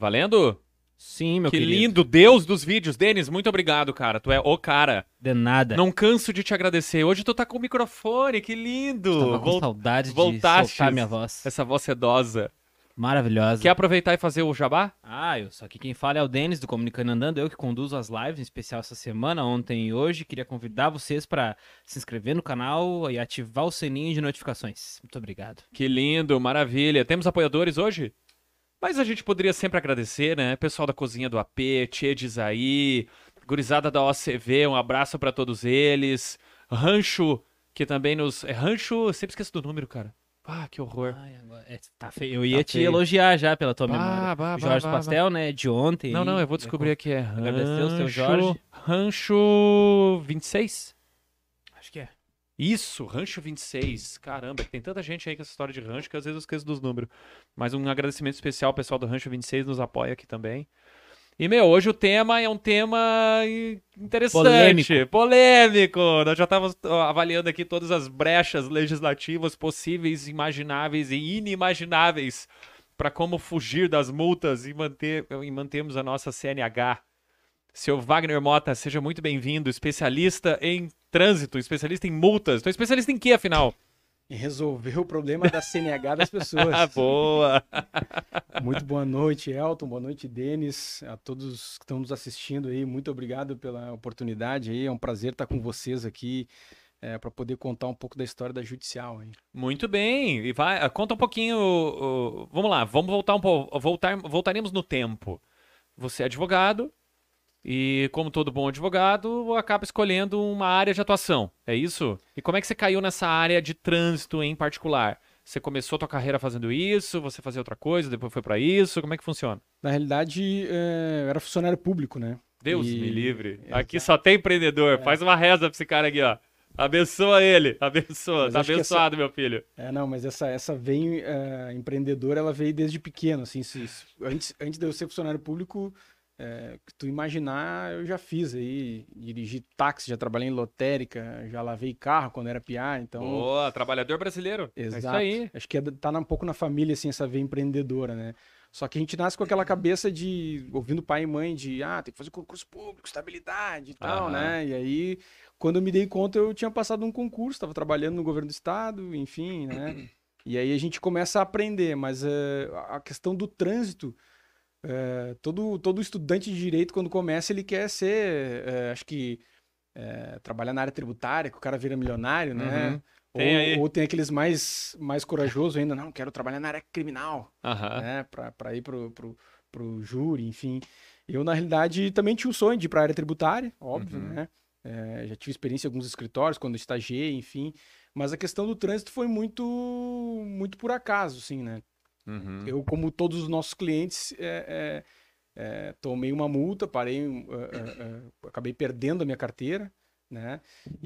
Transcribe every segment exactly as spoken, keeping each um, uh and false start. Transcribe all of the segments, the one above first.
Valendo? Sim, meu que querido. lindo, Deus dos vídeos. Denis, muito obrigado, cara. Tu é o cara. De nada. Não canso de te agradecer. Hoje tu tá com o microfone, que lindo. Tava com Vol- saudade de Voltastes. soltar minha voz. Essa voz sedosa. Maravilhosa. Quer aproveitar e fazer o jabá? Ah, eu, só que quem fala é o Denis do Comunicando Andando, eu que conduzo as lives, em especial essa semana, ontem e hoje. Queria convidar vocês para se inscrever no canal e ativar o sininho de notificações. Muito obrigado. Que lindo, maravilha. Temos apoiadores hoje? Mas a gente poderia sempre agradecer, né? Pessoal da Cozinha do A P, Tchê de Isaí, gurizada da O C V, um abraço pra todos eles. Rancho, que também nos... É Rancho, eu sempre esqueço do número, cara. Ah, que horror. Ai, agora- é, tá feio. Eu ia Tá te feio. elogiar já pela tua Bah, memória. bah, bah, Jorge bah, Pastel, né? De ontem. Não, aí. não, eu vou descobrir aqui. É Agradecer o seu Rancho... Jorge. Rancho vinte e seis? Acho que é. Isso, Rancho vinte e seis. Caramba, tem tanta gente aí com essa história de rancho que às vezes eu esqueço dos números. Mas um agradecimento especial ao pessoal do Rancho vinte e seis, nos apoia aqui também. E, meu, hoje o tema é um tema interessante. Polêmico. Polêmico. Nós já estávamos ó, avaliando aqui todas as brechas legislativas possíveis, imagináveis e inimagináveis para como fugir das multas e, manter, e mantermos a nossa C N H. Seu Wagner Mota, seja muito bem-vindo, especialista em trânsito, especialista em multas. Então, especialista em quê, afinal? Em resolver o problema da C N H das pessoas. Boa! Muito boa noite, Elton. Boa noite, Denis. A todos que estão nos assistindo aí, muito obrigado pela oportunidade aí. É um prazer estar com vocês aqui é, para poder contar um pouco da história da Judicial. Hein? Muito bem. E vai, conta um pouquinho. uh, Vamos lá, vamos voltar um pouco. Voltar, voltaremos no tempo. Você é advogado. E como todo bom advogado, acaba escolhendo uma área de atuação, é isso? E como é que você caiu nessa área de trânsito em particular? Você começou a tua carreira fazendo isso, você fazia outra coisa, depois foi pra isso, como é que funciona? Na realidade, é, eu era funcionário público, né? Deus E- me livre. Exato. Aqui só tem empreendedor, faz uma reza pra esse cara aqui, ó. Abençoa ele, abençoa, Mas tá acho que abençoado, meu filho. É, não, mas essa, essa veio, é, empreendedora, ela veio desde pequeno, assim, se- se- antes, antes de eu ser funcionário público, é, que tu imaginar, eu já fiz aí, dirigi táxi, já trabalhei em lotérica, já lavei carro quando era piá, então... Boa, trabalhador brasileiro. É isso Exato. aí. Acho que é, tá na- um pouco na família, assim, essa veia empreendedora, né? Só que a gente nasce com aquela cabeça de, ouvindo pai e mãe, de, ah, tem que fazer concurso público, estabilidade e tal, Aham. né? E aí, quando eu me dei conta, eu tinha passado um concurso, estava trabalhando no governo do estado, enfim, né? E aí a gente começa a aprender, mas eh, a questão do trânsito, eh, todo, todo estudante de direito, quando começa, ele quer ser, eh, acho que, eh, trabalhar na área tributária, que o cara vira milionário, né? Uhum. Tem Ou, aí. ou tem aqueles mais, mais corajosos ainda, não, quero trabalhar na área criminal, Aham. né? Pra, pra ir pro, pro, pro júri, enfim. Eu, na realidade, também tinha o sonho de ir pra área tributária, óbvio, Uhum. né? Eh, já tive experiência em alguns escritórios, quando eu estagiei, enfim. Mas a questão do trânsito foi muito, muito por acaso, assim, né? Uhum. Eu, como todos os nossos clientes, é, é, é, tomei uma multa, parei, é, é, é, acabei perdendo a minha carteira, né?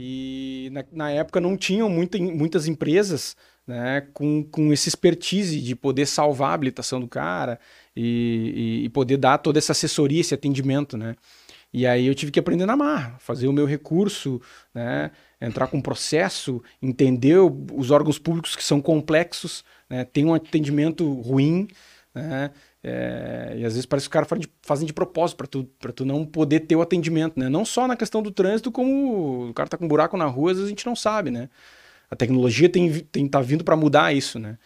E na, na época não tinham muita, muitas empresas, né, com, com esse expertise de poder salvar a habilitação do cara e, e, e poder dar toda essa assessoria, esse atendimento, né? E aí eu tive que aprender na marra, fazer o meu recurso, né? Entrar com processo, entender o- os órgãos públicos que são complexos, né? Tem um atendimento ruim, né? É, e às vezes parece que os caras fazem de, fazem de propósito para tu, para tu não poder ter o atendimento, né? Não só na questão do trânsito, como o cara tá com um buraco na rua, às vezes a gente não sabe, né? A tecnologia tem, vi- tem tá vindo para mudar isso, né?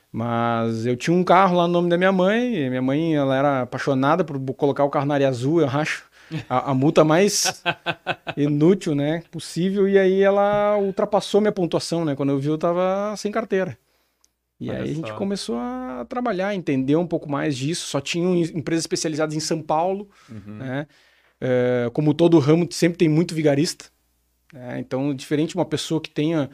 Mas eu tinha um carro lá no nome da minha mãe, e minha mãe ela era apaixonada por bo- colocar o carro na área azul, eu acho. A, a multa mais inútil, né, possível, e aí ela ultrapassou minha pontuação, né? Quando eu vi, eu tava sem carteira. E Olha aí a gente só. começou a trabalhar, entender um pouco mais disso. Só tinham em- empresas especializadas em São Paulo, Uhum. né? É, como todo ramo, sempre tem muito vigarista, né? Então, diferente de uma pessoa que tenha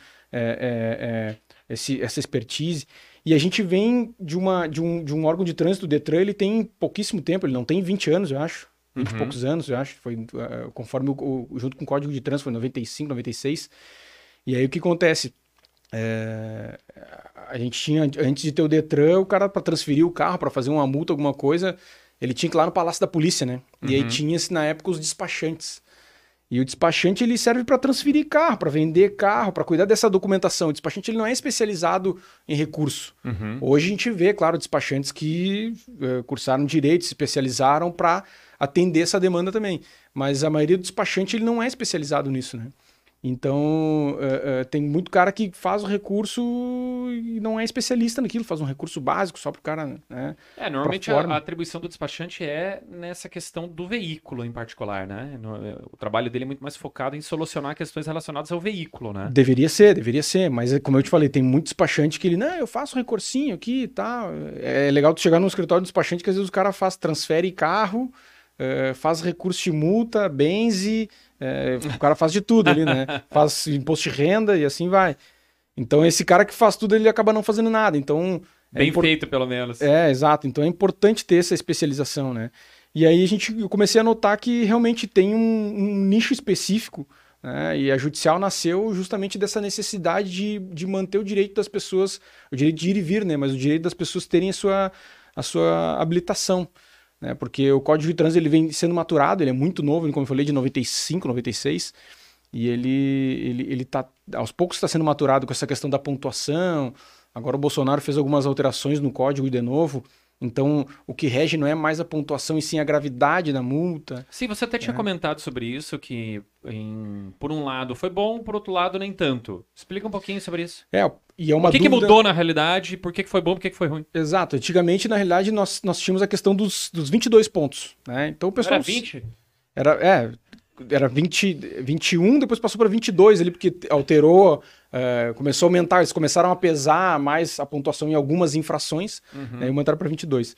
é, é, é, esse- essa expertise. E a gente vem de, uma, de, um, de um órgão de trânsito, o Detran, ele tem pouquíssimo tempo, ele não tem vinte anos, eu acho. vinte e Uhum. poucos anos, eu acho. Foi, uh, conforme o, o- junto com o Código de Trânsito, foi noventa e cinco, noventa e seis. E aí o que acontece? É, a gente tinha, antes de ter o Detran, o cara para transferir o carro, para fazer uma multa, alguma coisa, ele tinha que ir lá no Palácio da Polícia, né? E aí Uhum. tinha-se na época os despachantes. E o despachante ele serve para transferir carro, para vender carro, para cuidar dessa documentação. O despachante ele não é especializado em recurso. Uhum. Hoje a gente vê, claro, despachantes que uh, cursaram direito, se especializaram para atender essa demanda também. Mas a maioria do despachante ele não é especializado nisso, né? Então, uh, uh, tem muito cara que faz o recurso e não é especialista naquilo, faz um recurso básico só para o cara, né? É, normalmente a, forma. a atribuição do despachante é nessa questão do veículo em particular, né? No- o trabalho dele é muito mais focado em solucionar questões relacionadas ao veículo, né? Deveria ser, deveria ser, mas é como eu te falei, tem muito despachante que ele, não, eu faço um recursinho aqui e tal. É legal tu chegar no escritório do despachante que às vezes o cara faz, transfere carro, eh, faz recurso de multa, benze, eh, o cara faz de tudo ali, né? Faz imposto de renda e assim vai. Então esse cara que faz tudo, ele acaba não fazendo nada. Então é Bem impor- feito, pelo menos. É, exato. Então é importante ter essa especialização, né? E aí a gente, eu comecei a notar que realmente tem um, um nicho específico, né? E a Judicial nasceu justamente dessa necessidade de, de manter o direito das pessoas, o direito de ir e vir, né? Mas o direito das pessoas terem a sua, a sua habilitação, né? Porque o Código de Trânsito ele vem sendo maturado, ele é muito novo, como eu falei, de noventa e cinco, noventa e seis, e ele, ele, ele tá, aos poucos está sendo maturado com essa questão da pontuação. Agora o Bolsonaro fez algumas alterações no código de novo, então o que rege não é mais a pontuação e sim a gravidade da multa. Sim, você até tinha É. comentado sobre isso, que em- por um lado foi bom, por outro lado nem tanto. Explica um pouquinho sobre isso. É, e é uma o que, que dúvida... mudou na realidade? Por que, que foi bom, por que, que foi ruim? Exato, antigamente na realidade nós, nós tínhamos a questão dos, dos vinte e dois pontos, né? Então o pessoal... Era vinte? Era, é, era vinte, vinte e um, depois passou para vinte e dois ali, porque alterou, é, começou a aumentar, eles começaram a pesar mais a pontuação em algumas infrações, Uhum. né, e aumentaram para vinte e dois.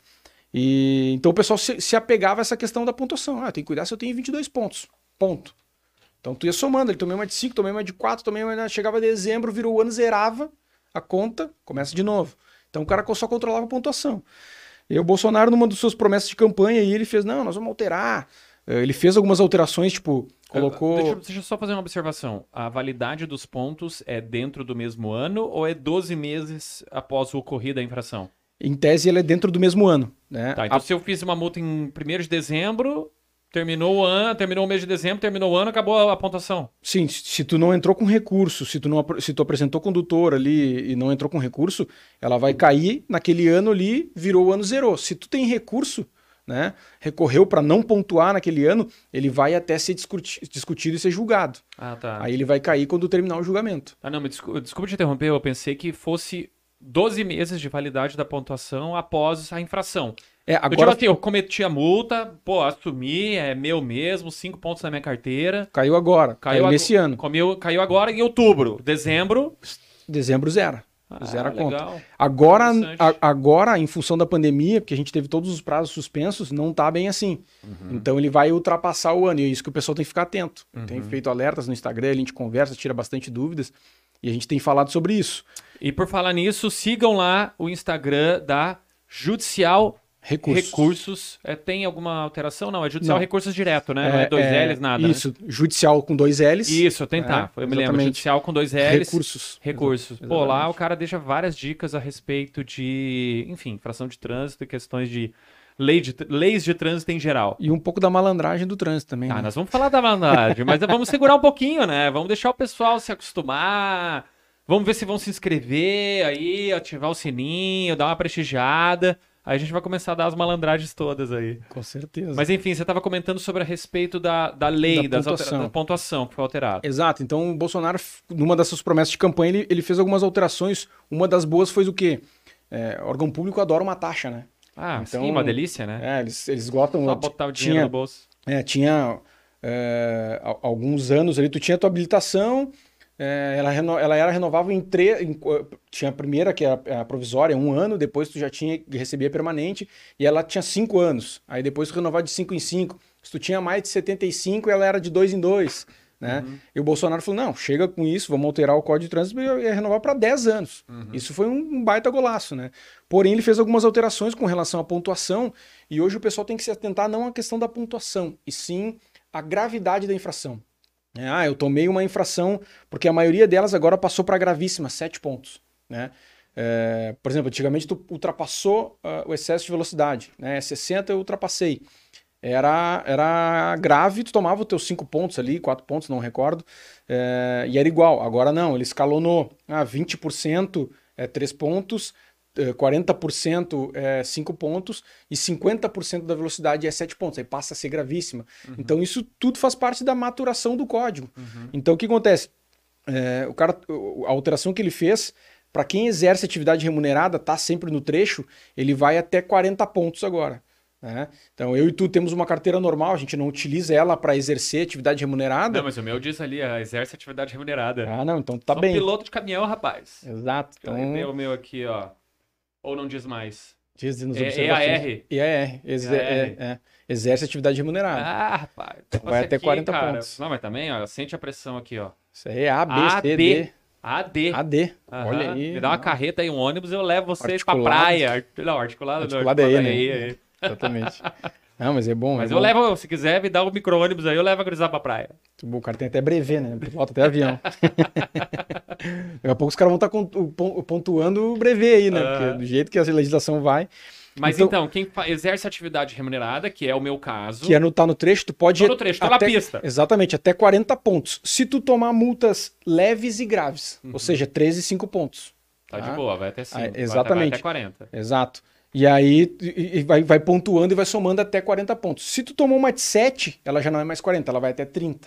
E, então o pessoal se, se apegava a essa questão da pontuação. Ah, tem que cuidar se eu tenho vinte e dois pontos, ponto. Então tu ia somando, ele tomei uma de cinco, tomei uma de quatro, tomei uma de... Chegava dezembro, virou o ano, zerava a conta, começa de novo. Então o cara só controlava a pontuação. E o Bolsonaro, numa das suas promessas de campanha, aí ele fez, não, nós vamos alterar. Eh, Ele fez algumas alterações, tipo, colocou... Deixa, deixa eu só fazer uma observação. A validade dos pontos é dentro do mesmo ano ou é doze meses após o ocorrido da infração? Em tese, ele é dentro do mesmo ano, né? Tá, então A- se eu fiz uma multa em primeiro de dezembro, terminou o ano, terminou o mês de dezembro, terminou o ano, acabou a, a pontuação. Sim, se tu não entrou com recurso, se tu, não, apro- se tu apresentou condutor ali e não entrou com recurso, ela vai cair naquele ano ali, virou o ano, zerou. Se tu tem recurso, né, recorreu para não pontuar naquele ano, ele vai até ser discuti- discutido e ser julgado. Ah, tá. Aí ele vai cair quando terminar o julgamento. Ah, não, me desculpa, desculpa te interromper, eu pensei que fosse doze meses de validade da pontuação após a infração. É, Eu digo agora assim, eu cometi a multa, pô, assumi, é meu mesmo, cinco pontos na minha carteira. caiu agora, caiu, ago- nesse ano. Comeu, caiu agora em outubro. Dezembro. Dezembro zero. Ah, Zero a conta. legal. Agora, Interessante. a- agora, em função da pandemia, porque a gente teve todos os prazos suspensos, não tá bem assim. Uhum. Então ele vai ultrapassar o ano, e é isso que o pessoal tem que ficar atento. Tem Uhum. feito alertas no Instagram, a gente conversa, tira bastante dúvidas, e a gente tem falado sobre isso. E por falar nisso, sigam lá o Instagram da Judicial Recursos. Recursos. É, tem alguma alteração? Não, é Judicial Não. Recursos direto, né? Não é dois L's, nada. né? Isso, judicial com dois L's. Isso, eu tentar. É, eu me lembro. exatamente. Judicial com dois L's. Recursos. Recursos. Exa- Pô, lá exatamente. o cara deixa várias dicas a respeito de, enfim, infração de trânsito e questões de, lei de leis de trânsito em geral. E um pouco da malandragem do trânsito também. Ah, né? nós vamos falar da malandragem, mas vamos segurar um pouquinho, né? Vamos deixar o pessoal se acostumar. Vamos ver se vão se inscrever aí, ativar o sininho, dar uma prestigiada. Aí a gente vai começar a dar as malandragens todas aí. Com certeza. Mas enfim, você estava comentando sobre a respeito da, da lei, Da das altera- pontuação. da pontuação que foi alterada. Exato. Então, o Bolsonaro, numa das suas promessas de campanha, ele, ele fez algumas alterações. Uma das boas foi o quê? É, órgão público adora uma taxa, né? Ah, Então, sim, uma delícia, né? É, eles, eles gostam... Só botar o dinheiro tinha, no bolso. é, tinha é, a- alguns anos ali, tu tinha a tua habilitação, é, ela, reno- ela era renovável em três... Tinha a primeira, que é a, a provisória, um ano, depois tu já tinha que receber a permanente, e ela tinha cinco anos. Aí depois tu renovava de cinco em cinco. Se tu tinha mais de setenta e cinco, ela era de dois em dois. Né? Uhum. E o Bolsonaro falou, não, chega com isso, vamos alterar o Código de Trânsito e renovar para dez anos. Uhum. Isso foi um baita golaço, né? Porém, ele fez algumas alterações com relação à pontuação, e hoje o pessoal tem que se atentar não à questão da pontuação, e sim à gravidade da infração. É, ah, eu tomei uma infração, porque a maioria delas agora passou para gravíssima, sete pontos. Né? É, por exemplo, antigamente tu ultrapassou uh, o excesso de velocidade, né? sessenta eu ultrapassei. era, era grave, tu tomava os teus cinco pontos ali, quatro pontos, não recordo, é, e era igual. Agora não, ele escalonou. Ah, vinte por cento é três pontos, é, quarenta por cento é cinco pontos e cinquenta por cento da velocidade é sete pontos. Aí passa a ser gravíssima. Uhum. Então isso tudo faz parte da maturação do código. Uhum. Então o que acontece? É, o cara, a alteração que ele fez, para quem exerce atividade remunerada, tá sempre no trecho, ele vai até quarenta pontos agora. Né? Então eu e tu temos uma carteira normal, a gente não utiliza ela para exercer atividade remunerada. Não, mas o meu diz ali, ah, exerce atividade remunerada. Ah, não, então tá Sou bem. piloto de caminhão, rapaz. Exato. Então... Então, Tem o meu aqui, ó. Ou não diz mais. diz nos É observações. E A R. E A R. Exe- E A R. é, é. Exerce atividade remunerada. Ah, rapaz. Vai até quarenta cara. pontos. Não, mas também, ó, sente a pressão aqui, ó. Isso aí é A, B, A, C, B. D. A D. A, D. Aham. Olha aí. Me dá uma Não, carreta e um ônibus, eu levo vocês pra Articulado. praia. Não, articulado não. Articulado é E, né? aí, aí. Exatamente. Não, mas é bom. Mas é eu bom. levo, se quiser, me dá um micro-ônibus aí, eu levo a cruzar pra praia. O cara tem até brevet, né? Pilota até avião. Daqui a pouco os caras vão estar pontuando o brevet aí, né? Ah. Porque do jeito que a legislação vai. Mas Então- então, quem fa- exerce atividade remunerada, que é o meu caso, Que é no, tá no trecho, tu pode... tô no trecho, tô na até- pista. Exatamente, até quarenta pontos. Se tu tomar multas leves e graves, Uhum. ou seja, treze e cinco pontos. Tá de Ah. boa, vai até cinco. Ah, vai- exatamente. Vai até quarenta. Exato. E aí e- e vai, vai pontuando e vai somando até quarenta pontos. Se tu tomou uma de sete, ela já não é mais quarenta, ela vai até trinta.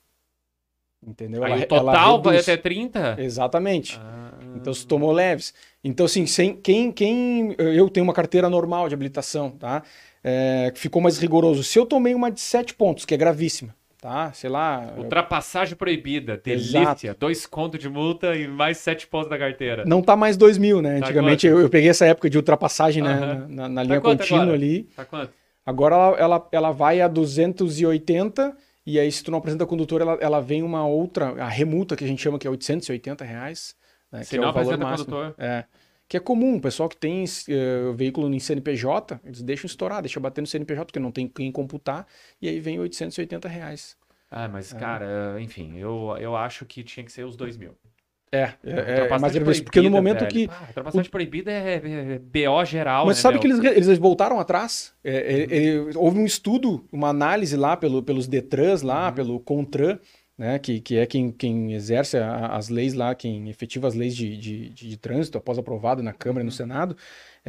Entendeu? Aí Ela- o total ela vai reduz. até trinta? Exatamente. Ah. Então, se tomou leves. Então, assim, sem, quem, quem. Eu tenho uma carteira normal de habilitação, tá? É, que ficou mais rigoroso. Se eu tomei uma de sete pontos, que é gravíssima, tá? Sei lá. Ultrapassagem proibida, delícia. Exato. Dois contos de multa e mais sete pontos da carteira. Não tá mais dois mil, né? Tá Antigamente quanto? eu, eu peguei essa época de ultrapassagem né, Aham. na, na linha quanto contínua agora? ali. Tá quanto? Agora ela, ela, ela vai a duzentos e oitenta. E aí, se tu não apresenta condutor, ela, ela vem uma outra, a remulta que a gente chama que é oitocentos e oitenta reais. Né, Se que é não o valor apresenta máximo. condutor. É. Que é comum, o pessoal que tem uh, veículo em C N P J, eles deixam estourar, deixam bater no C N P J, porque não tem quem computar, e aí vem oitocentos e oitenta reais. Ah, mas, cara, enfim, eu, eu acho que tinha que ser os dois mil. É, é, é, é Ultrapassagem mais gravíssimo, porque no proibida, momento velho. que... Ah, ultrapassagem proibida é, é B O geral, Mas né, sabe meu? que eles, eles voltaram atrás? É, é, é, houve um estudo, uma análise lá pelo, pelos Detrans, lá, Uhum. pelo CONTRAN, né, que, que é quem, quem exerce a- as leis lá, quem efetiva as leis de, de, de, de trânsito após aprovado na Câmara e no Senado,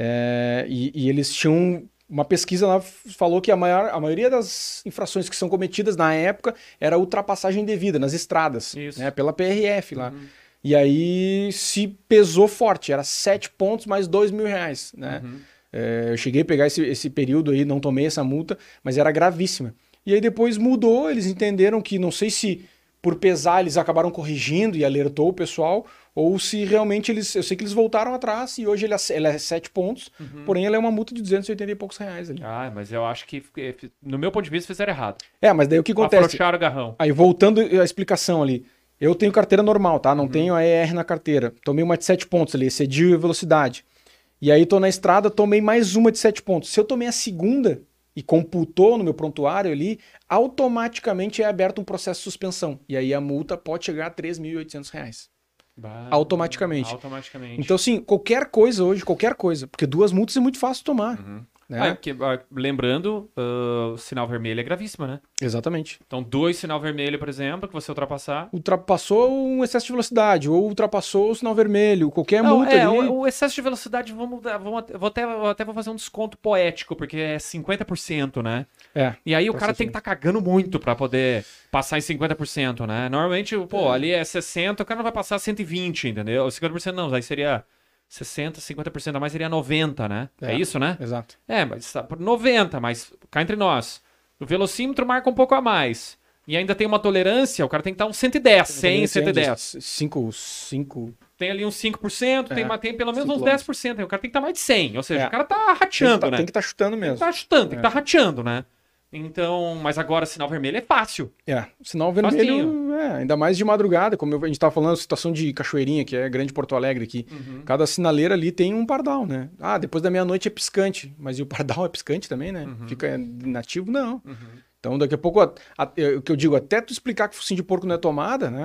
é, e, e eles tinham... Uma pesquisa lá f- falou que a, maior, a maioria das infrações que são cometidas na época era ultrapassagem indevida nas estradas, Isso. né, pela P R F lá. Uhum. E aí se pesou forte, era sete pontos mais dois mil reais, né? Uhum. É, eu cheguei a pegar esse, esse período aí, não tomei essa multa, mas era gravíssima. E aí depois mudou, eles entenderam que, não sei se por pesar eles acabaram corrigindo e alertou o pessoal, ou se realmente eles, eu sei que eles voltaram atrás e hoje ele é, ela é sete pontos, Uhum. porém ela é uma multa de duzentos e oitenta e poucos reais ali. Ah, mas eu acho que, no meu ponto de vista, fizeram errado. É, mas daí o que acontece? Afrouxaram o garrão. Aí voltando à explicação ali, eu tenho carteira normal, tá? Não Uhum. tenho a E R na carteira. Tomei uma de sete pontos ali, excedi a velocidade. E aí tô na estrada, tomei mais uma de sete pontos. Se eu tomei a segunda e computou no meu prontuário ali, automaticamente é aberto um processo de suspensão. E aí a multa pode chegar a três mil e oitocentos reais. Bah, Automaticamente. Automaticamente. Então, assim, qualquer coisa hoje, qualquer coisa, porque duas multas é muito fácil de tomar. Uhum. Né? Ah, porque, ah, lembrando, ah, o sinal vermelho é gravíssimo, né? Exatamente. Então, dois sinal vermelho, por exemplo, que você ultrapassar. Ultrapassou um excesso de velocidade, ou ultrapassou o sinal vermelho, qualquer Não, multa é, ali. o, o excesso de velocidade, vamos, dar- vamos até- vou até, vou até vou fazer um desconto poético, porque é cinquenta por cento, né? É. E aí o Tá cara tem que estar cagando muito pra poder passar em cinquenta por cento, né? Normalmente, pô, ali é sessenta, o cara não vai passar cento e vinte, entendeu? cinquenta por cento não, aí seria sessenta, cinquenta por cento a mais seria noventa, né? É, É. isso, né? Exato. É, mas tá por noventa, mas cá entre nós. O velocímetro marca um pouco a mais. E ainda tem uma tolerância, o cara tem que estar uns cento e dez, cem, cento e dez. cinco, cinco. Tem ali uns cinco por cento, tem, É, ma- tem pelo menos cinco uns dez por cento. Aí o cara tem que estar mais de cem. Ou seja, É. o cara tá Tem que rateando, tá, né? tem que estar chutando mesmo. Tá chutando, tem que É. estar rateando, né? Então, mas agora sinal vermelho é fácil. É, sinal vermelho, é, ainda mais de madrugada, como eu- a gente tava falando, a situação de Cachoeirinha, que é grande Porto Alegre aqui. Uhum. Cada sinaleira ali tem um pardal, né? Ah, depois da meia-noite é piscante, mas e o pardal é piscante também, né? Uhum. Fica inativo, não. Uhum. Então, daqui a pouco, a- a- é, o que eu digo, até tu explicar que focinho de porco não é tomada, né?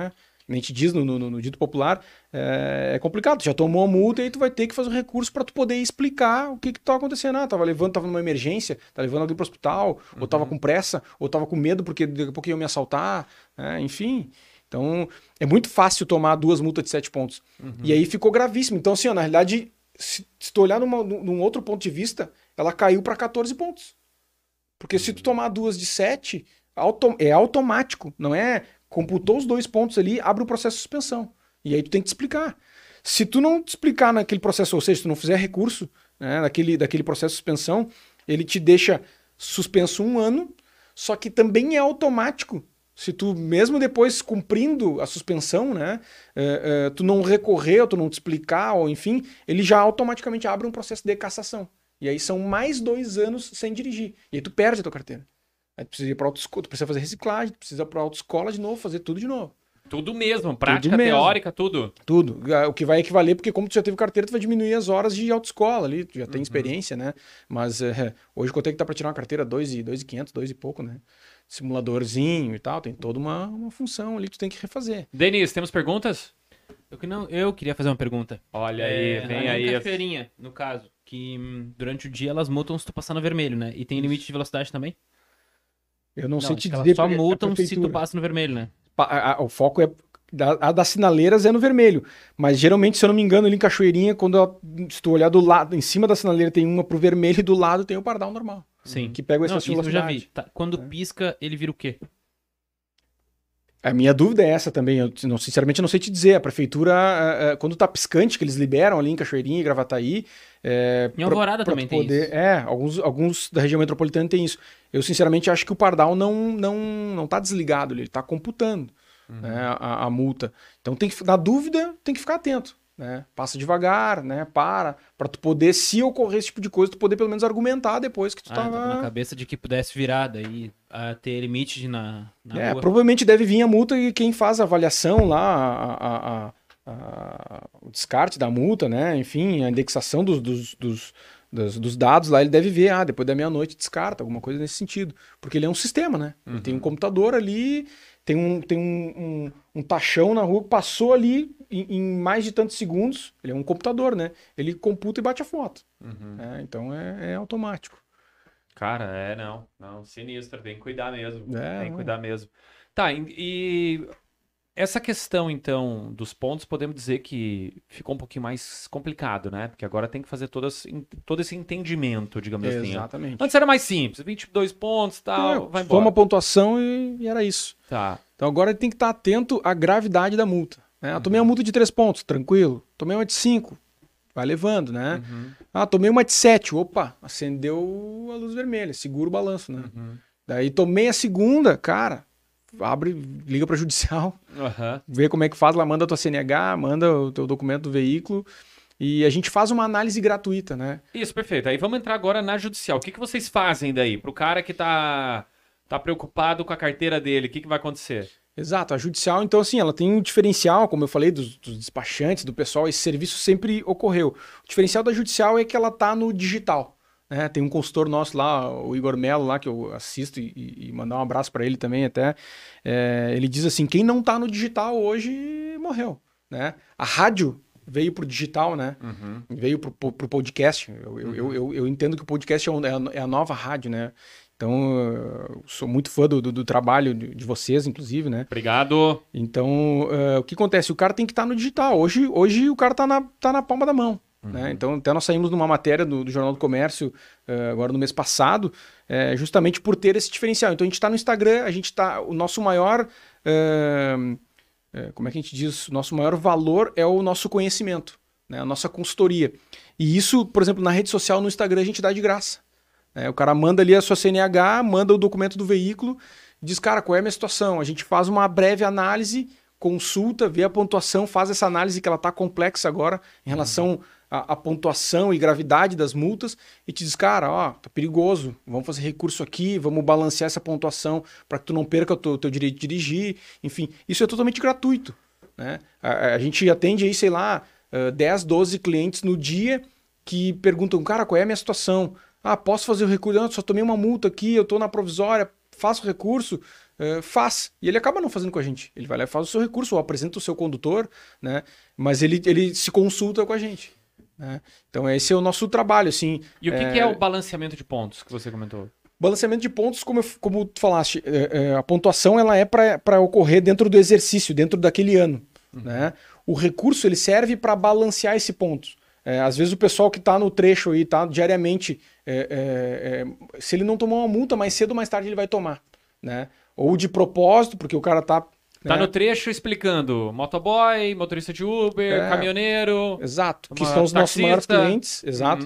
nem te diz no, no, no dito popular, é, é complicado. Tu já tomou a multa e aí tu vai ter que fazer um recurso para tu poder explicar o que que tá acontecendo. Ah, tava levando, tava numa emergência, tá levando alguém pro hospital, uhum. ou tava com pressa, ou tava com medo porque daqui a pouco iam me assaltar, é, enfim. Então, é muito fácil tomar duas multas de sete pontos. Uhum. E aí ficou gravíssimo. Então, assim, ó, na realidade, se, se tu olhar numa, num outro ponto de vista, ela caiu para catorze pontos. Porque se tu tomar duas de sete, auto, é automático, não é... Computou os dois pontos ali, abre o processo de suspensão. E aí tu tem que te explicar. Se tu não te explicar naquele processo, ou seja, se tu não fizer recurso, né, daquele, daquele processo de suspensão, ele te deixa suspenso um ano, só que também é automático. Se tu, mesmo depois cumprindo a suspensão, né, é, é, tu não recorrer, ou tu não te explicar, ou enfim, ele já automaticamente abre um processo de cassação. E aí são mais dois anos sem dirigir. E aí tu perde a tua carteira. Aí tu precisa ir pra autoescola, tu precisa fazer reciclagem, tu precisa ir pra autoescola de novo, fazer tudo de novo. Tudo mesmo, prática, tudo mesmo. Teórica, tudo. Tudo. O que vai equivaler, porque como tu já teve carteira, tu vai diminuir as horas de autoescola ali, tu já tem uhum. experiência, né? Mas é, hoje quanto é que tá pra tirar uma carteira? dois mil e quinhentos, dois e pouco, né? Simuladorzinho e tal, tem toda uma, uma função ali que tu tem que refazer. Denis, temos perguntas? Eu, que não, eu queria fazer uma pergunta. Olha aí, é, vem aí. A cachoeirinha, no caso, que hum, durante o dia elas multam se tu passar no vermelho, né? E tem limite de velocidade também? Eu não, não sei te dizer. Elas só multam se tu passa no vermelho, né? A, a, o foco é... Da, a das sinaleiras é no vermelho. Mas geralmente, se eu não me engano, ali em Cachoeirinha, quando ela, se tu olhar do lado, em cima da sinaleira tem uma pro vermelho e do lado tem o pardal normal. Sim. Que pega o excesso de velocidade. Eu já vi. Tá. Quando é. pisca, ele vira o quê? A minha dúvida é essa também. Eu, não, sinceramente, eu não sei te dizer. A prefeitura, quando tá piscante, que eles liberam ali em Cachoeirinha e Gravataí... É, em Alvorada pra, também pra poder, tem isso. É, alguns, alguns da região metropolitana tem isso. Eu, sinceramente, acho que o pardal não, não, não tá desligado, ele tá computando uhum. né, a, a multa. Então, tem que, na dúvida, tem que ficar atento. Né? Passa devagar, né? Para, para tu poder, se ocorrer esse tipo de coisa, tu poder pelo menos argumentar depois que tu ah, tava... Tava na cabeça de que pudesse virar, daí a ter limite de na, na é, rua. Provavelmente deve vir a multa e quem faz a avaliação lá, a... a, a A, o descarte da multa, né? Enfim, a indexação dos, dos, dos, dos, dos dados lá, ele deve ver, ah, depois da meia-noite descarta, alguma coisa nesse sentido. Porque ele é um sistema, né? Uhum. Ele tem um computador ali, tem um, tem um, um, um taxão na rua que passou ali em, em mais de tantos segundos, ele é um computador, né? Ele computa e bate a foto. Uhum. É, então é, é automático. Cara, é, não, não, sinistro, tem que cuidar mesmo, é, tem que cuidar mesmo. Tá, e... e... Essa questão, então, dos pontos, podemos dizer que ficou um pouquinho mais complicado, né? Porque agora tem que fazer todas, todo esse entendimento, digamos Exatamente. assim. Exatamente. Antes era mais simples, vinte e dois pontos e tal, é, vai embora. Toma a pontuação e, e era isso. Tá. Então agora ele tem que estar atento à gravidade da multa. Né? Uhum. Tomei uma multa de três pontos, tranquilo. Tomei uma de cinco, vai levando, né? Uhum. Ah, tomei uma de sete, opa, acendeu a luz vermelha, segura o balanço, né? Uhum. Daí tomei a segunda, cara... Abre, liga para judicial, uhum. vê como é que faz, lá manda a tua C N H, manda o teu documento do veículo e a gente faz uma análise gratuita, né? Isso, perfeito. Aí vamos entrar agora na judicial. O que, que vocês fazem daí? Pro cara que tá, tá preocupado com a carteira dele, o que, que vai acontecer? Exato, a judicial, então assim, ela tem um diferencial, como eu falei, dos, dos despachantes, do pessoal, esse serviço sempre ocorreu. O diferencial da judicial é que ela tá no digital. É, tem um consultor nosso lá, o Igor Melo, lá, que eu assisto e, e mandar um abraço para ele também até. É, ele diz assim, quem não tá no digital hoje morreu. Né? A rádio veio pro digital, né? Uhum. Veio pro, pro, pro podcast. Eu, uhum. eu, eu, eu entendo que o podcast é, um, é a nova rádio, né? Então, eu sou muito fã do, do, do trabalho de, de vocês, inclusive, né? Obrigado. Então, uh, o que acontece? O cara tem que estar tá no digital. Hoje, hoje o cara tá na, tá na palma da mão. Uhum. Né? Então, até nós saímos numa matéria do, do Jornal do Comércio, uh, agora no mês passado, uh, justamente por ter esse diferencial. Então, a gente está no Instagram, a gente está... O nosso maior... Uh, uh, como é que a gente diz? O nosso maior valor é o nosso conhecimento, né? A nossa consultoria. E isso, por exemplo, na rede social, no Instagram, a gente dá de graça. É, o cara manda ali a sua C N H, manda o documento do veículo, diz, cara, qual é a minha situação? A gente faz uma breve análise, consulta, vê a pontuação, faz essa análise que ela está complexa agora em relação... Uhum. A, a pontuação e gravidade das multas e te diz, cara, ó, tá perigoso, vamos fazer recurso aqui, vamos balancear essa pontuação para que tu não perca o teu, teu direito de dirigir, enfim, isso é totalmente gratuito, né? A, a gente atende aí, sei lá, uh, dez, doze clientes no dia que perguntam, cara, qual é a minha situação? Ah, posso fazer o recurso? Não, só tomei uma multa aqui, eu tô na provisória, faça o recurso, uh, faz. E ele acaba não fazendo com a gente. Ele vai lá e faz o seu recurso, ou apresenta o seu condutor, né? Mas ele, ele se consulta com a gente. Né? Então esse é o nosso trabalho, assim. E o que é... que é o balanceamento de pontos que você comentou? Balanceamento de pontos, como, eu, como tu falaste, é, é, a pontuação ela é para ocorrer dentro do exercício, dentro daquele ano. Uhum. Né? O recurso ele serve para balancear esse ponto. É, às vezes o pessoal que está no trecho aí, tá diariamente, é, é, é, se ele não tomou uma multa, mais cedo ou mais tarde ele vai tomar. Né? Ou de propósito, porque o cara tá... Tá né? no trecho explicando motoboy, motorista de Uber, É, caminhoneiro... Exato, que uma são os nossos maiores taxista. clientes. Exato. Uhum.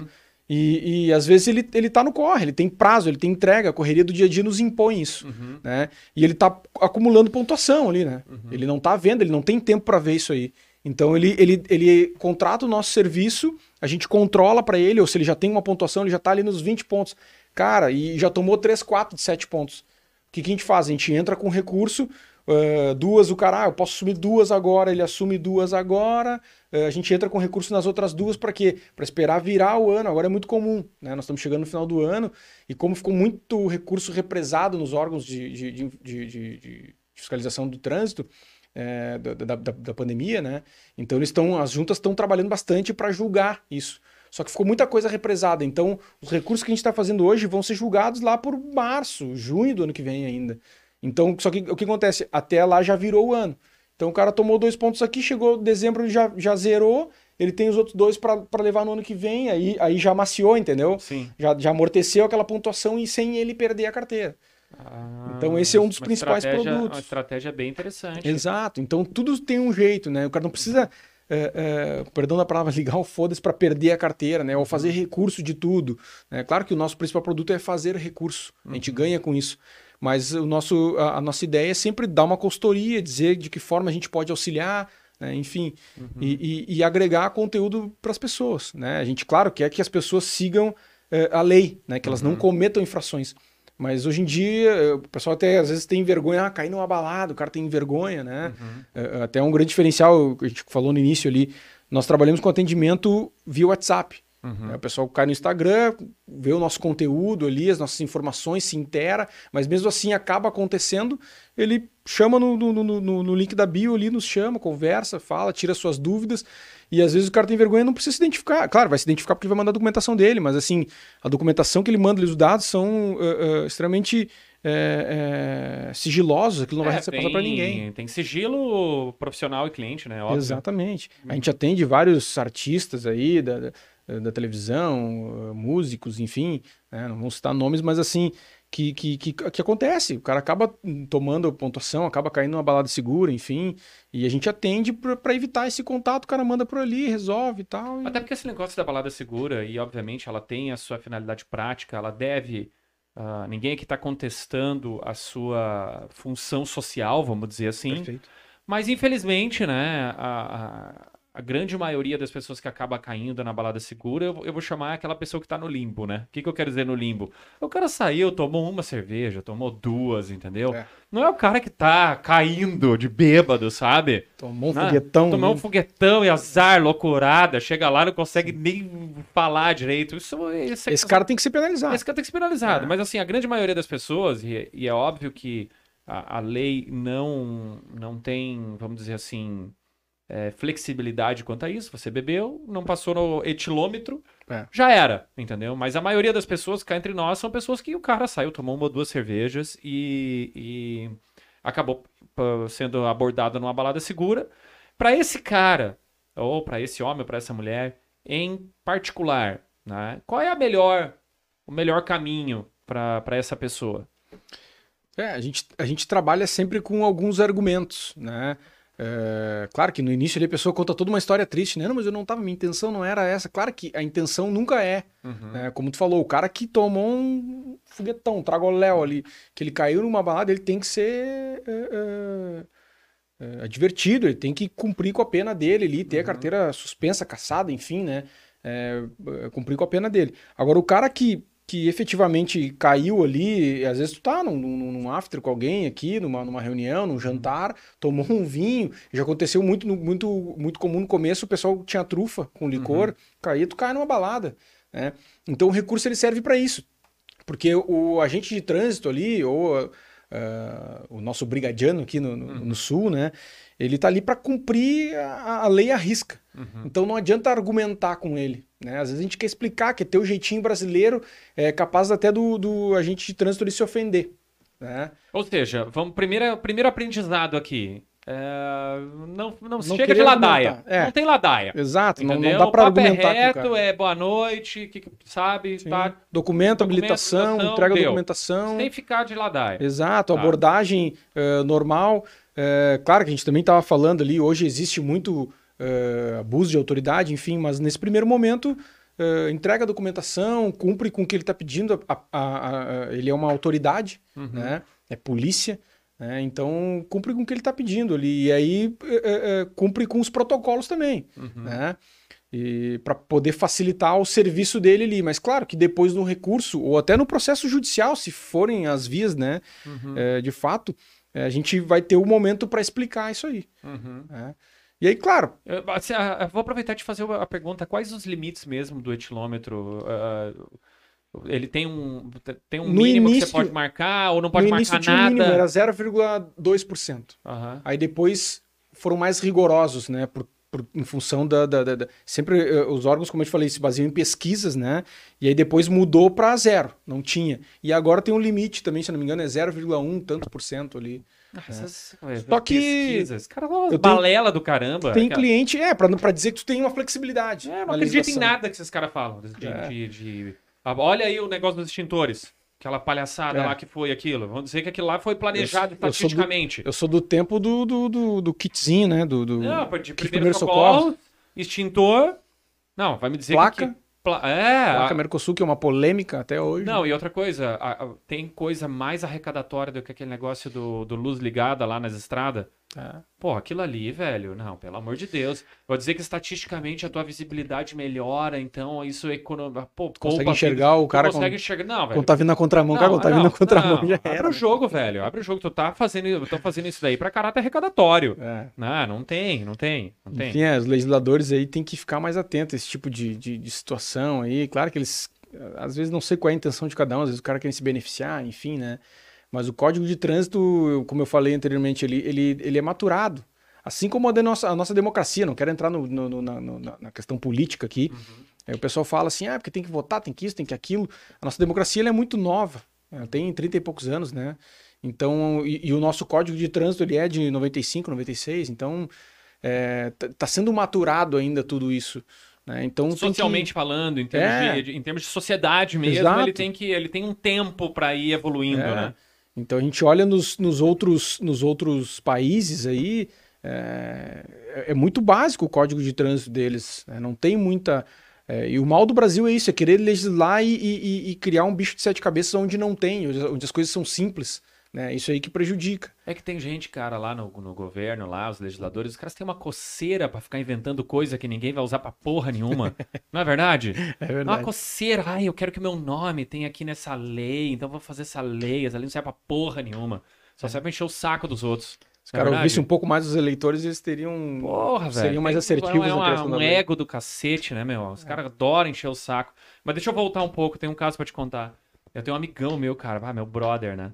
E, e às vezes ele, ele tá no corre, ele tem prazo, ele tem entrega, a correria do dia a dia nos impõe isso. Uhum. Né? E ele tá acumulando pontuação ali, né? Uhum. Ele não tá vendo, ele não tem tempo para ver isso aí. Então ele, ele, ele contrata o nosso serviço, a gente controla para ele, ou se ele já tem uma pontuação, ele já tá ali nos vinte pontos. Cara, e já tomou três, quatro de sete pontos. O que, que a gente faz? A gente entra com recurso, uh, duas, o cara, ah, eu posso assumir duas agora, ele assume duas agora, uh, a gente entra com recurso nas outras duas para quê? Para esperar virar o ano, agora é muito comum, né? Nós estamos chegando no final do ano, e como ficou muito recurso represado nos órgãos de, de, de, de, de, de fiscalização do trânsito, É, da, da, da, da pandemia, né? Então eles estão, as juntas estão trabalhando bastante para julgar isso. Só que ficou muita coisa represada. Então os recursos que a gente está fazendo hoje vão ser julgados lá por março, junho do ano que vem ainda. Então, só que o que acontece? Até lá já virou o ano. Então o cara tomou dois pontos aqui, chegou dezembro ele já, já zerou. Ele tem os outros dois para levar no ano que vem. Aí, aí já maciou, entendeu? Sim. Já, já amorteceu aquela pontuação e sem ele perder a carteira. Ah, Então esse é um dos uma principais estratégia- produtos. Uma estratégia bem interessante. Exato. Então tudo tem um jeito, né? O cara não precisa, é, é, perdão da palavra, ligar o foda-se para perder a carteira, né? Ou fazer recurso de tudo. Né? Claro que o nosso principal produto é fazer recurso. A gente Uhum. ganha com isso. Mas o nosso, a, a nossa ideia é sempre dar uma consultoria, dizer de que forma a gente pode auxiliar, né? Enfim, Uhum. e, e- e agregar conteúdo para as pessoas, né? A gente, claro, quer que as pessoas sigam é, a lei, né? Que elas não Uhum. cometam infrações. Mas hoje em dia, o pessoal até às vezes tem vergonha, ah, cair numa balada, o cara tem vergonha, né? Uhum. É, até um grande diferencial, que a gente falou no início ali, nós trabalhamos com atendimento via WhatsApp. Uhum. Né? O pessoal cai no Instagram, vê o nosso conteúdo ali, as nossas informações, se intera, mas mesmo assim acaba acontecendo, ele chama no, no, no, no, no link da bio ali, nos chama, conversa, fala, tira suas dúvidas. E às vezes o cara tem vergonha e não precisa se identificar. Claro, vai se identificar porque vai mandar a documentação dele, mas assim, a documentação que ele manda, os dados são uh, uh, extremamente é, é, sigilosos, aquilo não É, vai ser tem- passado para ninguém. Tem sigilo profissional e cliente, né? Óbvio. Exatamente. A gente atende vários artistas aí da, da, da televisão, uh, músicos, enfim, né? Não vamos citar nomes, mas assim, que, que, que, que acontece. O cara acaba tomando pontuação, acaba caindo numa balada segura, enfim, e a gente atende para evitar esse contato, o cara manda por ali, resolve e tal. E... Até porque esse negócio da balada segura, e obviamente ela tem a sua finalidade prática, ela deve. ah, ninguém aqui está contestando a sua função social, vamos dizer assim. Perfeito. Mas infelizmente, né, a, a, a grande maioria das pessoas que acaba caindo na balada segura, eu, vou- eu vou chamar aquela pessoa que tá no limbo, né? O que, que eu quero dizer no limbo? O cara saiu, tomou uma cerveja, tomou duas, entendeu? É. Não é o cara que tá caindo de bêbado, sabe? Tomou um Né? foguetão. Tomou um né? foguetão e azar, loucurada, chega lá não consegue nem falar direito. Isso, esse, Esse cara tem que ser penalizado. esse cara tem que ser penalizado. É. Mas assim, a grande maioria das pessoas, e, e é óbvio que a, a lei não, não tem, vamos dizer assim, é, flexibilidade quanto a isso. Você bebeu, não passou no etilômetro, É. já era, entendeu? Mas a maioria das pessoas cá entre nós são pessoas que o cara saiu, tomou uma ou duas cervejas e, e acabou pô, sendo abordado numa balada segura. Para esse cara, ou para esse homem, ou para essa mulher, em particular, né? Qual é a melhor, o melhor caminho para essa pessoa? É, a gente, a gente trabalha sempre com alguns argumentos, né? É, claro que no início ali a pessoa conta toda uma história triste, né? Não, mas eu não tava, minha intenção não era essa. Claro que a intenção nunca é, Uhum. né? Como tu falou, o cara que tomou um foguetão, um tragoléu ali, que ele caiu numa balada, ele tem que ser é, é, é, advertido, ele tem que cumprir com a pena dele ali, ter a carteira suspensa, cassada, enfim, né? É, é, cumprir com a pena dele. Agora, o cara que que efetivamente caiu ali, às vezes tu tá num, num, num after com alguém aqui, numa, numa reunião, num jantar, tomou um vinho, já aconteceu muito, no- muito, muito comum no começo, o pessoal tinha trufa com licor, caía, tu cai numa balada, né? Então o recurso ele serve para isso, Porque o agente de trânsito ali, ou uh, o nosso brigadiano aqui no, no, Uhum. no sul, né? Ele tá ali para cumprir a, a lei à risca. Uhum. Então não adianta argumentar com ele, né? Às vezes a gente quer explicar que ter o jeitinho brasileiro é capaz até do, do agente de trânsito ele se ofender, né? Ou seja, vamos primeiro, primeiro aprendizado aqui. É, não, não, Não chega de querer ladaia. argumentar. É. Não tem ladaia. Exato, não, Entendeu? não dá para O papo argumentar é reto, com o cara. é boa noite, que, que- sabe? Sim. Tá, Documento, habilitação, documentação, entrega a deu. documentação. sem ficar de ladaia. Exato, Tá. abordagem eh, normal. Eh, claro que a gente também estava falando ali, hoje existe muito eh, abuso de autoridade, enfim, mas nesse primeiro momento, eh, entrega a documentação, cumpre com o que ele está pedindo, a- a- a- ele é uma autoridade, Uhum. né? É polícia, né? Então cumpre com o que ele está pedindo ali. E aí eh, eh, cumpre com os protocolos também, Uhum. né? E para poder facilitar o serviço dele ali. Mas claro que depois no recurso, ou até no processo judicial, se forem as vias, né? Uhum. É, de fato, é, a gente vai ter o momento para explicar isso aí, Uhum. né? E aí, claro, Eu, assim, ah, eu vou aproveitar e te fazer a pergunta: quais os limites mesmo do etilômetro? Ah, ele tem um, tem um No mínimo que início- você pode marcar ou não no pode início marcar tinha um mínimo, nada? era zero vírgula dois por cento. Aham. Aí depois foram mais rigorosos, né? Por, por- em função da, da- da- da- Sempre eh, os órgãos, como eu te falei, se baseiam em pesquisas, né? E aí depois mudou para zero, não tinha. E agora tem um limite também, se eu não me engano, é zero vírgula um tanto por cento ali. Essas, Só que pesquisas, cara, é uma eu tenho- balela do caramba. Tem cara. cliente, é, para dizer que tu tem uma flexibilidade. É, não na acredito em legislação. nada que esses caras falam. De, É. de- de- Ah, olha aí o negócio dos extintores. Aquela palhaçada É. lá que foi aquilo. Vamos dizer que aquilo lá foi planejado Eu- eu sou do- estatisticamente. Eu sou do tempo do, do, do, do kitzinho, né? Do, do Não, de kit primeiro socorro, socorro. extintor. Não, vai me dizer Placa. que... Pla... É, Placa a- Mercosul, que é uma polêmica até hoje. Não, e outra coisa, a- a- tem coisa mais arrecadatória do que aquele negócio do, do luz ligada lá nas estradas. É. Pô, aquilo ali, velho, não, pelo amor de Deus. Vou dizer que estatisticamente a tua visibilidade melhora, então isso economiza. Pô, Consegue poupa enxergar vida. o cara Tu consegue quando, enxergar. Não, velho. quando tá vindo na contramão. cara, quando tá vindo na contramão não, já abre era. o jogo, velho. Abre o jogo. Tu tá fazendo, eu tô fazendo isso daí pra caráter arrecadatório. É. Não, não tem, não tem, não tem. Enfim, é, os legisladores aí têm que ficar mais atentos a esse tipo de, de, de situação aí. Claro que eles, às vezes, não sei qual é a intenção de cada um, às vezes o cara quer se beneficiar, enfim, né? Mas o Código de Trânsito, como eu falei anteriormente, ele, ele, ele é maturado. Assim como a, de nossa, a nossa democracia, não quero entrar no, no- no- na, no- na questão política aqui. Aí o pessoal fala assim, ah, porque tem que votar, tem que isso, tem que aquilo. A nossa democracia ela é muito nova, ela tem trinta e poucos anos, né? Então, e, e o nosso Código de Trânsito ele é de noventa e cinco, noventa e seis, então é, tá, tá sendo maturado ainda tudo isso, né? Então, tem que- Socialmente falando, em termos, É. de, de- em termos de sociedade mesmo, Exato. ele tem, que, ele tem um tempo pra ir evoluindo, É. né? Então a gente olha nos, nos outros, nos outros países aí, é, é muito básico o código de trânsito deles, né? Não tem muita. é, e o mal do Brasil é isso, é querer legislar e, e- e criar um bicho de sete cabeças onde não tem, onde, onde as coisas são simples, né? Isso aí que prejudica. É que tem gente, cara, lá no, no governo, lá, os legisladores, os caras têm uma coceira pra ficar inventando coisa que ninguém vai usar pra porra nenhuma. Não é verdade? É É uma coceira. Ai, eu quero que o meu nome tenha aqui nessa lei, então eu vou fazer essa lei. Essa lei não serve pra porra nenhuma. Só serve pra encher o saco dos outros. Se os Não é caras verdade? ouvissem um pouco mais os eleitores, eles teriam. Porra, velho. seriam mais Tem- assertivos É na uma- questão da um lei. ego do cacete, né, meu? Os caras adoram encher o saco. Mas deixa eu voltar um pouco, tem um caso pra te contar. Eu tenho um amigão meu, cara, ah, meu brother, né?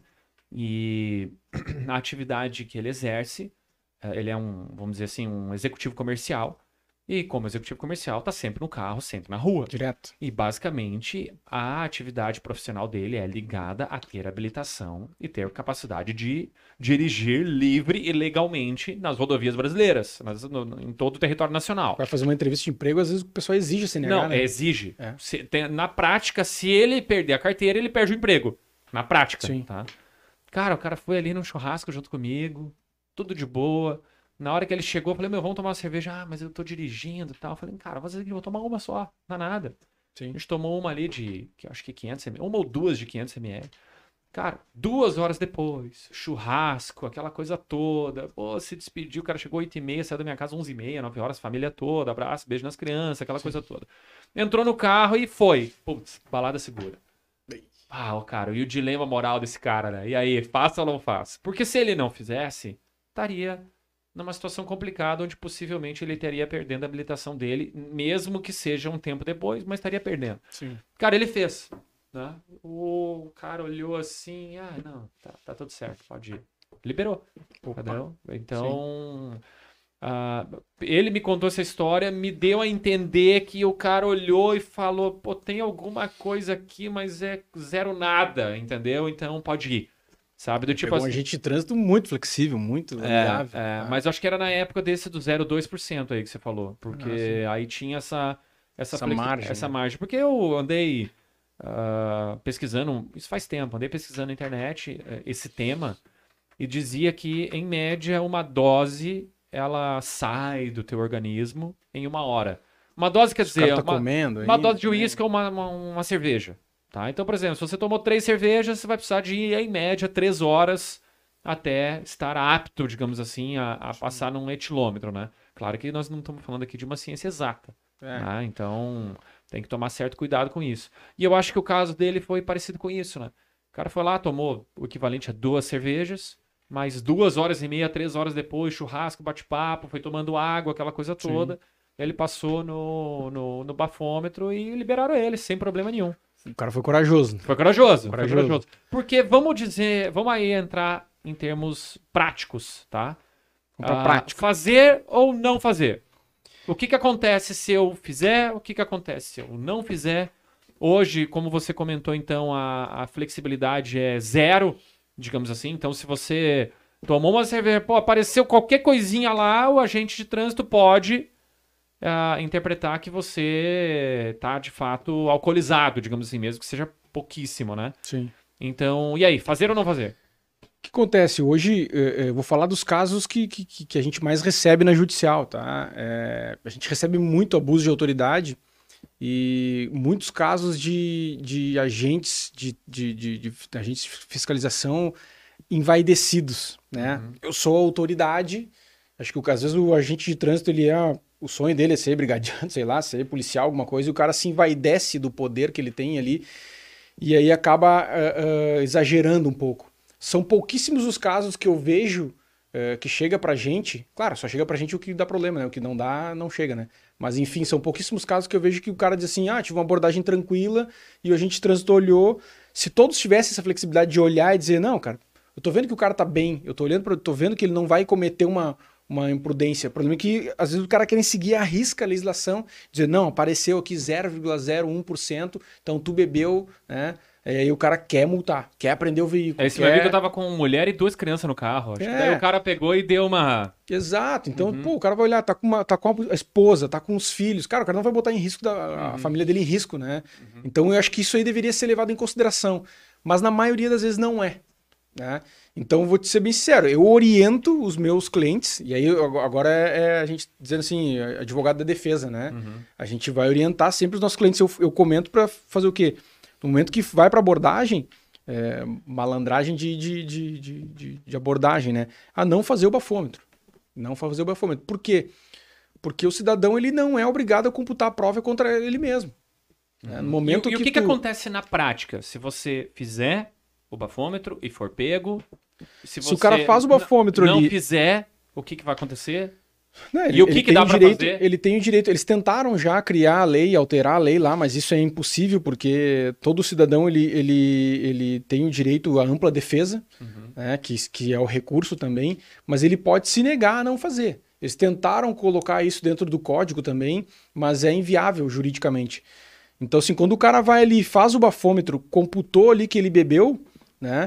E a atividade que ele exerce, eh, ele é um, vamos dizer assim, um executivo comercial. E como executivo comercial, tá sempre no carro, sempre na rua. Direto. E basicamente a atividade profissional dele é ligada a ter habilitação e ter capacidade de dirigir livre e legalmente nas rodovias brasileiras, nas- no- no- em todo o território nacional. Vai fazer uma entrevista de emprego, às vezes o pessoal exige a C N H, Não, né? exige. É. Se- tem- na prática, se ele perder a carteira, ele perde o emprego. Na prática, Sim. tá? Cara, o cara foi ali num churrasco junto comigo, tudo de boa. Na hora que ele chegou, eu falei, meu, vamos tomar uma cerveja. Ah, mas eu tô dirigindo e tal. Eu falei, cara, você vou tomar uma só, não dá nada. Sim. A gente tomou uma ali de, que eu acho que quinhentos mililitros, uma ou duas de quinhentos mililitros. Cara, duas horas depois, churrasco, aquela coisa toda. Pô, se despediu, o cara chegou oito e meia, saiu da minha casa onze e meia, nove horas, família toda, abraço, beijo nas crianças, aquela coisa toda. Entrou no carro e foi. Putz, balada segura. Ah, o cara, e o dilema moral desse cara, né? E aí, faça ou não faça? Porque se ele não fizesse, estaria numa situação complicada, onde possivelmente ele estaria perdendo a habilitação dele, mesmo que seja um tempo depois, mas estaria perdendo. Sim. Cara, ele fez. né? O cara olhou assim, ah, não, tá, tá tudo certo, pode ir. Liberou. Entendeu? Então, ah, ele me contou essa história, me deu a entender que o cara olhou e falou, pô, tem alguma coisa aqui, mas é zero nada, entendeu? Então pode ir. Sabe? Do tipo Pegou um assim. agente de trânsito muito flexível, muito É, amigável. é, tá? mas eu acho que era na época desse do zero vírgula dois por cento aí que você falou. Porque aí tinha essa, essa, Essa flexi- margem, essa né? margem. Porque eu andei ah, pesquisando, isso faz tempo, andei pesquisando na internet eh, esse tema e dizia que, em média, uma dose ela sai do teu organismo em uma hora. Uma dose quer O cara dizer, tá uma, comendo uma ainda dose de também. uísque ou uma, uma, uma cerveja. Tá? Então, por exemplo, se você tomou três cervejas, você vai precisar de, em média, três horas até estar apto, digamos assim, a, a passar num etilômetro, né? Claro que nós não estamos falando aqui de uma ciência exata, É. né? Então tem que tomar certo cuidado com isso. E eu acho que o caso dele foi parecido com isso, né? O cara foi lá, tomou o equivalente a duas cervejas, mais duas horas e meia, três horas depois, churrasco, bate-papo, foi tomando água, aquela coisa toda. Ele passou no, no, no bafômetro e liberaram ele, sem problema nenhum. O cara foi corajoso. Foi corajoso, Corajoso. foi corajoso. Porque vamos dizer, vamos aí entrar em termos práticos, tá? Vamos pra Ah, prática. fazer ou não fazer? O que que acontece se eu fizer? O que que acontece se eu não fizer? Hoje, como você comentou, então, a, a flexibilidade é zero, digamos assim. Então, se você tomou uma cerveja, pô, apareceu qualquer coisinha lá, o agente de trânsito pode ah, interpretar que você tá, de fato, alcoolizado, digamos assim, mesmo que seja pouquíssimo, né? Sim. Então, e aí, fazer ou não fazer? O que acontece? Hoje, eh, eh, eu vou falar dos casos que, que, que- que a gente mais recebe na judicial, tá? Eh, a gente recebe muito abuso de autoridade e muitos casos de, de agentes de, de, de, de agentes de fiscalização envaidecidos, né? Eu sou autoridade, acho que às vezes o agente de trânsito, ele é, o sonho dele é ser brigadiano, sei lá, ser policial, alguma coisa, e o cara se envaidece do poder que ele tem ali e aí acaba ah, ah, exagerando um pouco. São pouquíssimos os casos que eu vejo eh, que chega pra gente. Claro, só chega pra gente o que dá problema, né? O que não dá, não chega, né? Mas enfim, são pouquíssimos casos que eu vejo que o cara diz assim: ah, tive uma abordagem tranquila e o agente de trânsito olhou. Se todos tivessem essa flexibilidade de olhar e dizer, não, cara, eu tô vendo que o cara tá bem, eu tô olhando para, tô vendo que ele não vai cometer uma, uma imprudência. O problema é que às vezes o cara quer seguir a risca a legislação, dizer, não, apareceu aqui zero vírgula zero um por cento, então tu bebeu, né? E aí o cara quer multar, quer aprender o veículo. Esse quer... meu amigo tava com mulher e duas crianças no carro. Acho que É. daí o cara pegou e deu uma. Exato. Então, pô, o cara vai olhar, tá com, uma, tá com a esposa, tá com os filhos. Cara, o cara não vai botar em risco da, a família dele em risco, né? Então eu acho que isso aí deveria ser levado em consideração. Mas na maioria das vezes não é. Né? Então, eu vou te ser bem sincero, eu oriento os meus clientes, e aí eu- agora é, é a gente dizendo assim, advogado da defesa, né? A gente vai orientar sempre os nossos clientes. Eu, eu comento para fazer o quê? No momento que vai para abordagem, é, malandragem de, de, de, de, de- de abordagem, né? A não fazer o bafômetro. Não fazer o bafômetro. Por quê? Porque o cidadão ele não é obrigado a computar a prova contra ele mesmo. Né? No momento e, e que o que, que tu- acontece na prática? Se você fizer o bafômetro e for pego, se, Se o cara você faz o bafômetro n- não ali- fizer, o que, que vai acontecer? Né, E o que que tem dá o pra direito, fazer? Ele tem o direito. Eles tentaram já criar a lei, alterar a lei lá, mas isso é impossível porque todo cidadão ele, ele, ele tem o direito à ampla defesa, né, que, que é o recurso também, mas ele pode se negar a não fazer. Eles tentaram colocar isso dentro do código também, mas é inviável juridicamente. Então, assim, quando o cara vai ali, faz o bafômetro, computou ali que ele bebeu, né?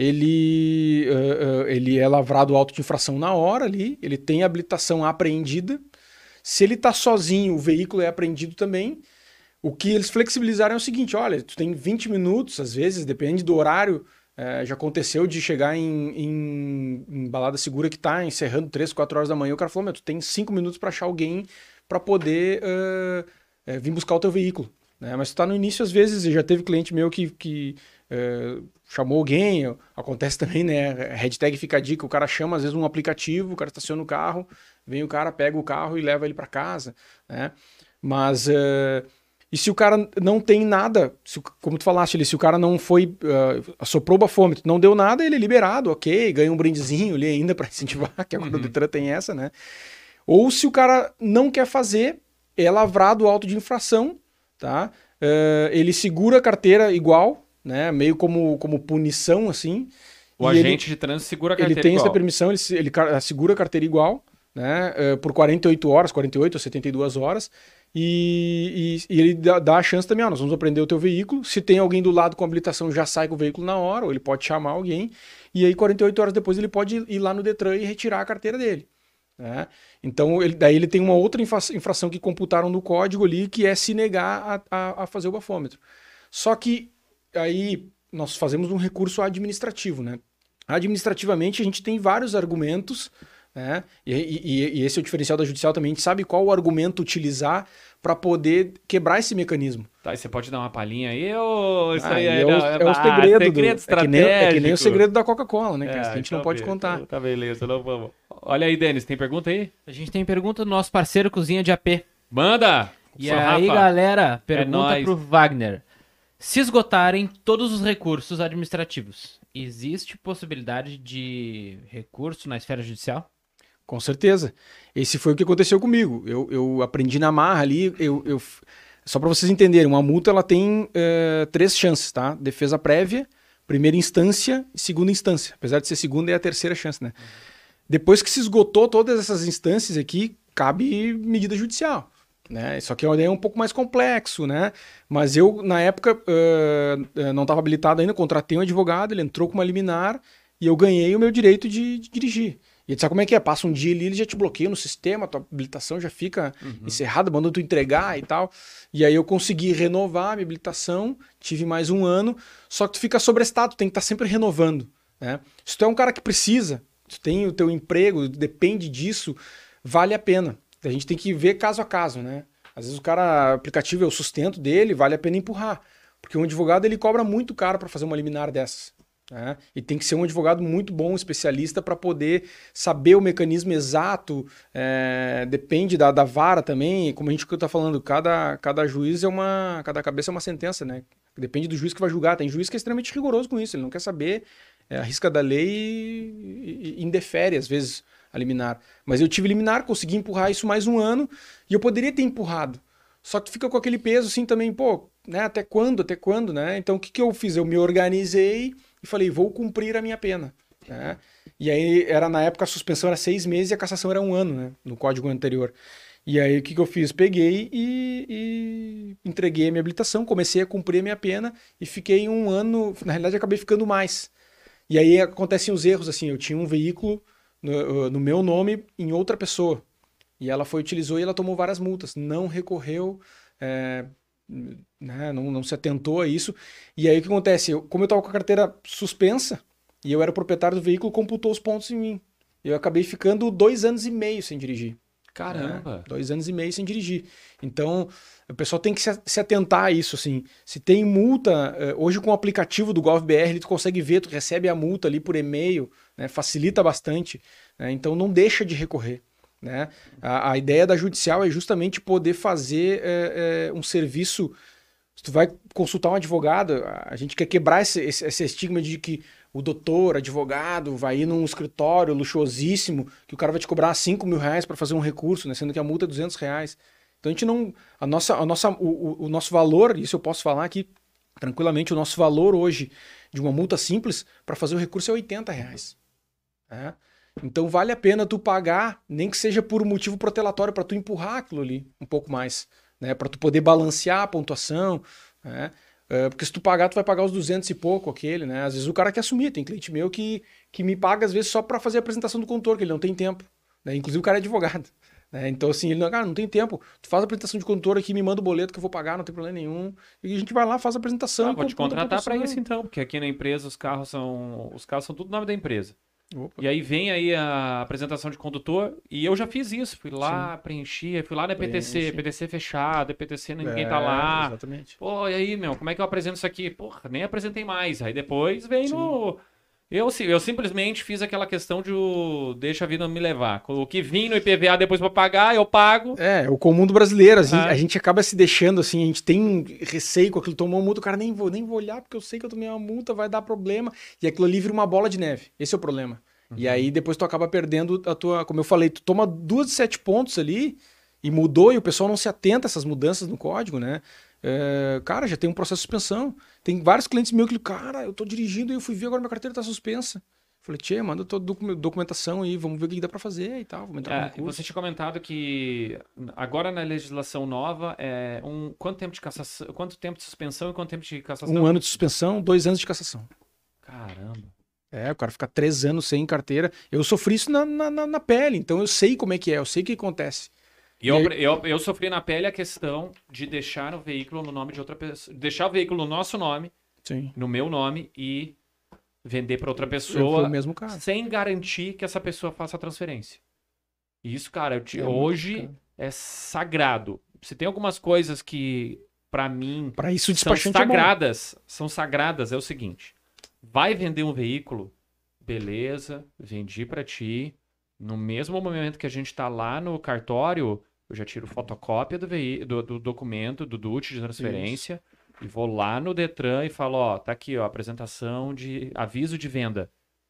Ele, uh, uh, ele é lavrado auto de infração na hora ali, ele tem a habilitação apreendida. Se ele está sozinho, o veículo é apreendido também. O que eles flexibilizaram é o seguinte, olha, tu tem vinte minutos, às vezes, depende do horário. eh, já aconteceu de chegar em, em, em balada segura que está encerrando três, quatro horas da manhã, o cara falou, meu, tu tem cinco minutos para achar alguém para poder uh, eh, vir buscar o teu veículo. Né? Mas tu tá no início, às vezes, já teve cliente meu que... que eh, chamou alguém, acontece também, né? Hashtag fica a dica, o cara chama às vezes um aplicativo, o cara estaciona o carro, vem o cara, pega o carro e leva ele para casa, né? Mas, uh, e se o cara não tem nada, se, como tu falaste ali, se o cara não foi, uh, assoprou o bafômetro, não deu nada, ele é liberado, ok, ganha um brindezinho ali ainda para incentivar, que agora o Detran tem essa, né? Ou se o cara não quer fazer, é lavrado o auto de infração, tá? uh, ele segura a carteira igual, né? Meio como, como punição, assim. O e agente ele, de trânsito segura a carteira Ele tem igual. essa permissão, ele, ele segura a carteira igual, né? Uh, por quarenta e oito horas, quarenta e oito ou setenta e duas horas. E, e, e ele dá, dá a chance também, ó, nós vamos apreender o teu veículo. Se tem alguém do lado com habilitação, já sai com o veículo na hora, ou ele pode chamar alguém. E aí, quarenta e oito horas depois, ele pode ir lá no Detran e retirar a carteira dele. Né? Então, ele, daí ele tem uma outra infração que computaram no código ali, que é se negar a, a, a fazer o bafômetro. Só que aí nós fazemos um recurso administrativo, né? Administrativamente, a gente tem vários argumentos, né? E, e, e esse é o diferencial da judicial também. A gente sabe qual o argumento utilizar para poder quebrar esse mecanismo. Tá, e você pode dar uma palhinha aí ou isso Ah, aí é, é, o, não, é o ah, segredo. segredo do, é, que nem, é que nem o estratégico. segredo da Coca-Cola, né? Que É, a gente não então pode be- contar. Tá beleza, não vamos. Olha aí, Denis, tem pergunta aí? A gente tem pergunta do nosso parceiro Cozinha de A P. Manda! E Sou aí, Rafa. galera, pergunta nóis. pro Wagner. Se esgotarem todos os recursos administrativos, existe possibilidade de recurso na esfera judicial? Com certeza. Esse foi o que aconteceu comigo. Eu, eu aprendi na marra ali. Eu, eu... Só para vocês entenderem, uma multa ela tem uh, três chances, tá? Defesa prévia, primeira instância e segunda instância. Apesar de ser segunda, é a terceira chance, né? Uhum. Depois que se esgotou todas essas instâncias aqui, cabe medida judicial. Né? Só que é um pouco mais complexo, né? Mas eu, na época, uh, não estava habilitado ainda, contratei um advogado, ele entrou com uma liminar e eu ganhei o meu direito de, de dirigir. E ele sabe como é que é? Passa um dia ali, ele já te bloqueia no sistema, tua habilitação já fica uhum. encerrada, mandando tu entregar e tal. E aí eu consegui renovar a minha habilitação, tive mais um ano, só que tu fica sobrestado, tu tem que estar sempre renovando. Né? Se tu é um cara que precisa, tu tem o teu emprego, depende disso, vale a pena. A gente tem que ver caso a caso, né? Às vezes o cara, o aplicativo é o sustento dele, vale a pena empurrar. Porque um advogado, ele cobra muito caro para fazer uma liminar dessas. Né? E tem que ser um advogado muito bom, especialista, para poder saber o mecanismo exato. É, depende da, da vara também. Como a gente está falando, cada, cada juiz é uma... Cada cabeça é uma sentença, né? Depende do juiz que vai julgar. Tem juiz que é extremamente rigoroso com isso. Ele não quer saber é, a risca da lei e, e indefere, às vezes, a liminar. Mas eu tive liminar, consegui empurrar isso mais um ano e eu poderia ter empurrado. Só que tu fica com aquele peso assim também, pô, né? Até quando? Até quando, né? Então o que, que eu fiz? Eu me organizei e falei, vou cumprir a minha pena. Né? E aí, era na época, a suspensão era seis meses e a cassação era um ano, né? No código anterior. E aí, o que, que eu fiz? Peguei e, e entreguei a minha habilitação, comecei a cumprir a minha pena e fiquei um ano, na realidade, acabei ficando mais. E aí, acontecem os erros, assim, eu tinha um veículo no, no meu nome em outra pessoa. E ela foi, utilizou e ela tomou várias multas. Não recorreu, é, né, não, não se atentou a isso. E aí o que acontece? Eu, como eu estava com a carteira suspensa e eu era o proprietário do veículo, computou os pontos em mim. Eu acabei ficando dois anos e meio sem dirigir. Caramba! Né? Dois anos e meio sem dirigir. Então, o pessoal tem que se, se atentar a isso, assim. Se tem multa, hoje com o aplicativo do GovBR, tu consegue ver, tu recebe a multa ali por e-mail, né? Facilita bastante. Né? Então, não deixa de recorrer. Né? A, a ideia da judicial é justamente poder fazer é, é, um serviço. Se tu vai consultar um advogado, a gente quer quebrar esse, esse, esse estigma de que o doutor, advogado, vai ir num escritório luxuosíssimo, que o cara vai te cobrar cinco mil reais para fazer um recurso, né? Sendo que a multa é duzentos reais. Então a gente não. A nossa, a nossa, o, o nosso valor, isso eu posso falar aqui tranquilamente, o nosso valor hoje de uma multa simples para fazer o recurso é oitenta reais. Né? Então vale a pena tu pagar, nem que seja por um motivo protelatório, para tu empurrar aquilo ali um pouco mais, né? Para tu poder balancear a pontuação, né? É, porque se tu pagar, tu vai pagar os duzentos e pouco aquele, né? Às vezes o cara quer assumir, tem cliente meu que, que me paga às vezes só para fazer a apresentação do condutor, que ele não tem tempo, né? Inclusive o cara é advogado, né? Então assim, ele não, cara, não tem tempo, tu faz a apresentação de condutor aqui, me manda o boleto que eu vou pagar, não tem problema nenhum, e a gente vai lá, faz a apresentação. Ah, vou te contratar para isso então, porque aqui na empresa os carros são, os carros são tudo nome da empresa. Opa. E aí vem aí a apresentação de condutor e eu já fiz isso, fui lá, Sim. preenchi, fui lá na P T C, Preenche. P T C fechado, P T C ninguém é, tá lá. Exatamente. Pô, e aí, meu, como é que eu apresento isso aqui? Porra, nem apresentei mais. Aí depois vem Sim. no... Eu, eu simplesmente fiz aquela questão de o... deixa a vida me levar. O que vim no I P V A depois pra pagar, eu pago. É, o comum do brasileiro, assim, ah. a gente acaba se deixando, assim, a gente tem receio com aquilo, tomou uma multa, o cara nem vou, nem vou olhar porque eu sei que eu tomei uma multa, vai dar problema. E aquilo ali vira uma bola de neve. Esse é o problema. Uhum. E aí depois tu acaba perdendo a tua... Como eu falei, tu toma duas de sete pontos ali e mudou e o pessoal não se atenta a essas mudanças no código, né? É, cara, já tem um processo de suspensão. Tem vários clientes meus que, cara, eu tô dirigindo e eu fui ver agora minha carteira tá suspensa. Falei, tchê, manda tua documentação aí, vamos ver o que dá pra fazer e tal. Vamos entrar É, no curso. você tinha comentado que agora na legislação nova é um quanto tempo de cassação, quanto tempo de suspensão e quanto tempo de cassação? Um ano de suspensão, dois anos de cassação. Caramba. É, o cara fica três anos sem carteira. Eu sofri isso na, na, na pele, então eu sei como é que é, eu sei o que acontece. E eu, eu, eu sofri na pele a questão de deixar o veículo no nome de outra pessoa, deixar o veículo no nosso nome, Sim. no meu nome e vender para outra Eu pessoa fui o mesmo cara. sem garantir que essa pessoa faça a transferência. E isso, cara, eu te- É muito hoje complicado. é sagrado. Se tem algumas coisas que, pra mim, Pra isso o são despachante é bom. sagradas, são sagradas, é o seguinte. Vai vender um veículo, beleza, vendi pra ti. No mesmo momento que a gente tá lá no cartório, eu já tiro fotocópia do, veí- do, do documento, do D U T de transferência, e vou lá no Detran e falo, ó, tá aqui, ó, apresentação de aviso de venda.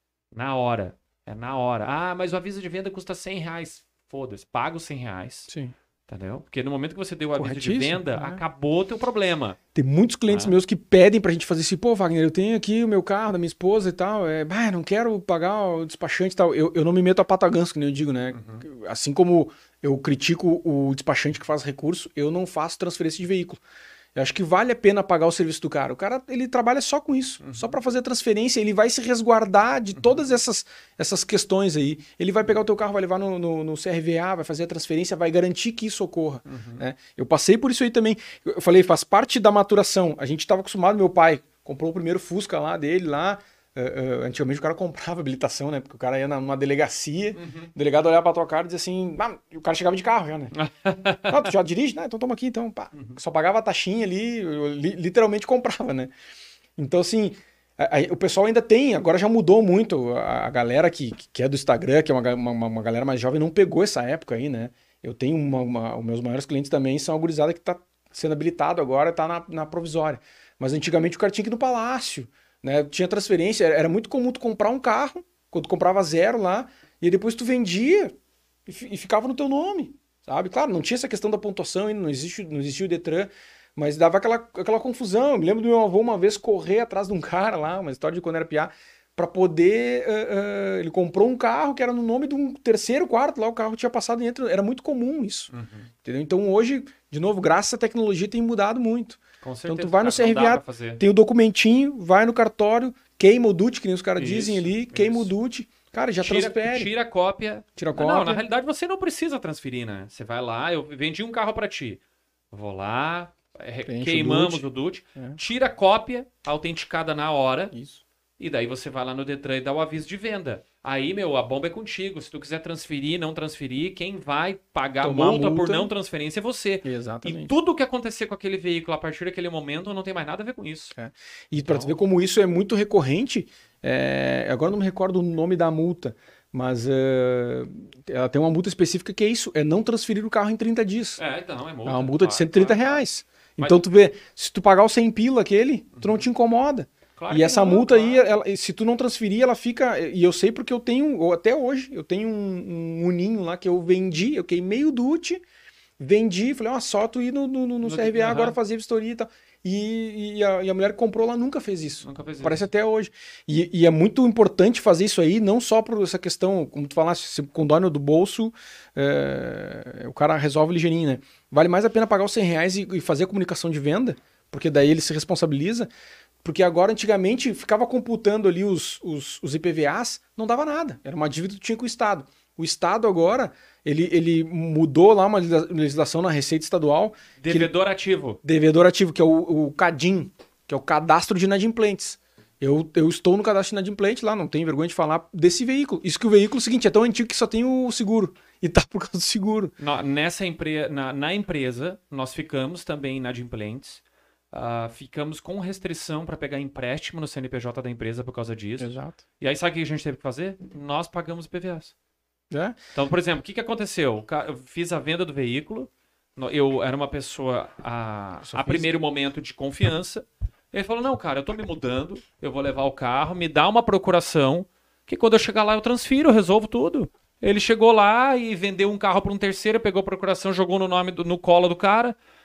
Na hora. É na hora. Ah, mas o aviso de venda custa cem reais. Foda-se, paga os cem reais. Sim. Entendeu? Porque no momento que você deu o aviso de Corretíssimo, venda, é. acabou o teu problema. Tem muitos clientes Ah. meus que pedem pra gente fazer assim, pô, Wagner, eu tenho aqui o meu carro da minha esposa e tal, é, bah, não quero pagar o despachante e tal. Eu, eu não me meto a pata ganso, que nem eu digo, né? Uhum. Assim como eu critico o despachante que faz recurso, eu não faço transferência de veículo. Eu acho que vale a pena pagar o serviço do cara. O cara, ele trabalha só com isso, Uhum. só pra fazer a transferência, ele vai se resguardar de todas essas, essas questões aí. Ele vai pegar o teu carro, vai levar no, no, no C R V A, vai fazer a transferência, vai garantir que isso ocorra. Uhum. Né? Eu passei por isso aí também. Eu falei, faz parte da maturação. A gente estava acostumado, meu pai comprou o primeiro Fusca lá dele, lá. Uh, uh, antigamente o cara comprava habilitação, né? Porque o cara ia na- numa delegacia, Uhum. o delegado olhava pra tua cara e dizia assim, ah, e o cara chegava de carro já, né? Ah, tu já dirige? Né? Então toma aqui, então. Pá. Uhum. Só pagava a taxinha ali, eu li- literalmente comprava, né? Então, assim, a- a- o pessoal ainda tem, agora já mudou muito. A, a galera que, que é do Instagram, que é uma, ga- uma, uma galera mais jovem, não pegou essa época aí, né? Eu tenho uma, uma- os meus maiores clientes também são a gurizada que tá sendo habilitado agora, tá na, na provisória. Mas antigamente o cara tinha que ir no palácio, né? Tinha transferência, era, era muito comum tu comprar um carro, quando tu comprava zero lá, e aí depois tu vendia e, fi- e ficava no teu nome, sabe? Claro, não tinha essa questão da pontuação ainda, não existe, não existia o Detran, mas dava aquela, aquela confusão. Eu me lembro do meu avô uma vez correr atrás de um cara lá, uma história de quando era piá, para poder. ah, ah, ele comprou um carro que era no nome de um terceiro, quarto, lá o carro tinha passado dentro. Era muito comum isso. Uhum. Entendeu? Então hoje, de novo, graças à tecnologia, tem mudado muito. Com certeza. tu vai no cara, não dá C R V A, pra fazer. Tem o documentinho, vai no cartório, queima o D U T, que nem os caras Isso, dizem ali, queima isso. o D U T. Cara, já Tira, transfere. tira a cópia. Tira a Não, cópia. Não, na realidade você não precisa transferir, né? Você vai lá, eu vendi um carro pra ti. Vou lá, é, Preenche o queimamos D U T. o D U T, É. tira a cópia autenticada na hora. Isso. E daí você vai lá no Detran e dá o aviso de venda. Aí, meu, a bomba é contigo. Se tu quiser transferir, não transferir, quem vai pagar Tomar multa, por multa. não transferência é você. Exatamente. E tudo que acontecer com aquele veículo a partir daquele momento não tem mais nada a ver com isso. E para Então- tu ver como isso é muito recorrente, é, agora eu não me recordo o nome da multa, mas é, ela tem uma multa específica que é isso, é não transferir o carro em trinta dias. É, então, é multa. É uma multa de claro, cento e trinta claro, claro. reais. Mas- Então tu vê, se tu pagar o cem pila aquele, tu não te incomoda. Claro E que essa não, multa aí, claro. ela- se tu não transferir, ela fica. E eu sei porque eu tenho, ou até hoje, eu tenho um, um uninho lá que eu vendi, eu queimei o D U T, vendi, falei, ó, só tu ir no, no, no No- C R V A aham. agora fazer vistoria e tal. E, e, a, e a mulher que comprou lá nunca fez isso. Nunca fez Parece isso. até hoje. E, e é muito importante fazer isso aí, não só por essa questão, como tu falaste, se com dólar do bolso, é, o cara resolve ligeirinho, né? Vale mais a pena pagar os cem reais e, e fazer a comunicação de venda, porque daí ele se responsabiliza. Porque agora, antigamente, ficava computando ali os, os, os I P V As, não dava nada. Era uma dívida que tu tinha com o Estado. O Estado agora, ele, ele mudou lá uma legislação na Receita Estadual, Devedor ativo. devedor ativo, que é o, o CADIM, que é o Cadastro de Inadimplentes. Eu, eu estou no cadastro de inadimplente lá, não tenho vergonha de falar desse veículo. Isso que o veículo é o seguinte, é tão antigo que só tem o seguro. E tá por causa do seguro. No- Nessa empre... na, na empresa, nós ficamos também inadimplentes. Ah, ficamos com restrição para pegar empréstimo no C N P J da empresa por causa disso. Exato. E aí, sabe o que a gente teve que fazer? Nós pagamos I P V As. É? Então, por exemplo, o que, que aconteceu? O ca- Eu fiz a venda do veículo, no- eu era uma pessoa a, Pessoa a física. primeiro momento de confiança. Ele falou, não, cara, eu tô me mudando, eu vou levar o carro, me dá uma procuração, que quando eu chegar lá eu transfiro, eu resolvo tudo. Ele chegou lá e vendeu um carro para um terceiro, pegou a procuração, jogou no nome do- no colo do cara,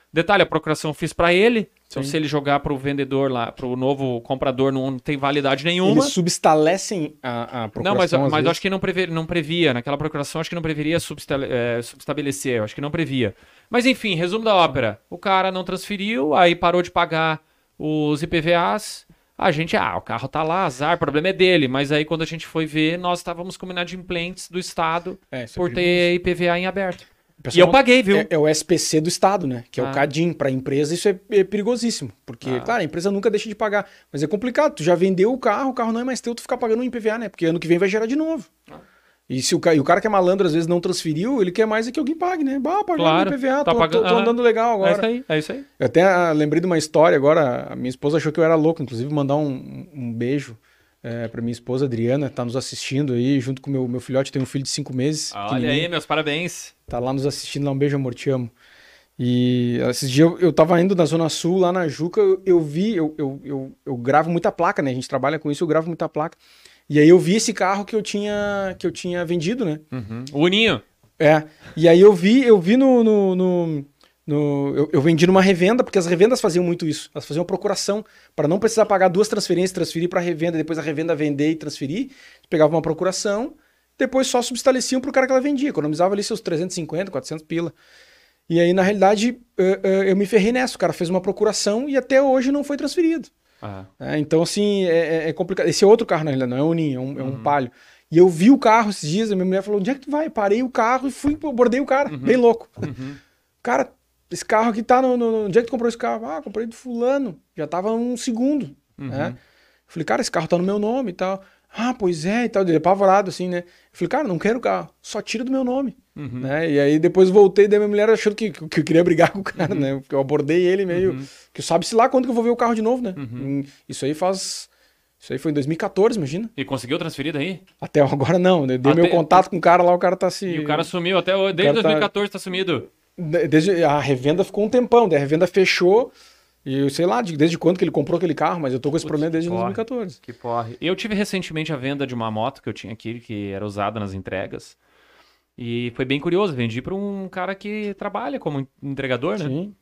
Detalhe, a procuração eu fiz pra ele. Então, Sim. se ele jogar pro vendedor lá, pro novo comprador, não tem validade nenhuma. Eles subestalecem a, a procuração. Não, mas, às mas eu vezes. acho que não, preve, não previa. Naquela procuração, acho que não preveria substale, é, subestabelecer. Eu acho que não previa. Mas, enfim, resumo da ópera. O cara não transferiu, aí parou de pagar os I P V As. A gente, ah, o carro tá lá, azar, o problema é dele. Mas aí, quando a gente foi ver, nós estávamos com inadimplentes do Estado É, isso é por perigoso. ter I P V A em aberto. O pessoal E eu não- paguei, viu? É, é o S P C do Estado, né? Que é Ah. o CADIM. Para a empresa, isso é, é perigosíssimo. Porque, Ah. claro, a empresa nunca deixa de pagar. Mas é complicado. Tu já vendeu o carro, o carro não é mais teu, tu ficar pagando um I P V A, né? Porque ano que vem vai gerar de novo. E se o, ca- e o cara que é malandro, às vezes, não transferiu, ele quer mais é que alguém pague, né? Bah, pagar Claro, o I P V A, tá tô, pagando- tô, tô ah. andando legal É agora. isso aí, é isso aí. Eu até ah, lembrei de uma história agora. A minha esposa achou que eu era louco. Inclusive, mandar um, um beijo é, para minha esposa, Adriana, tá nos assistindo aí, junto com meu meu filhote. Tem um filho de cinco meses. Olha pequenininho. aí, meus parabéns. Tá lá nos assistindo, lá um beijo, amor, te amo. E esses dias eu, eu tava indo na Zona Sul, lá na Juca, eu, eu vi, eu, eu, eu, eu gravo muita placa, né? A gente trabalha com isso, eu gravo muita placa. E aí eu vi esse carro que eu tinha, que eu tinha vendido, né? Uhum. O Uninho. É. E aí eu vi, eu vi no. no, no, no- eu, eu vendi numa revenda, porque as revendas faziam muito isso. Elas faziam procuração para não precisar pagar duas transferências, transferir para revenda, depois a revenda vender e transferir. Pegava uma procuração, depois só subestaleciam pro cara que ela vendia. Economizava ali seus trezentos e cinquenta, quatrocentos pila. E aí, na realidade, eh, eh, eu me ferrei nessa. O cara fez uma procuração e até hoje não foi transferido. Ah. É, então, assim, é, é- é complicado. Esse é outro carro, na realidade, não é um Uninho, é um, é Uhum. um Palio. E eu vi o carro esses dias, a minha mulher falou, onde é que tu vai? Parei o carro e fui, abordei o cara, bem louco. Uhum. Cara, esse carro aqui tá no, no, no... Onde é que tu comprou esse carro? Ah, comprei do fulano. Já tava um segundo, Uhum. né? Eu falei, cara, esse carro tá no meu nome e tal. Ah, pois é, e tal. Ele é apavorado, assim, né? Eu falei, cara, não quero o carro, só tira do meu nome. Uhum. Né? E aí depois voltei, daí minha mulher achando que, que eu queria brigar com o cara, né? Porque eu abordei ele meio... Uhum. Que sabe-se lá quando que eu vou ver o carro de novo, né? Uhum. Hum, Isso aí faz... Isso aí foi em dois mil e quatorze, imagina. E conseguiu transferir daí? Até agora não, né? Dei Até- meu contato com o cara lá, o cara tá se... E o cara sumiu até hoje. Desde cara tá- dois mil e quatorze tá sumido. Desde... A revenda ficou um tempão, daí a revenda fechou e eu sei lá de- desde quando que ele comprou aquele carro, mas eu tô com esse Putz, problema desde que dois mil e quatorze. Que porre. Eu tive recentemente a venda de uma moto que eu tinha aqui, que era usada nas entregas. E foi bem curioso. Vendi para um cara que trabalha como entregador, né? Sim.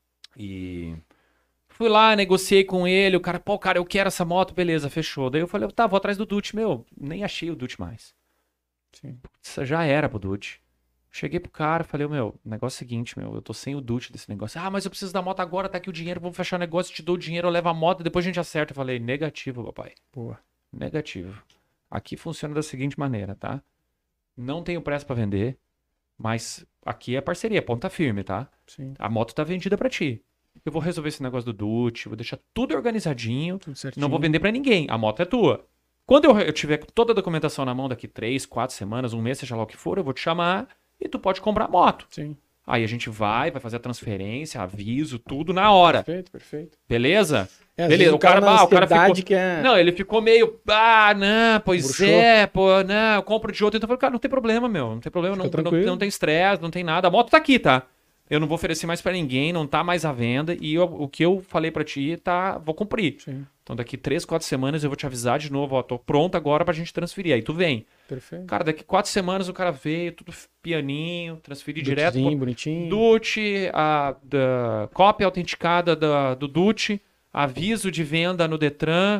E fui lá, negociei com ele. O cara, pô, cara, eu quero essa moto, beleza, fechou. Daí eu falei, tá, vou atrás do Dutch. Meu, nem achei o Dutch mais. Sim. Isso já era pro Dutch. Cheguei pro cara, falei, meu, o negócio é o seguinte, meu, eu tô sem o Dutch desse negócio. Ah, mas eu preciso da moto agora, tá aqui o dinheiro, vamos fechar o negócio, te dou o dinheiro, eu levo a moto, depois a gente acerta. Eu falei, negativo, papai. Boa. Negativo. Aqui funciona da seguinte maneira, tá? Não tenho pressa pra vender, mas aqui é parceria, ponta firme, tá? Sim. A moto tá vendida pra ti. Eu vou resolver esse negócio do Dutch, vou deixar tudo organizadinho, Tudo certinho. não vou vender pra ninguém, a moto é tua. Quando eu, eu tiver toda a documentação na mão daqui três, quatro semanas, um mês, seja lá o que for, eu vou te chamar e tu pode comprar a moto. Sim. Aí a gente vai, vai fazer a transferência, aviso, tudo na hora. Perfeito, perfeito. Beleza? É, às Beleza, vezes o cara, na ah, o cara ansiedade ficou... que é... Não, ele ficou meio, ah, não, pois Bruxou. é, pô, não, eu compro de outro. Então eu falei, cara, não tem problema, meu, não tem problema, não, Fica não, tranquilo. não tem estresse, não tem nada. A moto tá aqui, tá? Eu não vou oferecer mais pra ninguém, não tá mais à venda. E eu- o que eu falei pra ti, tá, vou cumprir. Sim, Então daqui três, quatro semanas eu vou te avisar de novo, ó, tô pronto agora pra gente transferir. Aí tu vem. perfeito. Cara, daqui quatro semanas o cara veio, tudo pianinho, transferi direto pro Dutezinho, bonitinho. Dutch, a da, cópia autenticada da, do Dutch, aviso de venda no Detran,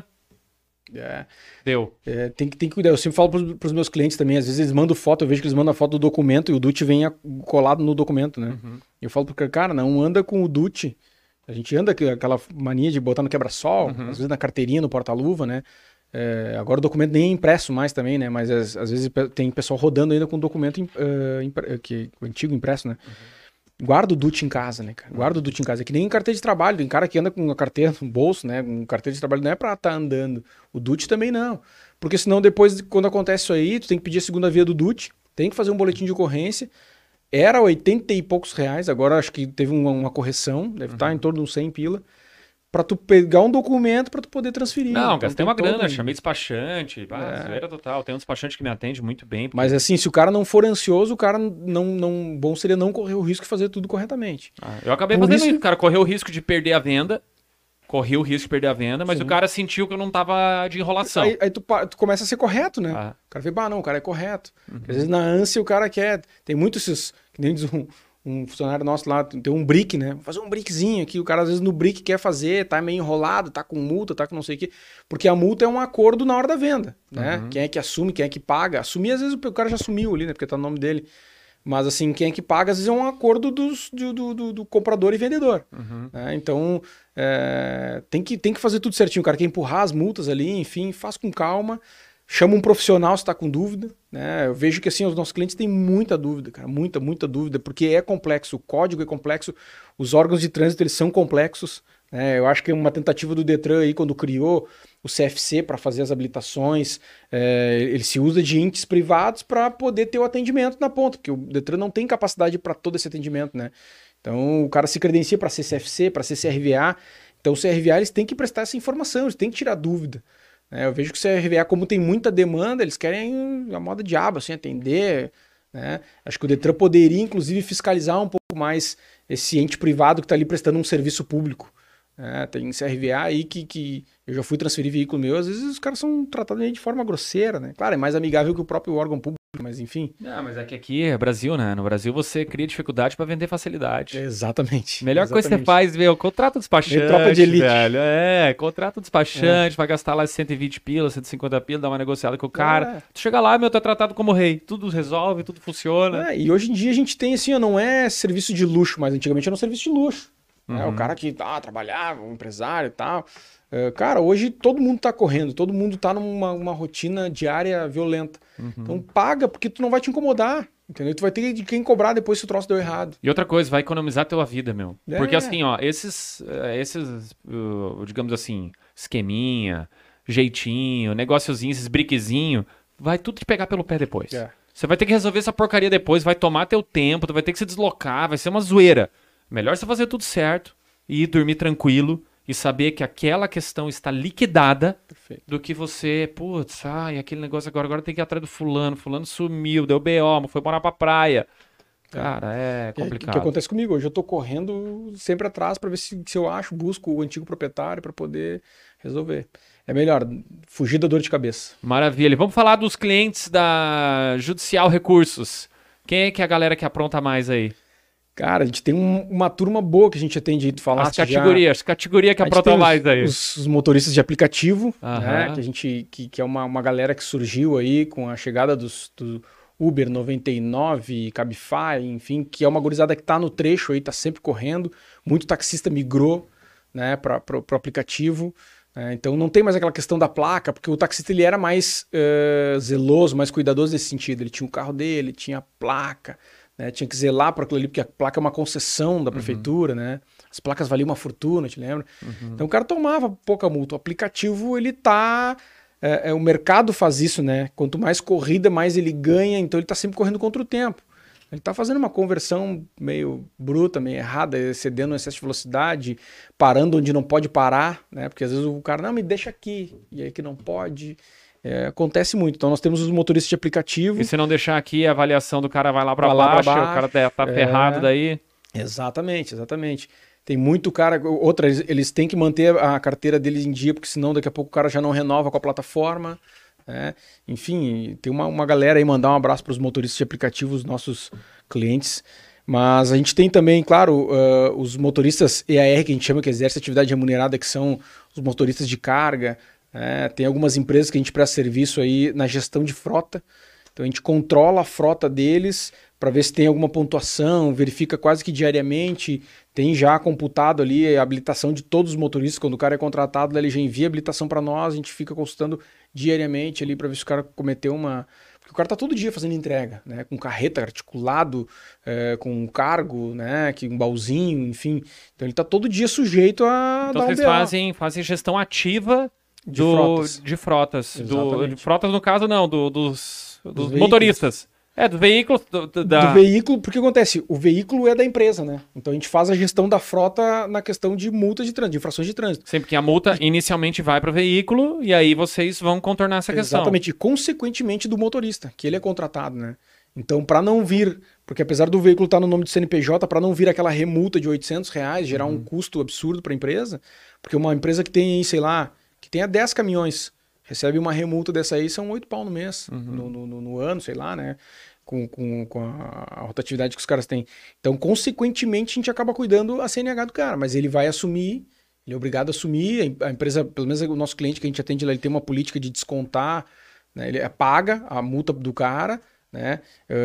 É. deu. É, tem, que, tem que cuidar. Eu sempre falo pros, pros meus clientes também. Às vezes eles mandam foto, eu vejo que eles mandam a foto do documento e o Dutch vem a- colado no documento, né? Uhum. Eu falo pro cara, cara, não anda com o Dutch. A gente anda com aquela mania de botar no quebra-sol, Uhum. às vezes na carteirinha, no porta-luva, né? É, agora o documento nem é impresso mais também, né? Mas às, às vezes pe- tem pessoal rodando ainda com documento im- eh, impre- que, o antigo impresso, né? Guarda o Dutch em casa, né, cara? Guarda o Dutch em casa. É que nem em carteira de trabalho. Tem cara que anda com uma carteira no bolso, né? Um carteira de trabalho não é pra estar andando. O Dutch também não. Porque senão depois, quando acontece isso aí, tu tem que pedir a segunda via do Dutch, tem que fazer um boletim de ocorrência. Era oitenta e poucos reais, agora acho que teve uma, uma correção, deve estar em torno de uns cem pila, pra tu pegar um documento pra tu poder transferir. Não, Então gastei tem uma todo grana, um- chamei despachante, bah, É. zoeira total. Tem um despachante que me atende muito bem. porque- Mas assim, se o cara não for ansioso, o cara não, não, bom seria não correr o risco de fazer tudo corretamente. Ah, eu acabei Por fazendo isso- isso, cara. Correu o risco de perder a venda. Corri o risco de perder a venda, mas Sim. o cara sentiu que eu não tava de enrolação. Aí, aí tu, pa- tu começa a ser correto, né? Ah, O cara vê, bah, não, o cara é correto. uhum. Às vezes na ânsia o cara quer. Tem muitos esses. Que nem diz um, um funcionário nosso lá, tem um brick, né? Vou fazer um brickzinho aqui. O cara, às vezes, no brick quer fazer, tá meio enrolado, tá com multa, tá com não sei o quê. Porque a multa é um acordo na hora da venda, né? Uhum. Quem é que assume, quem é que paga. Assumir, às vezes, o cara já assumiu ali, né? Porque tá no nome dele. Mas, assim, quem é que paga, às vezes, é um acordo dos, do, do, do, do comprador e vendedor. Uhum. Né? Então, é, tem, que, tem que fazer tudo certinho. O cara quer empurrar as multas ali, enfim, faz com calma. Chama um profissional se está com dúvida, né? Eu vejo que assim, os nossos clientes têm muita dúvida, cara, muita, muita dúvida, porque é complexo, o código é complexo, os órgãos de trânsito eles são complexos, né? Eu acho que uma tentativa do Detran aí, quando criou o C F C para fazer as habilitações, é, ele se usa de entes privados para poder ter o atendimento na ponta, porque o Detran não tem capacidade para todo esse atendimento, né? Então o cara se credencia para ser C F C, para ser C R V A, então o C R V A eles têm que prestar essa informação, eles têm que tirar dúvida. É, eu vejo que o C R V A, como tem muita demanda, eles querem a moda diabo, assim, atender. Né? Acho que o Detran poderia, inclusive, fiscalizar um pouco mais esse ente privado que está ali prestando um serviço público. É, tem C R V A aí que, que eu já fui transferir veículo meu, às vezes os caras são tratados de forma grosseira, né? Claro, é mais amigável que o próprio órgão público, mas enfim. Não, mas é que aqui é Brasil, né? No Brasil você cria dificuldade para vender facilidade. É, exatamente. Melhor exatamente. coisa que você faz, meu, contrata um despachante, Vem tropa de elite. velho. É, contrata um despachante, é. vai gastar lá cento e vinte pila, cento e cinquenta pila, dá uma negociada com o cara. É. Tu chega lá, meu, tá tratado como rei. Tudo resolve, tudo funciona. É, e hoje em dia a gente tem assim, ó, não é serviço de luxo, mas antigamente era um serviço de luxo. Uhum. É, o cara que ah, trabalhava, um empresário e tal. É, cara, hoje todo mundo tá correndo, todo mundo tá numa uma rotina diária violenta. Uhum. Então paga, porque tu não vai te incomodar, entendeu? Tu vai ter de quem cobrar depois se o troço deu errado. E outra coisa, vai economizar a tua vida, meu. É. Porque assim, ó, esses, esses uh, digamos assim, esqueminha, jeitinho, negóciozinho, esses briquezinho, vai tudo te pegar pelo pé depois. É. Você vai ter que resolver essa porcaria depois, vai tomar teu tempo, tu vai ter que se deslocar, vai ser uma zoeira. Melhor você fazer tudo certo e ir dormir tranquilo e saber que aquela questão está liquidada. Perfeito. Do que você, putz, ai, aquele negócio agora, agora tem que ir atrás do fulano, fulano sumiu, deu B O, foi morar pra praia. Cara, é complicado. O que acontece comigo hoje? Eu tô correndo sempre atrás para ver se, se eu acho, busco o antigo proprietário para poder resolver. É melhor fugir da dor de cabeça. Maravilha. Vamos falar dos clientes da Judicial Recursos. Quem é que é a galera que apronta mais aí? Cara, a gente tem um, uma turma boa que a gente atende aí, tu falaste as categorias, já. As categorias que aprontam mais aí. Os, os motoristas de aplicativo, uh-huh. né? Que a gente, que, que é uma, uma galera que surgiu aí com a chegada dos, do Uber noventa e nove, Cabify, enfim, que é uma gurizada que tá no trecho aí, tá sempre correndo. Muito taxista migrou, né, para pro, pro aplicativo. É, então não tem mais aquela questão da placa, porque o taxista ele era mais uh, zeloso, mais cuidadoso nesse sentido. Ele tinha o carro dele, tinha a placa. Né, tinha que zelar para aquilo ali, porque a placa é uma concessão da prefeitura, uhum. né? As placas valiam uma fortuna, te lembra? Uhum. Então o cara tomava pouca multa. O aplicativo, ele tá... É, é, o mercado faz isso, né? Quanto mais corrida, mais ele ganha. Então ele tá sempre correndo contra o tempo. Ele tá fazendo uma conversão meio bruta, meio errada, excedendo o excesso de velocidade, parando onde não pode parar, né? Porque às vezes o cara, não, me deixa aqui. E aí que não pode... É, acontece muito. Então nós temos os motoristas de aplicativo. E se não deixar aqui, a avaliação do cara vai lá para baixo, baixo, o cara tá ferrado é... daí. Exatamente, exatamente. Tem muito cara... Outra, eles, eles têm que manter a carteira deles em dia, porque senão daqui a pouco o cara já não renova com a plataforma. Né? Enfim, tem uma, uma galera aí, mandar um abraço para os motoristas de aplicativos, nossos clientes. Mas a gente tem também, claro, uh, os motoristas E A R, que a gente chama, que exerce atividade remunerada, que são os motoristas de carga. É, tem algumas empresas que a gente presta serviço aí na gestão de frota. Então a gente controla a frota deles para ver se tem alguma pontuação, verifica quase que diariamente, tem já computado ali a habilitação de todos os motoristas. Quando o cara é contratado, ele já envia a habilitação para nós, a gente fica consultando diariamente ali para ver se o cara cometeu uma... Porque o cara tá todo dia fazendo entrega, né? Com carreta, articulado, é, com cargo, né? Que, um baúzinho, enfim. Então ele tá todo dia sujeito a então dar um vocês fazem, fazem gestão ativa... De do, frotas. De frotas. Do, de frotas, no caso, não, do, dos, dos, dos motoristas. É, do veículo. Do, do, da... do veículo, porque acontece? O veículo é da empresa, né? Então a gente faz a gestão da frota na questão de multa de trânsito, de infrações de trânsito. Sempre que a multa inicialmente vai para o veículo e aí vocês vão contornar essa questão. Exatamente, e consequentemente do motorista, que ele é contratado, né? Então, para não vir, porque apesar do veículo estar no nome do C N P J, para não vir aquela remulta de oitocentos reais, gerar uhum. um custo absurdo para a empresa, porque uma empresa que tem, sei lá, que tenha dez caminhões, recebe uma remulta dessa aí, são oito pau no mês, uhum. no, no, no ano, sei lá, né? com, com, com a, a rotatividade que os caras têm. Então, consequentemente, a gente acaba cuidando a C N H do cara, mas ele vai assumir, ele é obrigado a assumir, a empresa, pelo menos o nosso cliente que a gente atende lá, ele tem uma política de descontar, né? Ele paga a multa do cara, né?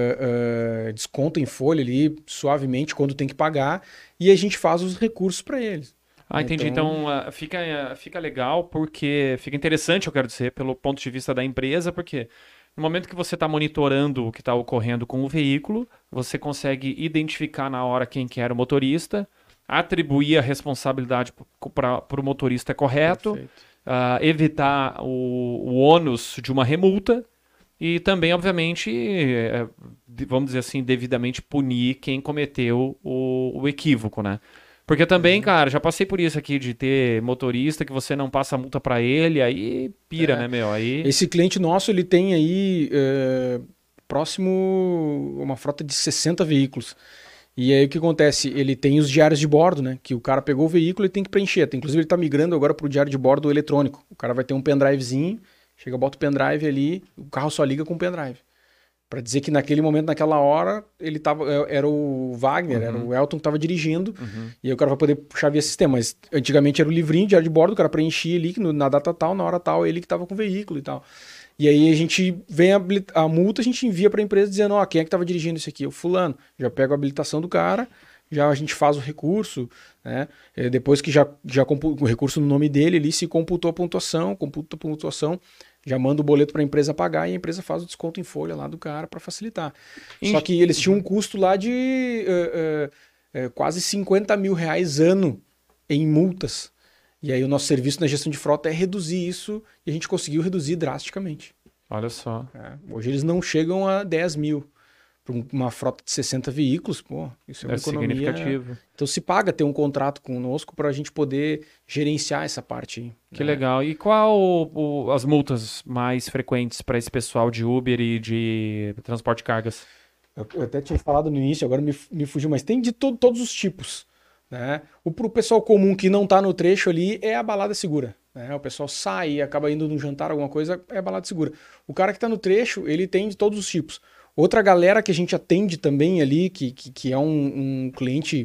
Uh, uh, desconta em folha ali, suavemente, quando tem que pagar, e a gente faz os recursos para eles. Ah, entendi. Então, então uh, fica, uh, fica legal, porque fica interessante, eu quero dizer, pelo ponto de vista da empresa, porque no momento que você está monitorando o que está ocorrendo com o veículo, você consegue identificar na hora quem que era o motorista, atribuir a responsabilidade para o motorista correto, uh, evitar o, o ônus de uma remulta e também, obviamente, é, vamos dizer assim, devidamente punir quem cometeu o, o equívoco, né? Porque também, uhum. cara, já passei por isso aqui de ter motorista que você não passa a multa para ele, aí pira, é. né, meu? Aí... Esse cliente nosso, ele tem aí é, próximo uma frota de sessenta veículos. E aí o que acontece? Ele tem os diários de bordo, né? Que o cara pegou o veículo e tem que preencher. Inclusive ele está migrando agora para o diário de bordo eletrônico. O cara vai ter um pendrivezinho, chega, bota o pendrive ali, o carro só liga com o pendrive. Para dizer que naquele momento, naquela hora, ele tava, era o Wagner, uhum. era o Elton que estava dirigindo, uhum. e aí o cara vai poder puxar via sistema. Mas antigamente era o livrinho, diário de bordo, o cara preenchia ali, que na data tal, na hora tal, ele que estava com o veículo e tal. E aí a gente vem a, a multa, a gente envia para a empresa dizendo, ó, quem é que estava dirigindo isso aqui? O fulano. Já pega a habilitação do cara, já a gente faz o recurso, né? E depois que já, já o recurso no nome dele, ali se computou a pontuação, computa a pontuação, já manda o boleto para a empresa pagar e a empresa faz o desconto em folha lá do cara para facilitar. Só que eles tinham um custo lá de uh, uh, uh, quase cinquenta mil reais ano em multas. E aí o nosso serviço na gestão de frota é reduzir isso e a gente conseguiu reduzir drasticamente. Olha só. É, hoje eles não chegam a dez mil. Para uma frota de sessenta veículos, pô, isso é uma é economia... significativo. Então se paga ter um contrato conosco para a gente poder gerenciar essa parte aí. Que né? legal. E qual o, o, as multas mais frequentes para esse pessoal de Uber e de transporte de cargas? Eu, eu até tinha falado no início, agora me, me fugiu, mas tem de to, todos os tipos. Né? O pro pessoal comum que não está no trecho ali é a balada segura. Né? O pessoal sai, acaba indo num jantar, alguma coisa, é a balada segura. O cara que está no trecho, ele tem de todos os tipos. Outra galera que a gente atende também ali, que, que, que é um, um cliente...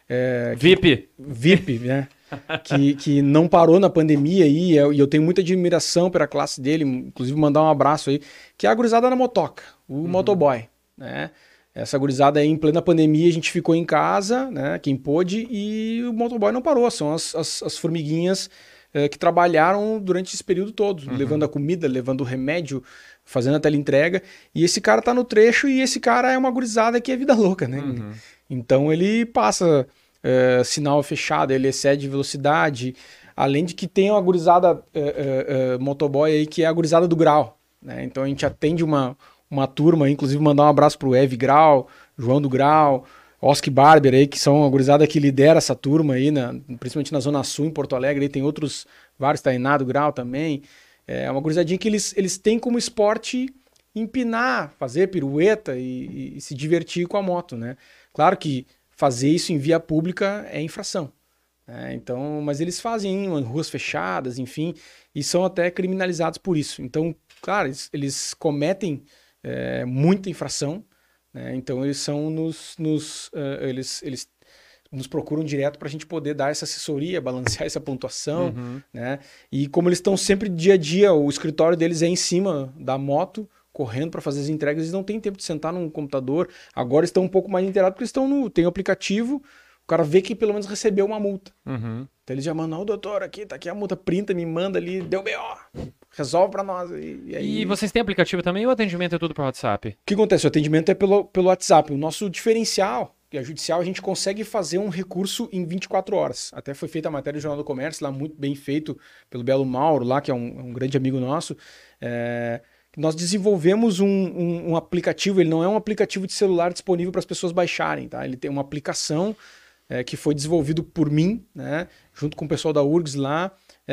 É, V I P. Que, V I P, né? que, que não parou na pandemia aí, e eu, eu tenho muita admiração pela classe dele, inclusive mandar um abraço aí, que é a gurizada na motoca, o uhum. motoboy, né? Essa gurizada aí, em plena pandemia, a gente ficou em casa, né? Quem pôde, e o motoboy não parou, são as, as, as formiguinhas é, que trabalharam durante esse período todo, uhum. levando a comida, levando o remédio, fazendo a teleentrega, e esse cara tá no trecho e esse cara é uma gurizada que é vida louca, né? Uhum. Então ele passa uh, sinal fechado, ele excede velocidade, além de que tem uma gurizada uh, uh, uh, motoboy aí que é a gurizada do Grau, né? Então a gente atende uma, uma turma, inclusive mandar um abraço pro Ev Grau, João do Grau, Oski Barber aí, que são a gurizada que lidera essa turma aí, na, principalmente na Zona Sul, em Porto Alegre, aí tem outros, vários, Tainá do Grau também. É uma gurizadinha que eles, eles têm como esporte empinar, fazer pirueta e, e, e se divertir com a moto, né? Claro que fazer isso em via pública é infração, né? Então, mas eles fazem em ruas fechadas, enfim, e são até criminalizados por isso. Então, claro, eles, eles cometem é, muita infração, né? Então eles são nos, nos uh, eles, eles nos procuram direto para a gente poder dar essa assessoria, balancear essa pontuação, uhum. né? E como eles estão sempre dia a dia, o escritório deles é em cima da moto, correndo para fazer as entregas, eles não têm tempo de sentar num computador. Agora estão um pouco mais inteirados porque estão no tem o aplicativo, o cara vê que pelo menos recebeu uma multa. Uhum. Então eles já mandam, ô doutor, aqui, tá aqui a multa, printa, me manda ali, deu B O, resolve para nós. E, e, aí... e vocês têm aplicativo também ou o atendimento é tudo por WhatsApp? O que acontece? O atendimento é pelo, pelo WhatsApp. O nosso diferencial, que é a judicial, a gente consegue fazer um recurso em vinte e quatro horas. Até foi feita a matéria do Jornal do Comércio, lá muito bem feito pelo Belo Mauro, lá, que é um, um grande amigo nosso. É... Nós desenvolvemos um, um, um aplicativo, ele não é um aplicativo de celular disponível para as pessoas baixarem, tá? Ele tem uma aplicação é, que foi desenvolvido por mim, né, junto com o pessoal da U R G S lá,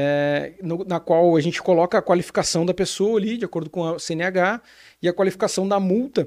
é, no, na qual a gente coloca a qualificação da pessoa ali, de acordo com a C N H, e a qualificação da multa.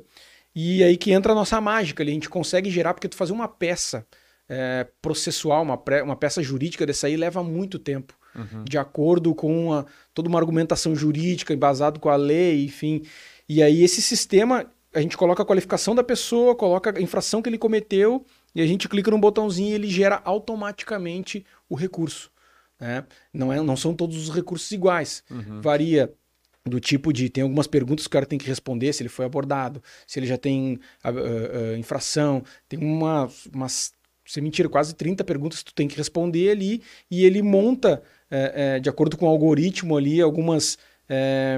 E aí que entra a nossa mágica ali, a gente consegue gerar, porque tu fazer uma peça é, processual, uma, pré, uma peça jurídica dessa aí leva muito tempo. Uhum. De acordo com a, toda uma argumentação jurídica, embasado com a lei, enfim. E aí esse sistema, a gente coloca a qualificação da pessoa, coloca a infração que ele cometeu e a gente clica num botãozinho e ele gera automaticamente o recurso. Né? Não, é, não são todos os recursos iguais. Uhum. Varia do tipo de... Tem algumas perguntas que o cara tem que responder, se ele foi abordado, se ele já tem a, a, a infração. Tem uma, umas... Sem mentira, quase trinta perguntas que tu tem que responder ali e ele monta, é, é, de acordo com o algoritmo ali, algumas... É,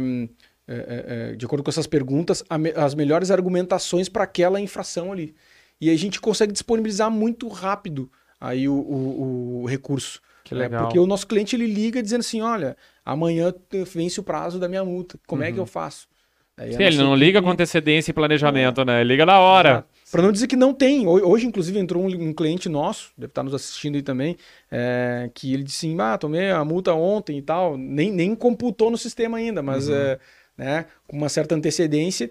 é, é, de acordo com essas perguntas, a, as melhores argumentações para aquela infração ali. E aí a gente consegue disponibilizar muito rápido aí o, o, o recurso. Que legal. É, porque o nosso cliente ele liga dizendo assim, olha, amanhã vence o prazo da minha multa, como Uhum. é que eu faço? Aí Sim, ele não liga com antecedência e planejamento, é. né? Ele liga na hora. Para não dizer que não tem. Hoje, inclusive, entrou um, um cliente nosso, deve estar nos assistindo aí também, é, que ele disse assim, ah, tomei a multa ontem e tal, nem, nem computou no sistema ainda, mas Uhum. é, né, com uma certa antecedência.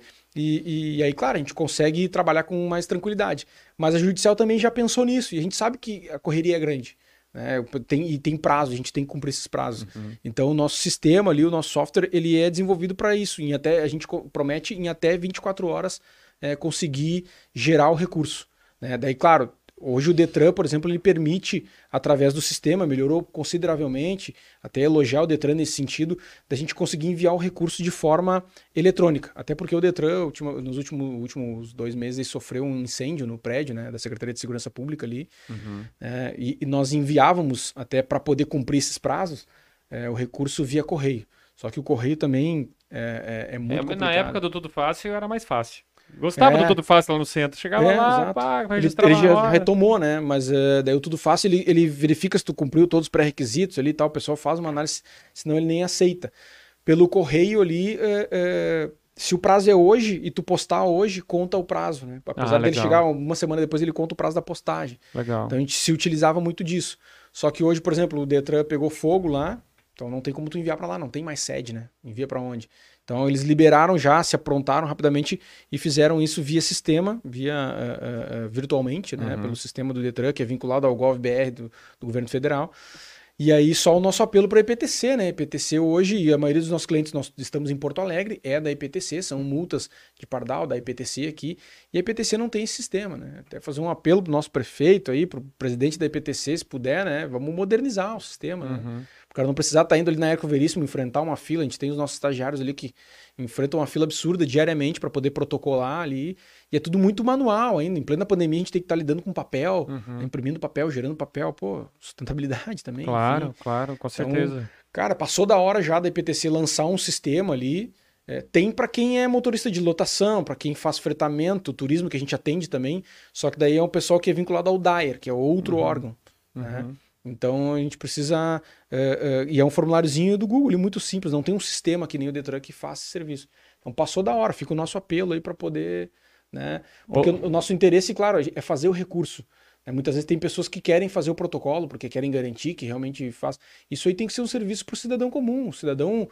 E, e aí, claro, a gente consegue trabalhar com mais tranquilidade. Mas a judicial também já pensou nisso, e a gente sabe que a correria é grande. Né? Tem, e tem prazo, a gente tem que cumprir esses prazos. Uhum. Então, o nosso sistema ali, o nosso software, ele é desenvolvido para isso. Em até, a gente promete em até vinte e quatro horas é, conseguir gerar o recurso. Né? Daí, claro, hoje o Detran, por exemplo, ele permite, através do sistema, melhorou consideravelmente, até elogiar o Detran nesse sentido, da gente conseguir enviar o recurso de forma eletrônica. Até porque o Detran, ultima, nos últimos, últimos dois meses, ele sofreu um incêndio no prédio, né, da Secretaria de Segurança Pública ali, Uhum. é, e, e nós enviávamos, até para poder cumprir esses prazos, é, o recurso via correio. Só que o correio também é, é, é muito É, complicado. na época do Tudo Fácil era mais fácil. Gostava É. do Tudo Fácil lá no centro. Chegava É, lá, exato. pá, Ele, registrava ele na já hora. retomou, né? Mas uh, daí o Tudo Fácil, ele, ele verifica se tu cumpriu todos os pré-requisitos ali e tal, o pessoal faz uma análise, senão ele nem aceita. Pelo correio ali, uh, uh, se o prazo é hoje e tu postar hoje, conta o prazo, né? Apesar Ah, dele legal. chegar uma semana depois, ele conta o prazo da postagem. Legal. Então a gente se utilizava muito disso. Só que hoje, por exemplo, o Detran pegou fogo lá, então não tem como tu enviar para lá, não tem mais sede, né? Envia para onde? Então eles liberaram já, se aprontaram rapidamente e fizeram isso via sistema, via uh, uh, virtualmente, né? Uhum. Pelo sistema do Detran, que é vinculado ao GovBR do, do governo federal. E aí só o nosso apelo para a I P T C, né? I P T C hoje, e a maioria dos nossos clientes, nós estamos em Porto Alegre, é da I P T C, são multas de pardal da I P T C aqui, e a I P T C não tem esse sistema, né? Até fazer um apelo pro nosso prefeito aí, pro presidente da I P T C, se puder, né? Vamos modernizar o sistema, né? Uhum. O cara não precisar estar indo ali na Eco Veríssimo enfrentar uma fila. A gente tem os nossos estagiários ali que enfrentam uma fila absurda diariamente para poder protocolar ali. E é tudo muito manual ainda. Em plena pandemia a gente tem que estar lidando com papel, Uhum. né, imprimindo papel, gerando papel. Pô, sustentabilidade também. Claro, enfim. claro, com Então, certeza. Cara, passou da hora já da I P T C lançar um sistema ali. É, tem para quem é motorista de lotação, para quem faz fretamento, turismo, que a gente atende também. Só que daí é um pessoal que é vinculado ao D A E R, que é outro Uhum. órgão. Né? Uhum. Então a gente precisa. Uh, uh, e é um formuláriozinho do Google, muito simples, não tem um sistema que nem o Detran que faça esse serviço. Então passou da hora, fica o nosso apelo aí para poder. Né? Porque Oh. o, o nosso interesse, claro, é fazer o recurso. Né? Muitas vezes tem pessoas que querem fazer o protocolo, porque querem garantir que realmente faz. Isso aí tem que ser um serviço para o cidadão comum. O cidadão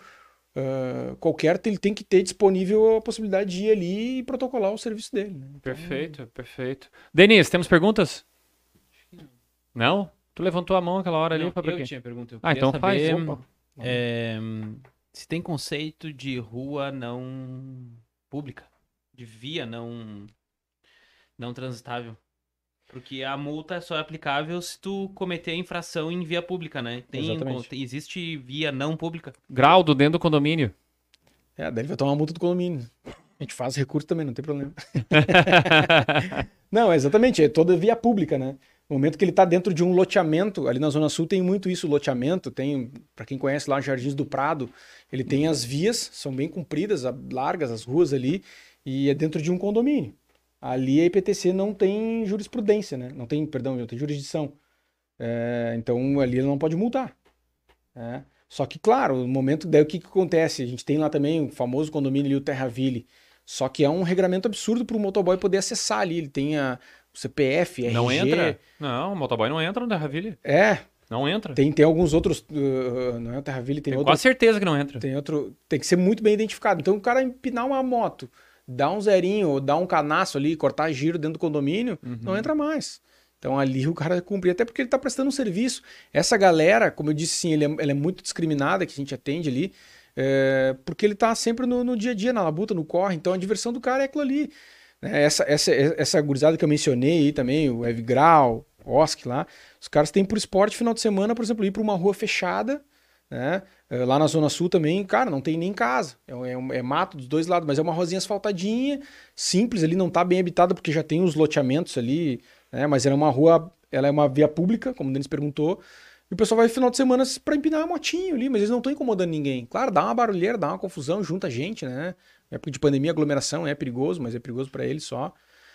uh, qualquer ele tem que ter disponível a possibilidade de ir ali e protocolar o serviço dele. Né? Então, Perfeito, perfeito. Denise, temos perguntas? Não? Tu levantou a mão aquela hora ali, Não, Fábio? eu tinha pergunta. Eu Ah, queria então faz. saber, Opa. é, se tem conceito de rua não pública, de via não, não transitável. Porque a multa só é aplicável se tu cometer a infração em via pública, né? Tem, Exatamente. tem- existe via não pública? Grau do dentro do condomínio. É, daí ele vai tomar uma multa do condomínio. A gente faz recurso também, não tem problema. Não, exatamente, é toda via pública, né? No momento que ele está dentro de um loteamento, ali na Zona Sul tem muito isso, loteamento, tem, para quem conhece lá, Jardins do Prado, ele tem as vias, são bem compridas, largas as ruas ali, e é dentro de um condomínio. Ali a I P T C não tem jurisprudência, né? Não tem, perdão, não tem jurisdição. É, então ali ele não pode multar. Né? Só que, claro, no momento, daí o que, que acontece? A gente tem lá também o famoso condomínio ali, o Terraville, só que é um regramento absurdo para o motoboy poder acessar ali, ele tem a, o C P F, R G... Não entra? Não, o motoboy não entra no Terraville. É, Não entra. tem, tem alguns outros, uh, não é o Terraville, tem Tenho outro, quase certeza que não entra. tem outro, tem que ser muito bem identificado. Então o cara empinar uma moto, dar um zerinho, ou dar um canaço ali, cortar giro dentro do condomínio, Uhum. não entra mais. Então ali o cara cumprir, até porque ele está prestando um serviço. Essa galera, como eu disse, sim, ele é, ela é muito discriminada, que a gente atende ali. é, porque ele tá sempre no, no dia a dia, na labuta, no corre, então a diversão do cara é aquilo ali. Né? Essa, essa, essa gurizada que eu mencionei aí também, o Heavy Grau, o Osk lá, os caras têm por esporte final de semana, por exemplo, ir para uma rua fechada, né? Lá na Zona Sul também, cara, não tem nem casa. É, é, é mato dos dois lados, mas é uma rosinha asfaltadinha, simples ali, não tá bem habitada porque já tem os loteamentos ali, né? Mas ela é uma rua, ela é uma via pública, como o Denis perguntou. E o pessoal vai no final de semana pra empinar a motinho ali, mas eles não estão incomodando ninguém. Claro, dá uma barulheira, dá uma confusão, junta gente, né? Na época de pandemia, aglomeração é perigoso, mas é perigoso pra eles só.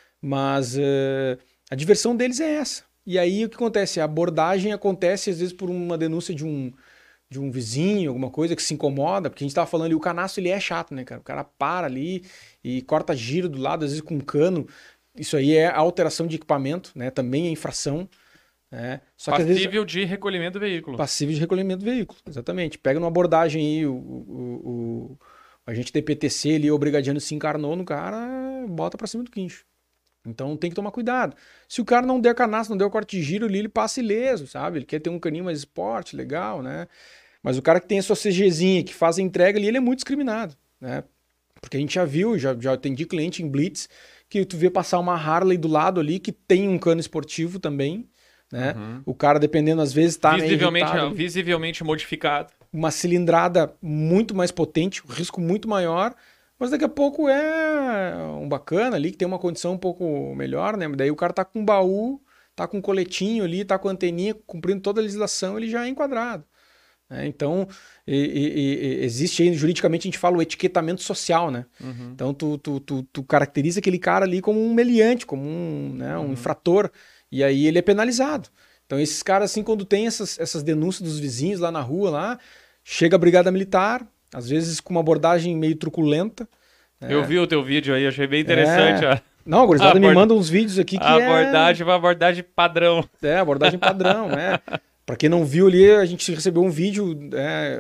Mas uh, a diversão deles é essa. E aí o que acontece? A abordagem acontece às vezes por uma denúncia de um de um vizinho, alguma coisa que se incomoda, porque a gente tava falando ali, o canaço ele é chato, né, cara? O cara para ali e corta giro do lado, às vezes com um cano. Isso aí é alteração de equipamento, né? Também é infração. Né? Só que, Passível às vezes, de recolhimento do veículo. Passível de recolhimento do veículo, exatamente. Pega numa abordagem aí, o, o, o, a gente D P T C ali, o brigadiano se encarnou no cara, bota pra cima do guincho. Então tem que tomar cuidado. Se o cara não der canaço, não der o corte de giro ali, ele passa ileso, sabe? Ele quer ter um caninho mais esporte, legal, né? Mas o cara que tem a sua CGzinha, que faz a entrega ali, ele é muito discriminado, né? Porque a gente já viu, já, já atendi cliente em Blitz, que tu vê passar uma Harley do lado ali, que tem um cano esportivo também, né? Uhum. O cara, dependendo, às vezes tá visivelmente, meio visivelmente modificado. Uma cilindrada muito mais potente, um risco muito maior, mas daqui a pouco é um bacana ali, que tem uma condição um pouco melhor, né? Daí o cara tá com um baú, tá com um coletinho ali, tá com a anteninha, cumprindo toda a legislação, ele já é enquadrado. Né? Então, e, e, e, existe aí, juridicamente a gente fala o etiquetamento social, né? Uhum. Então, tu, tu, tu, tu caracteriza aquele cara ali como um meliante, como um, né, um uhum. infrator, e aí ele é penalizado. Então, esses caras, assim, quando tem essas, essas denúncias dos vizinhos lá na rua, lá, chega a brigada militar, às vezes com uma abordagem meio truculenta. Né? Eu vi o teu vídeo aí, achei bem interessante. É. Não, a gurizada me manda uns vídeos aqui que a abordagem é... uma abordagem padrão. É, abordagem padrão, né? Pra quem não viu ali, a gente recebeu um vídeo, é,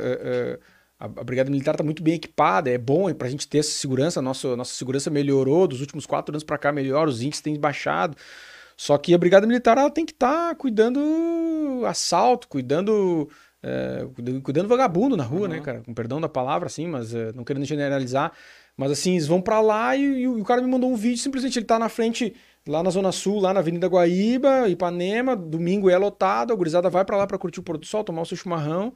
é, a Brigada Militar tá muito bem equipada, é bom pra gente ter essa segurança, a nossa, nossa segurança melhorou, dos últimos quatro anos pra cá melhor, os índices têm baixado. Só que a Brigada Militar ela tem que estar tá cuidando assalto, cuidando... É, cuidando vagabundo na rua, uhum. né, cara? Com perdão da palavra, assim, mas é, não querendo generalizar. Mas assim, eles vão pra lá e, e o cara me mandou um vídeo, simplesmente ele tá na frente, lá na Zona Sul, lá na Avenida Guaíba, Ipanema, domingo é lotado, a gurizada vai pra lá pra curtir o pôr do sol, tomar o seu chimarrão.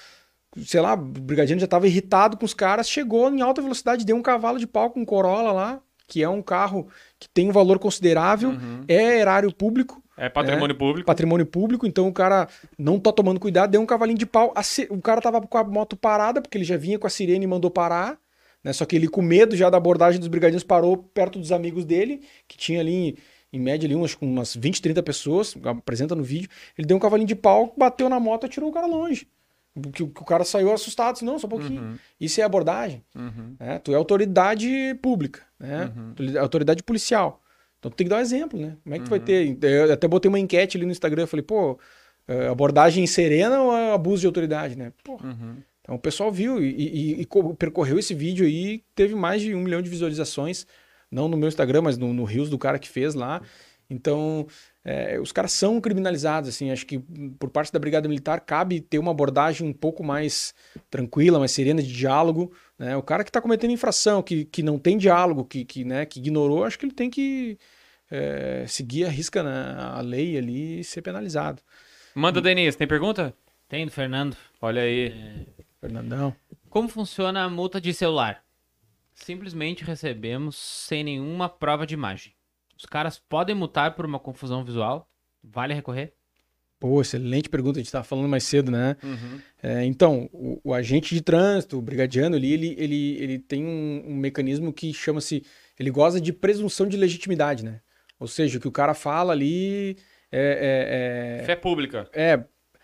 Sei lá, o brigadiano já tava irritado com os caras, chegou em alta velocidade, deu um cavalo de pau com um Corolla lá, que é um carro que tem um valor considerável, uhum. é erário público. É patrimônio é, público. Patrimônio público, então o cara não tá tomando cuidado, deu um cavalinho de pau. A, o cara tava com a moto parada, porque ele já vinha com a sirene e mandou parar, né? Só que ele, com medo já da abordagem dos brigadianos, parou perto dos amigos dele, que tinha ali, em média, ali, umas, umas vinte, trinta pessoas, apresenta no vídeo. Ele deu um cavalinho de pau, bateu na moto e tirou o cara longe. Que, que o cara saiu assustado, disse, não, só um pouquinho. Uhum. Isso é abordagem. Uhum. Né? Tu é autoridade pública, né? Uhum. Tu é autoridade policial. Então tu tem que dar um exemplo, né? Como é que tu vai ter? Eu até botei uma enquete ali no Instagram, eu falei, pô, abordagem serena ou abuso de autoridade, né? Pô. Uhum. Então o pessoal viu e, e, e percorreu esse vídeo aí, teve mais de um milhão de visualizações, não no meu Instagram, mas no, no Reels do cara que fez lá. Então, é, os caras são criminalizados, assim, acho que por parte da Brigada Militar cabe ter uma abordagem um pouco mais tranquila, mais serena, de diálogo, né? O cara que está cometendo infração, que, que não tem diálogo, que, que, né, que ignorou, acho que ele tem que é, seguir a risca na a lei ali e ser penalizado. Manda, Denis, tem pergunta? Tem, do Fernando. Olha aí. É... Fernandão. Como funciona a multa de celular? Simplesmente recebemos sem nenhuma prova de imagem. Os caras podem multar por uma confusão visual? Vale recorrer? Pô, excelente pergunta, a gente estava falando mais cedo, né? Uhum. É, então, o, o agente de trânsito, o brigadiano ali, ele, ele, ele tem um, um mecanismo que chama-se... Ele goza de presunção de legitimidade, né? Ou seja, o que o cara fala ali... É, é, é, fé pública. É,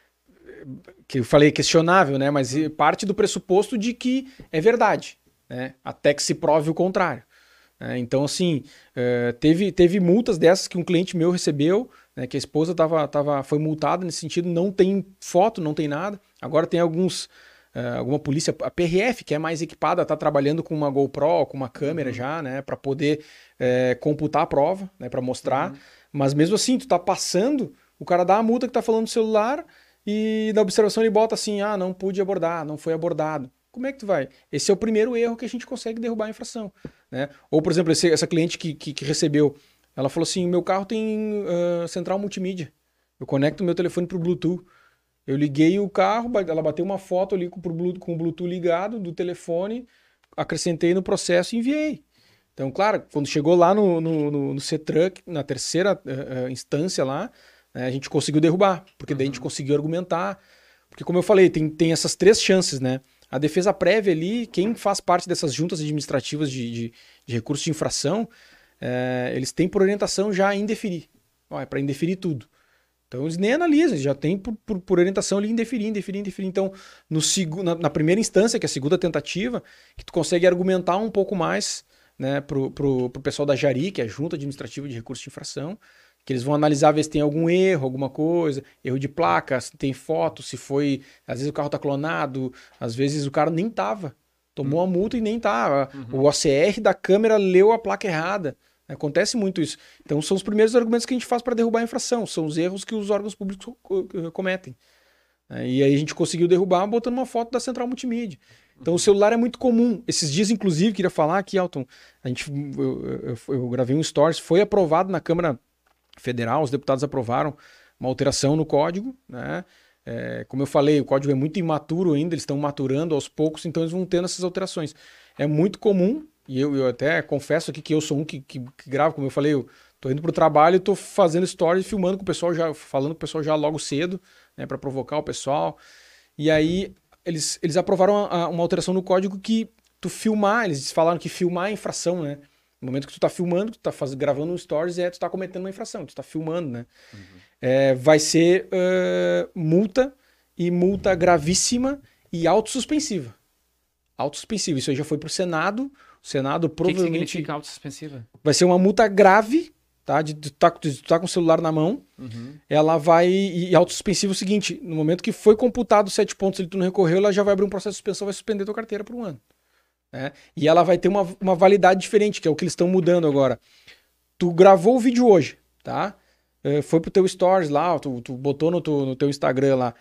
que eu falei questionável, né? Mas parte do pressuposto de que é verdade, né? Até que se prove o contrário. É, então, assim, é, teve, teve multas dessas que um cliente meu recebeu, né, que a esposa tava, tava, foi multada nesse sentido, não tem foto, não tem nada. Agora tem alguns, é, alguma polícia, a P R F, que é mais equipada, está trabalhando com uma GoPro, com uma câmera uhum. já, né, para poder é, computar a prova, né, para mostrar. Uhum. Mas mesmo assim, tu tá passando, o cara dá a multa que tá falando no celular e na observação ele bota assim, ah, não pude abordar, não foi abordado. como é que tu vai? Esse é o primeiro erro que a gente consegue derrubar a infração, né? Ou, por exemplo, esse, essa cliente que, que, que recebeu, ela falou assim, meu carro tem uh, central multimídia. Eu conecto o meu telefone pro Bluetooth. Eu liguei o carro, ela bateu uma foto ali com, pro Bluetooth, com o Bluetooth ligado do telefone, acrescentei no processo e enviei. Então, claro, quando chegou lá no, no, no, no C-Truck, na terceira uh, uh, instância lá, né, a gente conseguiu derrubar, porque daí a gente conseguiu argumentar. Porque, como eu falei, tem, tem essas três chances, né? A defesa prévia ali, quem faz parte dessas juntas administrativas de, de, de recursos de infração, é, eles têm por orientação já indeferir. Ó, é para indeferir tudo. Então eles nem analisam, já tem por, por, por orientação ali indeferir, indeferir, indeferir. Então, no, na, na primeira instância, que é a segunda tentativa, que tu consegue argumentar um pouco mais, né, pro, pro, pro pessoal da Jari, que é a Junta Administrativa de Recursos de Infração, que eles vão analisar, ver se tem algum erro, alguma coisa, erro de placa, se tem foto, se foi... Às vezes o carro tá clonado, às vezes o cara nem tava. Tomou a multa e nem tava. Uhum. O O C R da câmera leu a placa errada. Acontece muito isso. Então são os primeiros argumentos que a gente faz para derrubar a infração. São os erros que os órgãos públicos cometem. E aí a gente conseguiu derrubar botando uma foto da central multimídia. Então o celular é muito comum. Esses dias, inclusive, queria falar aqui, Elton, a gente, eu, eu, eu gravei um stories, foi aprovado na Câmara Federal, os deputados aprovaram uma alteração no código, né? É, como eu falei, o código é muito imaturo ainda, eles estão maturando aos poucos, então eles vão tendo essas alterações. É muito comum, e eu, eu até confesso aqui que eu sou um que, que, que gravo, como eu falei, eu tô indo pro trabalho e tô fazendo stories, filmando com o pessoal, já falando com o pessoal já logo cedo, né, para provocar o pessoal. E aí eles, eles aprovaram uma, uma alteração no código que tu filmar, eles falaram que filmar é infração, né? No momento que tu tá filmando, tu tá faz, gravando um stories, é, tu tá cometendo uma infração, tu tá filmando, né? Uhum. É, vai ser uh, multa, e multa gravíssima e autossuspensiva. Autossuspensiva. Isso aí já foi pro Senado. O Senado provavelmente... O que, que significa autossuspensiva? Vai ser uma multa grave, tá? De tu tá, de tu tá com o celular na mão. Uhum. Ela vai... E autossuspensiva é o seguinte, no momento que foi computado os sete pontos e tu não recorreu, ela já vai abrir um processo de suspensão, vai suspender tua carteira por um ano. Né? E ela vai ter uma, uma validade diferente, que é o que eles estão mudando agora. Tu gravou o vídeo hoje, tá? Foi pro teu stories lá, tu, tu botou no, tu, no teu Instagram lá.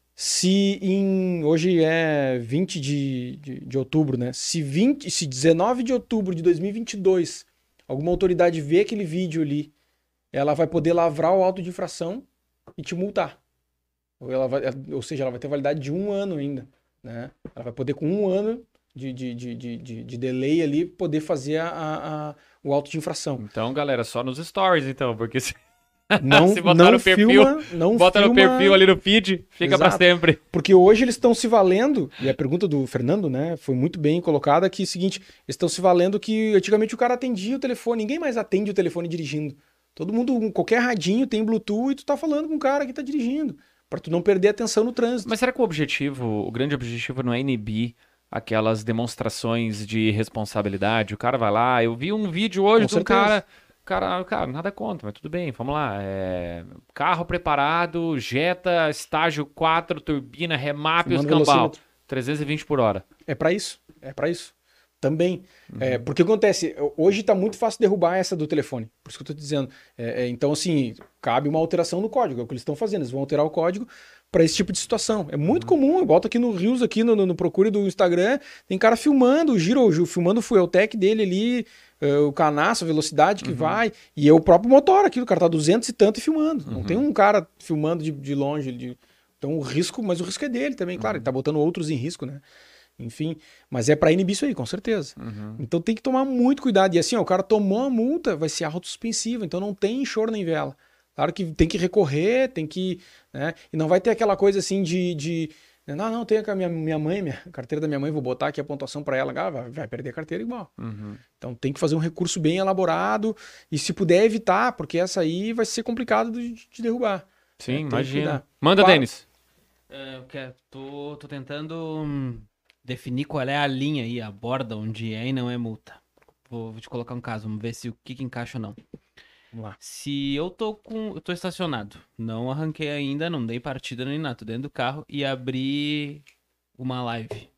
Se em... Hoje é vinte de, de, de outubro, né? Se, vinte, se dezenove de outubro de dois mil e vinte e dois alguma autoridade vê aquele vídeo ali, ela vai poder lavrar o auto de infração e te multar. Ou, ela vai, ou seja, ela vai ter validade de um ano ainda, né? Ela vai poder com um ano... De, de, de, de, de delay ali, poder fazer a, a, a, o auto de infração. Então, galera, só nos stories, então, porque se, não, se botar não no perfil, filma, não bota filma... no perfil ali no feed, fica Exato. Pra sempre. Porque hoje eles estão se valendo, e a pergunta do Fernando, né, foi muito bem colocada, que é o seguinte, eles estão se valendo que antigamente o cara atendia o telefone, ninguém mais atende o telefone dirigindo. Todo mundo, qualquer radinho tem Bluetooth e tu tá falando com o cara que tá dirigindo, pra tu não perder a atenção no trânsito. Mas será que o objetivo, o grande objetivo não é inibir aquelas demonstrações de responsabilidade? O cara vai lá, eu vi um vídeo hoje Com de um certeza. cara, cara, cara, nada contra, mas tudo bem, vamos lá, é, carro preparado, Jetta, estágio quatro, turbina, remap e Fumando escambau, velocímetro. trezentos e vinte por hora. É pra isso, é pra isso. Também. Uhum. É, porque o que acontece? Hoje tá muito fácil derrubar essa do telefone. Por isso que eu tô te dizendo. É, é, então, assim, cabe uma alteração no código. É o que eles estão fazendo. Eles vão alterar o código para esse tipo de situação. É muito uhum. comum. Eu boto aqui no Reels, aqui no, no, no Procure do Instagram, tem cara filmando o giro, filmando o fuel tech dele ali, uh, o canaço, a velocidade que uhum. vai. E é o próprio motor aqui. O cara tá duzentos e tanto e filmando. Uhum. Não tem um cara filmando de, de longe. De... Então o risco, mas o risco é dele também, claro. Uhum. Ele tá botando outros em risco, né? Enfim, mas é pra inibir isso aí, com certeza. Uhum. Então tem que tomar muito cuidado. E assim, ó, o cara tomou a multa, vai ser autosuspensiva, então não tem choro nem vela. Claro que tem que recorrer, tem que... Né? E não vai ter aquela coisa assim de... de não, não, tem a minha, minha mãe, minha a carteira da minha mãe, vou botar aqui a pontuação pra ela. Ah, vai, vai perder a carteira igual. Uhum. Então tem que fazer um recurso bem elaborado e se puder evitar, porque essa aí vai ser complicado de, de derrubar. Sim, é, imagina. Manda, claro. Denis. É, eu quero, tô, tô tentando... definir qual é a linha aí, a borda onde é e não é multa. Vou, vou te colocar um caso, vamos ver se o que, que encaixa ou não. Vamos lá. Se eu tô com, eu tô estacionado, não arranquei ainda, não dei partida nem nada, tô dentro do carro e abri uma live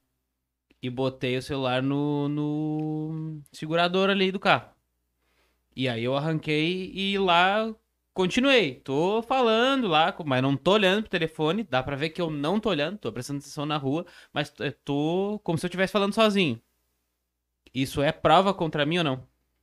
e botei o celular no, no segurador ali do carro. E aí eu arranquei e lá continuei. Tô falando lá, mas não tô olhando pro telefone. Dá pra ver que eu não tô olhando, tô prestando atenção na rua, mas eu tô como se eu estivesse falando sozinho. Isso é prova contra mim ou não?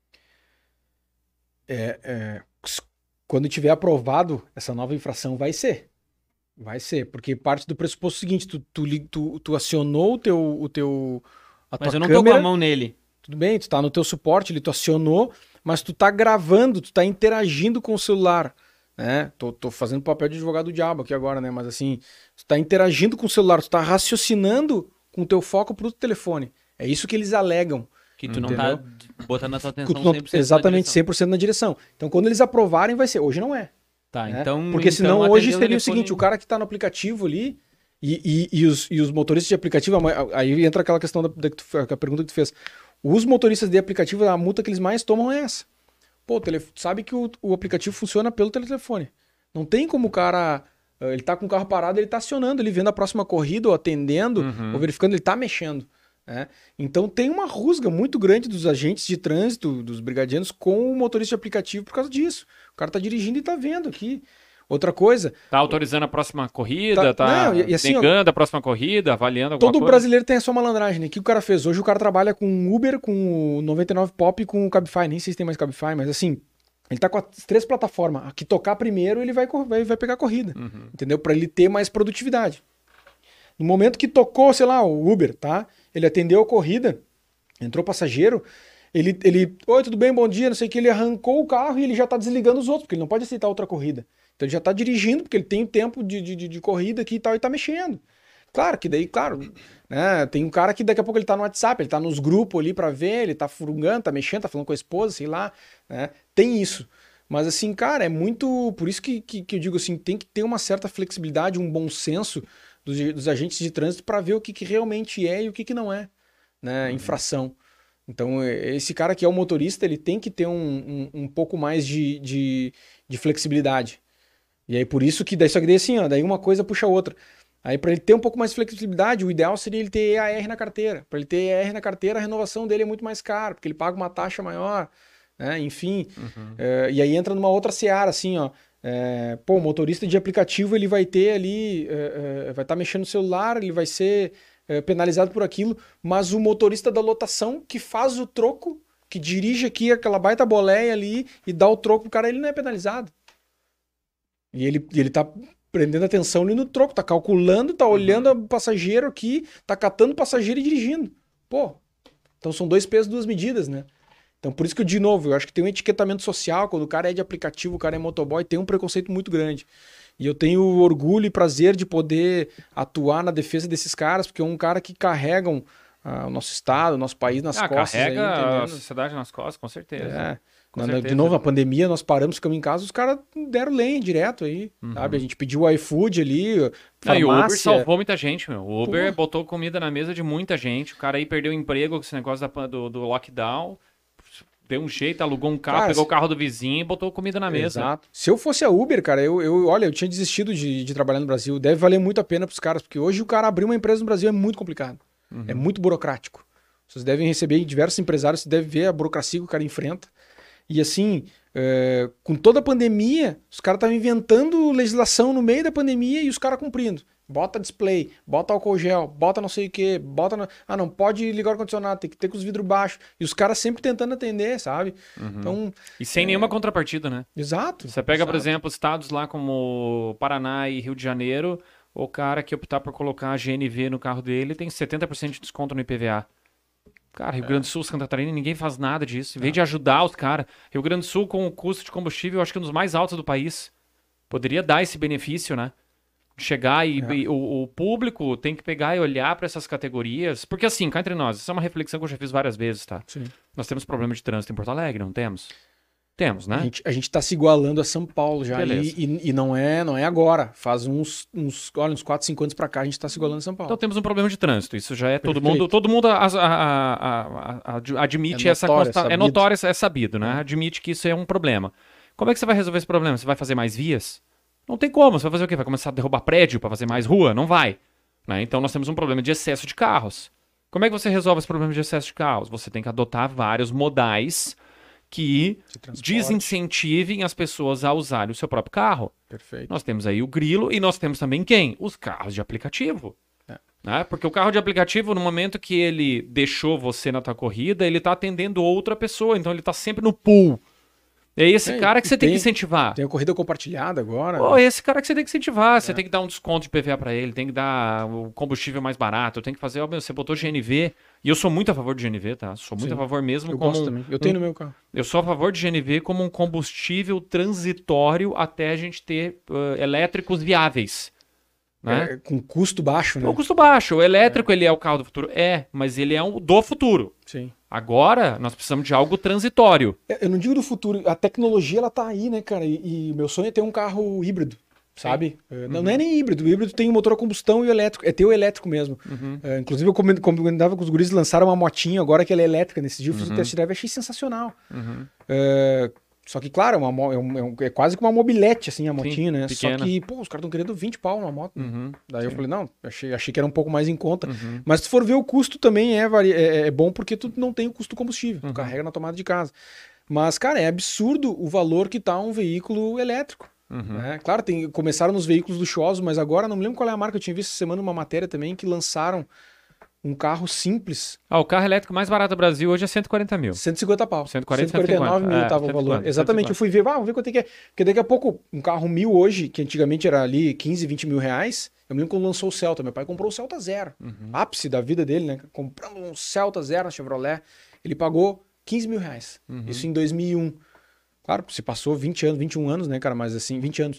É, é, quando tiver aprovado, essa nova infração vai ser. Vai ser, porque parte do pressuposto seguinte, tu, tu, li- tu, tu acionou o teu, o teu, a Mas tua eu não tô com câmera, a mão nele. tudo bem, tu tá no teu suporte, ele tu acionou, mas tu tá gravando, tu tá interagindo com o celular, né? Tô, tô fazendo papel de advogado do diabo aqui agora, né? Mas assim, tu tá interagindo com o celular, tu tá raciocinando com o teu foco pro telefone. É isso que eles alegam. Que tu Entendeu? não tá botando a tua Que atenção tu não- cem por cento exatamente, na direção. cem por cento na direção. Então, quando eles aprovarem, vai ser. Hoje não é. Tá, Né? então... Porque então senão atender hoje o seria o telefone- seguinte, o cara que tá no aplicativo ali e, e, e, os, e os motoristas de aplicativo, aí entra aquela questão da, da, que tu- a pergunta que tu fez. Os motoristas de aplicativo, a multa que eles mais tomam é essa. Pô, o telef- sabe que o, o aplicativo funciona pelo telefone. Não tem como o cara, eh, ele tá com o carro parado, ele tá acionando, ele vendo a próxima corrida, ou atendendo, Uhum. ou verificando, ele tá mexendo. Né? Então tem uma rusga muito grande dos agentes de trânsito, dos brigadianos, com o motorista de aplicativo por causa disso. O cara tá dirigindo e tá vendo aqui. Outra coisa, Tá autorizando a próxima corrida, Tá- tá, não, e- e assim, ó, negando a próxima corrida, avaliando alguma todo coisa. brasileiro tem a sua malandragem, né? O que o cara fez? Hoje o cara trabalha com Uber, com o noventa e nove Pop e com o Cabify. Nem sei se tem mais Cabify, mas assim, ele tá com as três plataformas. A que tocar primeiro, ele vai, cor- vai, vai pegar a corrida. Uhum. Entendeu? Pra ele ter mais produtividade. No momento que tocou, sei lá, o Uber, tá? Ele atendeu a corrida, entrou passageiro, ele, ele, oi, tudo bem, bom dia, não sei o que, ele arrancou o carro e ele já tá desligando os outros, porque ele não pode aceitar outra corrida. Então ele já tá dirigindo, porque ele tem o tempo de, de, de- de corrida aqui e tal, e tá mexendo. Claro que daí, claro, né? Tem um cara que daqui a pouco ele tá no WhatsApp, ele tá nos grupos ali pra ver, ele tá furungando, tá mexendo, tá falando com a esposa, sei lá, né? Tem isso. Mas assim, cara, é muito. Por isso que, que, que eu digo assim, tem que ter uma certa flexibilidade, um bom senso dos, dos agentes de trânsito para ver o que, que realmente é e o que, que não é, né? Infração. Então, eh, esse cara que é o motorista, ele tem que ter um, um, um pouco mais de, de, de flexibilidade. E aí, por isso que daí, só que daí assim, ó, daí uma coisa puxa a outra. Aí, para ele ter um pouco mais de flexibilidade, o ideal seria ele ter E A R na carteira. Para ele ter E A R na carteira, a renovação dele é muito mais cara, porque ele paga uma taxa maior, né? Enfim. Uhum. É, e aí entra numa outra seara, assim, ó. É, pô, o motorista de aplicativo, ele vai ter ali, é, é, vai estar mexendo no celular, ele vai ser é, penalizado por aquilo, mas o motorista da lotação que faz o troco, que dirige aqui aquela baita boleia ali e dá o troco pro cara, ele não é penalizado. E ele, e ele tá prendendo atenção ali no troco, tá calculando, tá olhando o passageiro aqui, tá catando o passageiro e dirigindo. Pô, então são dois pesos, duas medidas, né? Então por isso que, eu, de novo, eu acho que tem um etiquetamento social, quando o cara é de aplicativo, o cara é motoboy, tem um preconceito muito grande. E eu tenho orgulho e prazer de poder atuar na defesa desses caras, porque é um cara que carregam ah, o nosso estado, o nosso país nas Ah, costas. aí, carrega a entendendo? sociedade nas costas, com certeza. É. Com Na- na- certeza. de novo, na pandemia, nós paramos, ficamos em casa, os caras deram lenha direto aí, Uhum. sabe? A gente pediu o iFood ali, Ah, e o Uber farmácia. salvou muita gente, meu. O Uber Porra. botou comida na mesa de muita gente. O cara aí perdeu o emprego com esse negócio da pan- do, do lockdown. Deu um jeito, alugou um carro, Cara, pegou se- o carro do vizinho e botou comida na mesa. Exato. Se eu fosse a Uber, cara, eu, eu olha, eu tinha desistido de, de trabalhar no Brasil. Deve valer muito a pena pros caras, porque hoje o cara abrir uma empresa no Brasil é muito complicado. Uhum. É muito burocrático. Vocês devem receber diversos empresários, você deve ver a burocracia que o cara enfrenta. E assim, é, com toda a pandemia, os caras estavam inventando legislação no meio da pandemia e os caras cumprindo. Bota display, bota álcool gel, bota não sei o que, bota... No... Ah, não pode ligar o ar-condicionado, tem que ter com os vidros baixos. E os caras sempre tentando atender, sabe? Uhum. Então, E sem nenhuma contrapartida, né? exato. Você pega, por exato. exemplo, estados lá como Paraná e Rio de Janeiro, o cara que optar por colocar a G N V no carro dele tem setenta por cento de desconto no I P V A. Cara, Rio Grande do Sul, Santa Catarina, ninguém faz nada disso. Em vez de ajudar os caras, Rio Grande do Sul com o custo de combustível, eu acho que é um dos mais altos do país. Poderia dar esse benefício, né? Chegar e, É. e o, o público tem que pegar e olhar para essas categorias. Porque assim, cá entre nós, isso é uma reflexão que eu já fiz várias vezes, tá? Sim. Nós temos problema de trânsito em Porto Alegre, não temos? Temos, né? A gente, a gente tá se igualando a São Paulo já. E, Beleza. e, e não, é, não é agora. Faz uns, uns, olha, uns quatro, cinco anos pra cá a gente tá se igualando a São Paulo. Então temos um problema de trânsito. Isso já é todo Perfeito. mundo. Todo mundo a- a- a- a- a- admite É essa notório, consta- É sabido. notório, é sabido, né? Admite que isso é um problema. Como é que você vai resolver esse problema? Você vai fazer mais vias? Não tem como. Você vai fazer o quê? Vai começar a derrubar prédio para fazer mais rua? Não vai. Né? Então nós temos um problema de excesso de carros. Como é que você resolve esse problema de excesso de carros? Você tem que adotar vários modais que De transporte. desincentivem as pessoas a usarem o seu próprio carro. Perfeito. Nós temos aí o Grilo e nós temos também quem? Os carros de aplicativo. É. Né? Porque o carro de aplicativo, no momento que ele deixou você na tua corrida, ele está atendendo outra pessoa, então ele está sempre no pool. É esse É, cara que e você tem, tem- que incentivar. Tem a corrida compartilhada agora. Pô, esse cara que você tem que incentivar. Você É. tem que dar um desconto de P V A pra ele, tem que dar o combustível mais barato, tem que fazer. Ó, meu, você botou G N V. E eu sou muito a favor de G N V, tá? Sou muito Sim. a favor mesmo Eu como. gosto um- também. Eu tenho no meu carro. Eu sou a favor de G N V como um combustível transitório até a gente ter uh, elétricos viáveis. Né? É, com custo baixo, né? O custo baixo. O elétrico, ele é o carro do futuro? É, mas ele é um do futuro. Sim. Agora, nós precisamos de algo transitório. É, Eu não digo do futuro, a tecnologia ela tá aí, né, cara? E, e o meu sonho é ter um carro híbrido, sabe? É, Não, não é nem híbrido, o híbrido tem o motor a combustão e o elétrico, é ter o elétrico mesmo. Uhum. É, inclusive eu comen- comentava com os guris, lançaram uma motinha agora que ela é elétrica, nesse dia eu fiz o Uhum. test drive e achei sensacional. Uhum. É, só que, claro, é, uma mo- é, um- é um- é quase que uma mobilete, assim, a motinha, né? pequena. Só que, pô, os caras estão querendo vinte pau numa moto. Uhum. Daí eu Sim. falei, não, achei, achei que era um pouco mais em conta. Uhum. Mas se tu for ver o custo também é, vari- é, é bom porque tu não tem o custo do combustível, Uhum. tu carrega na tomada de casa. Mas, cara, é absurdo o valor que tá um veículo elétrico. Uhum. Né? Claro, tem, começaram nos veículos luxuosos, mas agora não me lembro qual é a marca. Eu tinha visto essa semana uma matéria também que lançaram um carro simples, Ah, o carro elétrico mais barato do Brasil hoje é cento e quarenta mil. cento e cinquenta pau. cento e quarenta, cento e quarenta e nove mil é, tava o cento e valor. cinquenta, Exatamente, cento e eu fui ver, ah, vamos ver quanto é que é. Porque daqui a pouco, um carro mil hoje, que antigamente era ali quinze, vinte mil reais, eu me lembro quando lançou o Celta. Meu pai comprou o Celta Zero. Uhum. Ápice da vida dele, né? Comprando um Celta Zero na Chevrolet. Ele pagou quinze mil reais. Uhum. Isso em dois mil e um. Claro, se passou vinte anos, vinte e um anos, né, cara? Mas assim, vinte anos.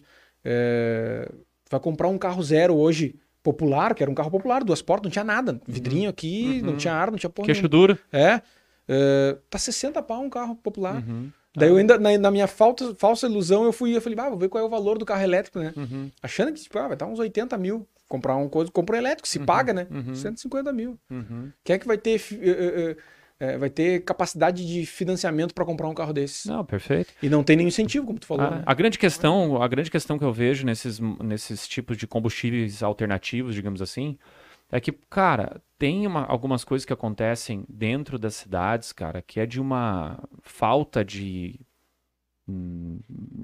É... Vai comprar um carro zero hoje, popular, que era um carro popular, duas portas, não tinha nada. Vidrinho aqui, Uhum. não tinha ar, não tinha porra Queixo nenhuma. duro. É. é, Tá sessenta pau um carro popular. Uhum. Daí eu ainda, na, na minha falta, falsa ilusão, eu fui eu falei, ah, vou ver qual é o valor do carro elétrico, né? Uhum. Achando que, tipo, ah, vai estar uns oitenta mil. Comprar um coisa, comprou um elétrico, se Uhum. paga, né? Uhum. cento e cinquenta mil. Uhum. Quem é que vai ter, fi- eh, eh, eh, vai ter capacidade de financiamento para comprar um carro desses? Não, perfeito. E não tem nenhum incentivo, como tu falou, Ah, né? a grande questão, a grande questão que eu vejo nesses, nesses tipos de combustíveis alternativos, digamos assim, é que, cara, tem uma- algumas coisas que acontecem dentro das cidades, cara, que é de uma falta de hum,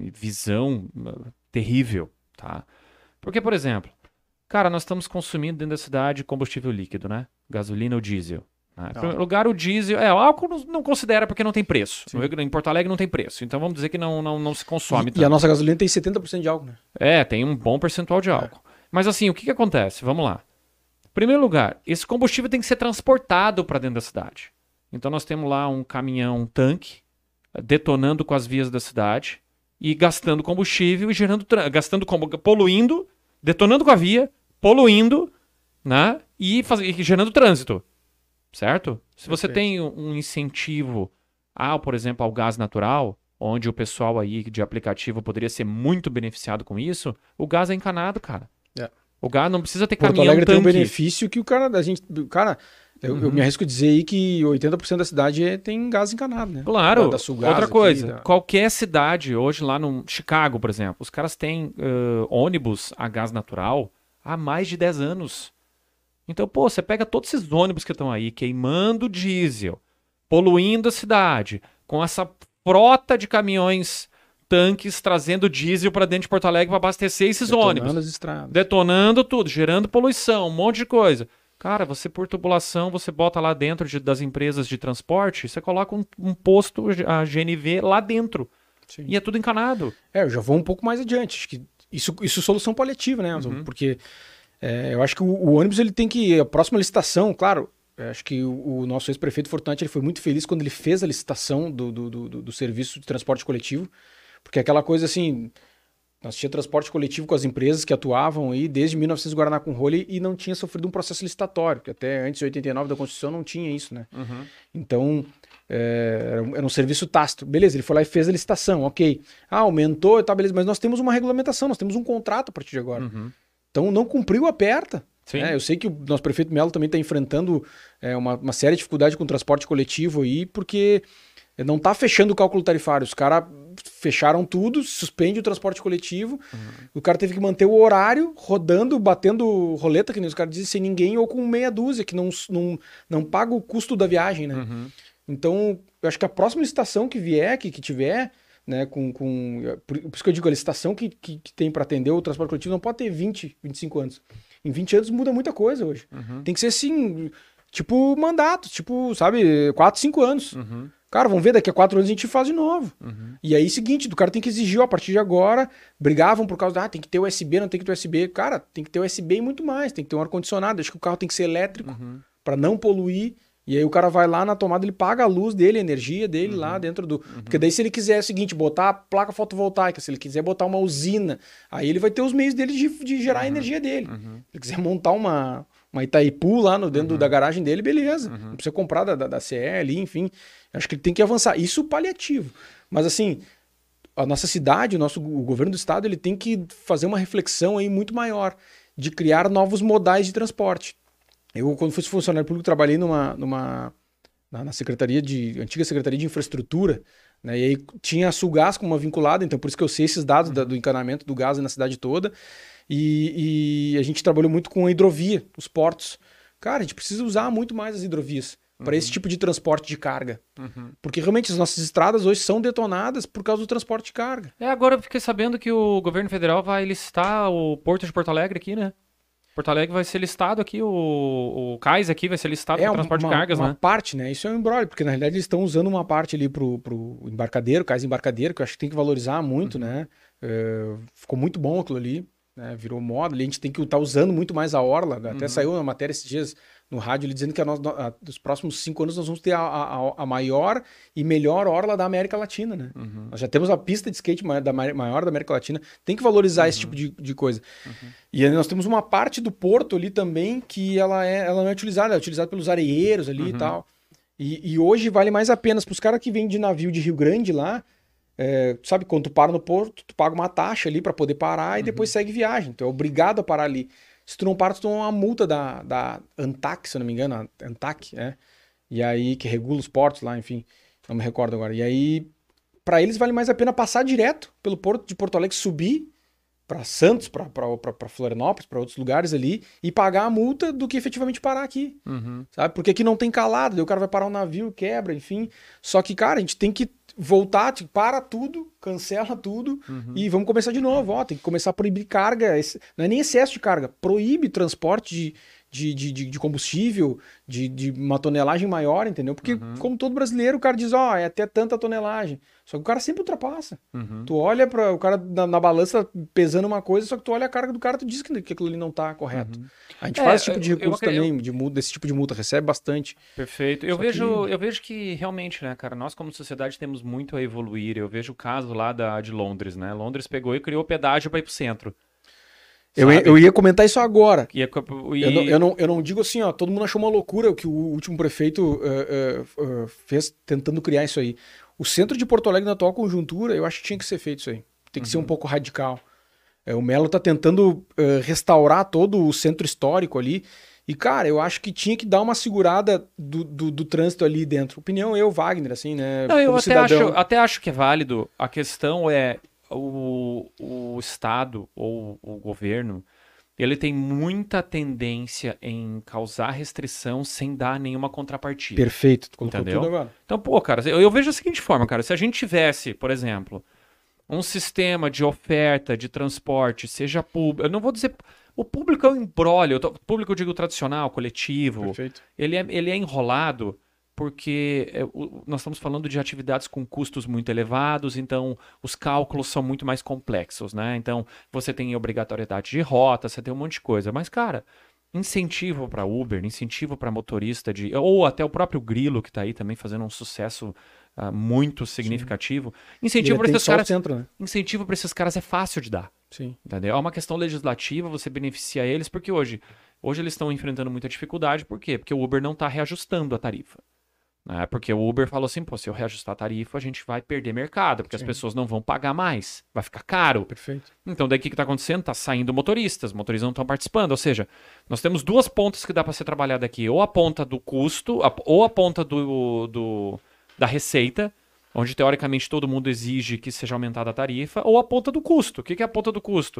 visão uh, terrível, tá? Porque, por exemplo, cara, nós estamos consumindo dentro da cidade combustível líquido, né? Gasolina ou diesel. Né? Em primeiro lugar, o diesel. É, o álcool não, não considera porque não tem preço. Sim. No Rio- Em Porto Alegre não tem preço. Então vamos dizer que não, não, não se consome E, tanto. e a nossa gasolina tem setenta por cento de álcool, né? É, tem um bom percentual de álcool. Mas assim, o que, que acontece? Vamos lá. Em primeiro lugar, esse combustível tem que ser transportado para dentro da cidade. Então nós temos lá um caminhão, um tanque, detonando com as vias da cidade e gastando combustível e gerando, tran- gastando como, poluindo, detonando com a via, poluindo, né? E, faz, e gerando trânsito, certo? Se você Perfeito. tem um incentivo ao, por exemplo, ao gás natural, onde o pessoal aí de aplicativo poderia ser muito beneficiado com isso, o gás é encanado, cara. É. O gás não precisa ter Porto caminhão, Alegre tem um tanque. benefício que o cara, a gente, cara, eu, eu Uhum. me arrisco a dizer aí que oitenta por cento da cidade é- tem gás encanado, né? Claro. Da, da Sulgás Outra aqui, coisa, da- qualquer cidade hoje lá no Chicago, por exemplo, os caras têm ãh, ônibus a gás natural há mais de dez anos. Então, pô, você pega todos esses ônibus que estão aí queimando diesel, poluindo a cidade, com essa frota de caminhões, tanques trazendo diesel para dentro de Porto Alegre para abastecer esses detonando ônibus. as estradas. Detonando tudo, gerando poluição, um monte de coisa. Cara, você por tubulação, você bota lá dentro de- das empresas de transporte, você coloca um, um posto a G N V lá dentro. Sim. E é tudo encanado. É, eu já vou um pouco mais adiante. Acho que isso, isso é solução paliativa, né? Anderson? Uhum. Porque é, eu acho que o, o ônibus ele tem que. A próxima licitação, claro. é, Acho que o, o nosso ex-prefeito Fortunati ele foi muito feliz quando ele fez a licitação do, do, do, do- do serviço de transporte coletivo. Porque aquela coisa assim. Nós tínhamos transporte coletivo com as empresas que atuavam aí desde mil e novecentos Guaraná com rolha e não tinha sofrido um processo licitatório, que até antes de oitenta e nove da Constituição não tinha isso, né? Então, é, era, um, era um serviço tácito. Beleza, ele foi lá e fez a licitação, ok. Ah, aumentou, tá, beleza, mas nós temos uma regulamentação, nós temos um contrato a partir de agora. Uhum. Então, não cumpriu, aperta. Sim. É, eu sei que o nosso prefeito Melo também está enfrentando é, uma, uma séria dificuldade com o transporte coletivo aí, porque não está fechando o cálculo tarifário. Os caras fecharam tudo, suspende o transporte coletivo, o cara teve que manter o horário rodando, batendo roleta, que nem os caras dizem, sem ninguém, ou com meia dúzia, que não, não, não paga o custo da viagem, né? Uhum. Então, eu acho que a próxima licitação que vier, que, que tiver, né, com, com... Por, por isso que eu digo, a licitação que, que, que tem para atender o transporte coletivo não pode ter vinte, vinte e cinco anos. Em vinte anos muda muita coisa hoje. Uhum. Tem que ser assim, tipo mandato, tipo, sabe, quatro, cinco anos. Uhum. Cara, vamos ver, daqui a quatro anos a gente faz de novo. Uhum. E aí, seguinte, do cara tem que exigir, ó, a partir de agora, brigavam por causa, ah, tem que ter U S B, não tem que ter U S B. Cara, tem que ter U S B e muito mais, tem que ter um ar-condicionado, acho que o carro tem que ser elétrico Uhum. para não poluir. E aí o cara vai lá na tomada, ele paga a luz dele, a energia dele Uhum. lá dentro do... Uhum. Porque daí se ele quiser é o seguinte, botar a placa fotovoltaica, se ele quiser botar uma usina, aí ele vai ter os meios dele de, de gerar a Uhum. energia dele. Uhum. Se ele quiser montar uma, uma Itaipu lá no, dentro Uhum. da garagem dele, beleza. Uhum. Não precisa comprar da, da, da C E ali, enfim. Acho que ele tem que avançar. Isso paliativo. Mas assim, a nossa cidade, o nosso o governo do estado, ele tem que fazer uma reflexão aí muito maior de criar novos modais de transporte. Eu, quando fui funcionário público, trabalhei numa, numa na, na secretaria de antiga secretaria de infraestrutura, né? E aí tinha a Sulgás como uma vinculada, então por isso que eu sei esses dados da, do encanamento do gás na cidade toda. E, e a gente trabalhou muito com a hidrovia, os portos. Cara, a gente precisa usar muito mais as hidrovias para Uhum. esse tipo de transporte de carga. Uhum. Porque realmente as nossas estradas hoje são detonadas por causa do transporte de carga. É, agora eu fiquei sabendo que o governo federal vai listar o Porto de Porto Alegre aqui, né? Porto Alegre vai ser listado aqui, o, o cais aqui vai ser listado É para uma, transporte uma, de cargas, uma né? parte, né? Isso é um embrólio, porque na realidade eles estão usando uma parte ali pro, pro embarcadeiro, cais embarcadeiro, que eu acho que tem que valorizar muito, Uhum. né? É, ficou muito bom aquilo ali, né? Virou moda, ali a gente tem que estar usando muito mais a orla. Até Uhum. saiu uma matéria esses dias no rádio ali dizendo que a nós, a, dos próximos cinco anos nós vamos ter a, a, a maior e melhor orla da América Latina, né? Uhum. Nós já temos a pista de skate maior da, maior da América Latina, tem que valorizar Uhum. esse tipo de, de coisa. Uhum. E aí nós temos uma parte do porto ali também que ela, é, ela não é utilizada, ela é utilizada pelos areieiros ali Uhum. e tal. E, e hoje vale mais a pena para os caras que vêm de navio de Rio Grande lá, é, sabe, quando tu para no porto, tu paga uma taxa ali para poder parar e Uhum. depois segue viagem. Tu é obrigado a parar ali. Se tu não para, tu toma uma multa da, da ANTAC, se eu não me engano, a ANTAC, é. E aí, que regula os portos lá, enfim, não me recordo agora. E aí, para eles vale mais a pena passar direto pelo porto de Porto Alegre, subir para Santos, para Florianópolis, para outros lugares ali, e pagar a multa do que efetivamente parar aqui, Uhum. sabe? Porque aqui não tem calado, daí o cara vai parar o navio, quebra, enfim. Só que, cara, a gente tem que voltar, tipo, para tudo, cancela tudo Uhum. e vamos começar de novo, ó, tem que começar a proibir carga, esse- não é nem excesso de carga, proíbe transporte de, de, de, de- de combustível, de, de uma tonelagem maior, entendeu? Porque, Uhum. como todo brasileiro, o cara diz, ó, é até tanta tonelagem, só que o cara sempre ultrapassa. Uhum. Tu olha para o cara na, na balança pesando uma coisa, só que tu olha a carga do cara, tu diz que, que aquilo ali não tá correto. Uhum. A gente É, faz esse tipo de eu- eu recurso acredito- também, de multa, desse tipo de multa, recebe bastante. Perfeito. Eu Só vejo, que- eu vejo que realmente, né, cara, nós como sociedade temos muito a evoluir. Eu vejo o caso lá da, de Londres, né? Londres pegou e criou pedágio para ir pro centro. Eu, ia- sabe? eu ia comentar isso agora. E, é co- e- Eu, não, eu, não, eu não digo assim, ó, todo mundo achou uma loucura o que o último prefeito eh, eh, eh, fez tentando criar isso aí. O centro de Porto Alegre, na atual conjuntura, eu acho que tinha que ser feito isso aí. Tem que ser um Uhum. pouco radical. É, o Melo tá tentando eh, restaurar todo o centro histórico ali. E, cara, eu acho que tinha que dar uma segurada do, do, do trânsito ali dentro. Opinião eu, Wagner, assim, né? Não, eu como até cidadão. acho, até acho que é válido. A questão é o, o Estado ou o governo, ele tem muita tendência em causar restrição sem dar nenhuma contrapartida. Perfeito, tu colocou Entendeu? tudo agora. Então, pô, cara, eu, eu vejo da seguinte forma, cara, se a gente tivesse, por exemplo, um sistema de oferta de transporte, seja público, eu não vou dizer, o público é um embrólio, eu tô- público eu digo tradicional, coletivo, Perfeito. ele é, ele é enrolado porque é, o- nós estamos falando de atividades com custos muito elevados, então os cálculos são muito mais complexos, né? Então você tem obrigatoriedade de rota, você tem um monte de coisa. Mas, cara, incentivo para Uber, incentivo para motorista de. Ou até o próprio Grilo, que está aí também fazendo um sucesso ah, muito significativo. E Incentivo ele para tem esses só o caras. centro, né? Incentivo para esses caras é fácil de dar. Sim. Entendeu? É uma questão legislativa, você beneficia eles, porque hoje, hoje eles estão enfrentando muita dificuldade. Por quê? Porque o Uber não está reajustando a tarifa. Né? Porque o Uber falou assim, pô, se eu reajustar a tarifa, a gente vai perder mercado, porque Sim. as pessoas não vão pagar mais, vai ficar caro. Perfeito. Então, daí o que está acontecendo? Está saindo motoristas, motoristas não estão participando. Ou seja, nós temos duas pontas que dá para ser trabalhada aqui. Ou a ponta do custo, a- ou a ponta do, do- da receita, onde teoricamente todo mundo exige que seja aumentada a tarifa, ou a ponta do custo. O que, que é a ponta do custo?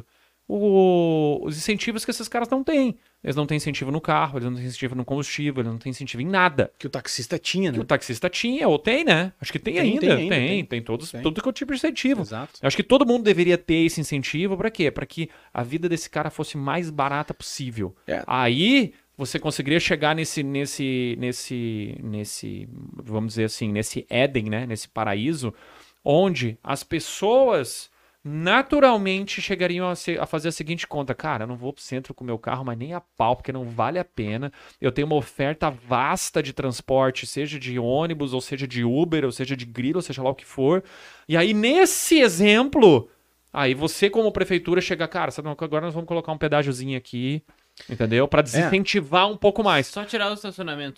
o- os incentivos que esses caras não têm. Eles não têm incentivo no carro, eles não têm incentivo no combustível, eles não têm incentivo em nada. Que o taxista tinha, Que né? o taxista tinha, ou tem, né? Acho que tem, Tem, ainda. tem Tem, ainda, tem, tem. tem todos, Tem. todo tipo de incentivo. Exato. Eu acho que todo mundo deveria ter esse incentivo para quê? Para que a vida desse cara fosse mais barata possível. É. Aí você conseguiria chegar nesse, nesse, nesse, nesse, vamos dizer assim, nesse Éden, né? Nesse paraíso, onde as pessoas naturalmente chegariam a, se- a fazer a seguinte conta: cara, eu não vou pro centro com o meu carro, mas nem a pau, porque não vale a pena. Eu tenho uma oferta vasta de transporte, seja de ônibus, ou seja de Uber, ou seja de Grilo, ou seja lá o que for. E aí, nesse exemplo, aí você, como prefeitura, chega, cara, sabe, uma coisa, agora nós vamos colocar um pedágiozinho aqui, entendeu? Pra desincentivar um pouco mais. Só tirar o estacionamento.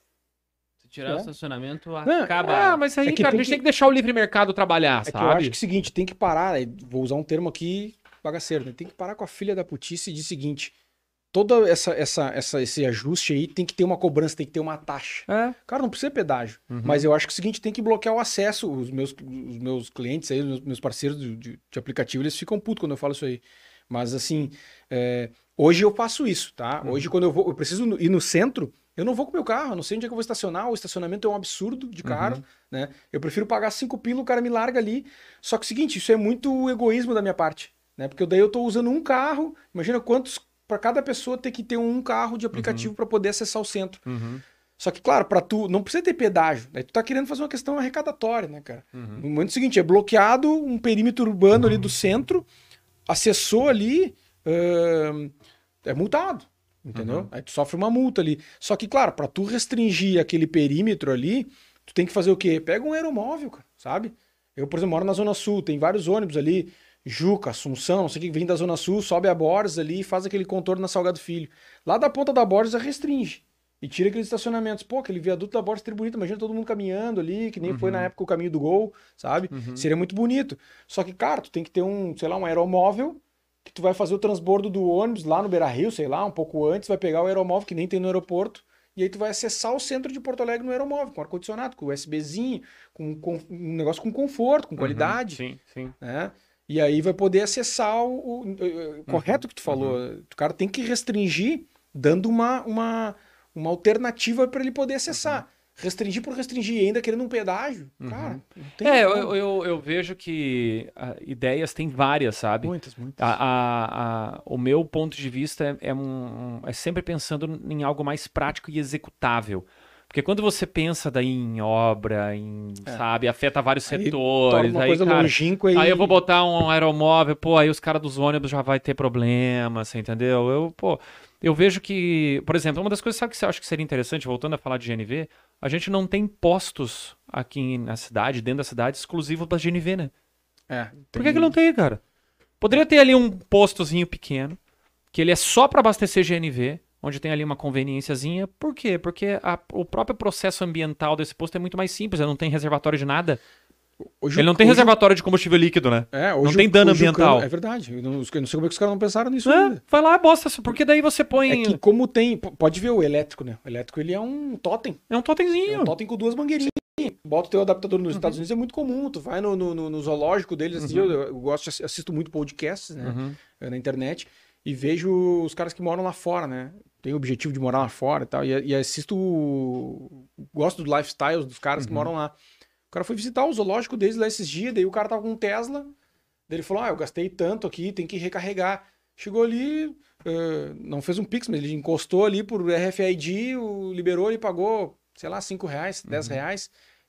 Se tirar É. o estacionamento, Não, acaba. Ah, mas aí, É que cara, tem a gente que- tem que deixar o livre mercado trabalhar, É que sabe? eu acho que é o seguinte, tem que parar, aí vou usar um termo aqui bagaceiro, né? Tem que parar com a filha da putice e dizer o seguinte, toda essa, essa, essa, esse ajuste aí tem que ter uma cobrança, tem que ter uma taxa. É. Cara, não precisa pedágio, Uhum. mas eu acho que é o seguinte, tem que bloquear o acesso, os meus, os meus clientes aí, os meus, meus parceiros de, de, de aplicativo, eles ficam putos quando eu falo isso aí. Mas assim, é, hoje eu faço isso, tá? Uhum. Hoje quando eu vou, eu preciso ir no centro, eu não vou com o meu carro, eu não sei onde é que eu vou estacionar, o estacionamento é um absurdo de caro, Uhum. né? Eu prefiro pagar cinco pila, o cara me larga ali. Só que é o seguinte, isso é muito egoísmo da minha parte, né? Porque daí eu tô usando um carro, imagina quantos, para cada pessoa ter que ter um carro de aplicativo para poder acessar o centro. Uhum. Só que, claro, para tu, não precisa ter pedágio, daí tu tá querendo fazer uma questão arrecadatória, né, cara? Uhum. No momento seguinte, é bloqueado um perímetro urbano ali do centro, acessou ali, ahn, é multado, entendeu? Uhum. Aí tu sofre uma multa ali. Só que, claro, para tu restringir aquele perímetro ali, tu tem que fazer o quê? Pega um aeromóvel, cara, sabe? Eu, por exemplo, moro na Zona Sul, tem vários ônibus ali, Juca, Assunção, não sei o que, vem da Zona Sul, sobe a Borges ali e faz aquele contorno na Salgado Filho. Lá da ponta da Borges restringe. E tira aqueles estacionamentos. Pô, aquele viaduto da Borges seria bonito. Imagina todo mundo caminhando ali, que nem Uhum. foi na época o caminho do Gol, sabe? Uhum. Seria muito bonito. Só que, cara, tu tem que ter um, sei lá, um aeromóvel que tu vai fazer o transbordo do ônibus lá no Beira-Rio, sei lá, um pouco antes, vai pegar o aeromóvel que nem tem no aeroporto, e aí tu vai acessar o centro de Porto Alegre no aeromóvel, com ar-condicionado, com USBzinho, com, com um negócio com conforto, com qualidade, Sim, sim. né? E aí vai poder acessar o, o- o- o- correto o que tu falou. O cara tem que restringir, dando uma, uma, uma alternativa para ele poder acessar. Restringir por restringir, ainda querendo um pedágio, cara, não tem É, como. eu, eu, eu vejo que ah, ideias tem várias, sabe? Muitas, muitas. A, a- a- o meu ponto de vista é, é um, é sempre pensando em algo mais prático e executável. Porque quando você pensa daí em obra, em, É. sabe, afeta vários Aí setores, torna uma aí, coisa cara, longínqua e... aí eu vou botar um aeromóvel, pô, aí os caras dos ônibus já vai ter problema, você entendeu? Eu, pô, eu vejo que, por exemplo, uma das coisas, sabe que eu acho que seria interessante, voltando a falar de G N V, a gente não tem postos aqui na cidade, dentro da cidade, exclusivo para G N V, né? É, Por que, tem- que não tem, cara? Poderia ter ali um postozinho pequeno, que ele é só para abastecer G N V, onde tem ali uma conveniênciazinha. Por quê? Porque a- o próprio processo ambiental desse posto é muito mais simples, ele não tem reservatório de nada. Hoje, Ele não tem hoje- reservatório de combustível líquido, né? É, hoje, não tem dano hoje o ambiental. cano- é verdade. Eu não, eu não sei como é que os caras não pensaram nisso É, ainda. vai lá, bosta, porque daí você põe... É que como tem... p- Pode ver o elétrico, né? O elétrico, ele é um totem. É um É totemzinho. um totem com duas mangueirinhas. Bota o teu adaptador nos Estados Unidos, é muito comum. Tu vai no, no, no- no zoológico deles, assim, eu, eu gosto, de assi- assisto muito podcasts, né? Uhum. eh, Na internet, e vejo os caras que moram lá fora, né? Tem o objetivo de morar lá fora e tal, e, e assisto... o- Gosto do lifestyle dos caras que Uhum. moram lá. O cara foi visitar o zoológico deles lá esses dias, daí o cara tava com um Tesla, daí ele falou, ah, eu gastei tanto aqui, tem que recarregar. Chegou ali, eh, não fez um Pix, mas ele encostou ali por R F I D, o, liberou, ele pagou, sei lá, cinco reais, dez reais,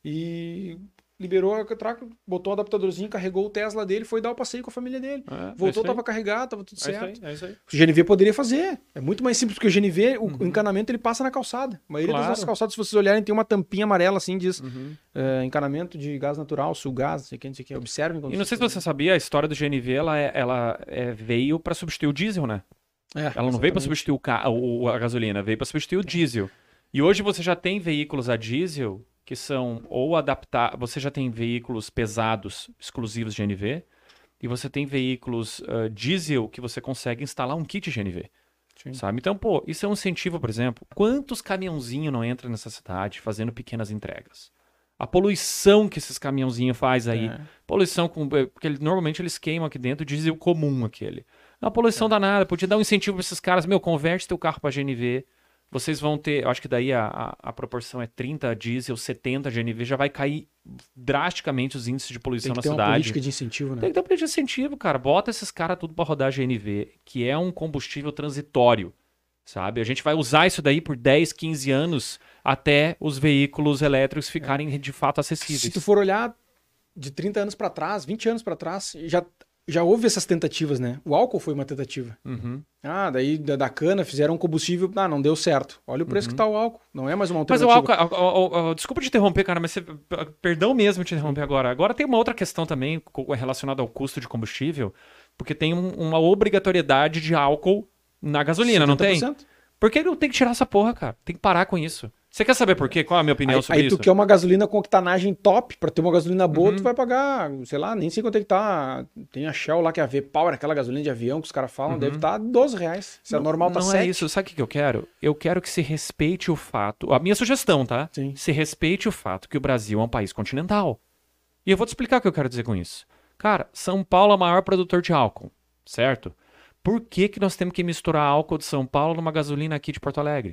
e liberou a troca, botou o adaptadorzinho, carregou o Tesla dele, foi dar o passeio com a família dele. É, é Voltou, isso aí. tava carregado, tava tudo É isso certo. aí, é isso aí. O G N V poderia fazer. É muito mais simples, porque o G N V, o, o encanamento, ele passa na calçada. A maioria das Claro. nossas calçadas, se vocês olharem, tem uma tampinha amarela assim, diz Uhum. eh, encanamento de gás natural, sulgás, não sei o que, não sei o que. Observem. quando E não sei se vocês você sabia, a história do G N V, ela, é- ela é- veio para substituir o diesel, né? É, Ela não veio para exatamente. substituir o ca- o- a gasolina, veio para substituir o diesel. E hoje você já tem veículos a diesel que são ou adaptar, você já tem veículos pesados exclusivos de G N V e você tem veículos ah, diesel que você consegue instalar um kit G N V. Sim. Sabe? Então, pô, isso é um incentivo, por exemplo. Quantos caminhãozinhos não entram nessa cidade fazendo pequenas entregas? A poluição que esses caminhãozinhos faz aí. É. Poluição com... Porque ele, normalmente eles queimam aqui dentro diesel comum aquele. É uma poluição é. danada. Podia dar um incentivo pra esses caras. Meu, converte teu carro pra G N V. Vocês vão ter... Eu acho que daí a, a, a proporção é trinta diesel, setenta G N V. Já vai cair drasticamente os índices de poluição na cidade. Tem que ter uma política de incentivo, né? Tem que ter uma política de incentivo, cara. Bota esses caras tudo pra rodar G N V, que é um combustível transitório, sabe? A gente vai usar isso daí por dez, quinze anos até os veículos elétricos ficarem é. de fato acessíveis. Se tu for olhar de trinta anos pra trás, vinte anos pra trás, já, já houve essas tentativas, né? O álcool foi uma tentativa. Uhum. Ah, daí da, da cana fizeram um combustível, ah, não deu certo. Olha o preço uhum. que tá o álcool, não é mais uma alternativa. Mas o álcool, ó, ó, ó, desculpa te interromper, cara, mas você, perdão mesmo te interromper agora. Agora tem uma outra questão também relacionada ao custo de combustível, porque tem um, uma obrigatoriedade de álcool na gasolina, setenta por cento. Não tem? Por que não tem que tirar essa porra, cara? Tem que parar com isso. Você quer saber por quê? Qual é a minha opinião aí, sobre aí isso? Aí tu quer uma gasolina com octanagem top, pra ter uma gasolina boa, uhum. tu vai pagar, sei lá, nem sei quanto é que tá. Tem a Shell lá que é a V-Power, aquela gasolina de avião que os caras falam, uhum. deve estar tá doze reais. Se não, é normal, tá Não sete. é isso. Sabe o que eu quero? Eu quero que se respeite o fato... A minha sugestão, tá? Sim. Se respeite o fato que o Brasil é um país continental. E eu vou te explicar o que eu quero dizer com isso. Cara, São Paulo é o maior produtor de álcool, certo? Por que que nós temos que misturar álcool de São Paulo numa gasolina aqui de Porto Alegre?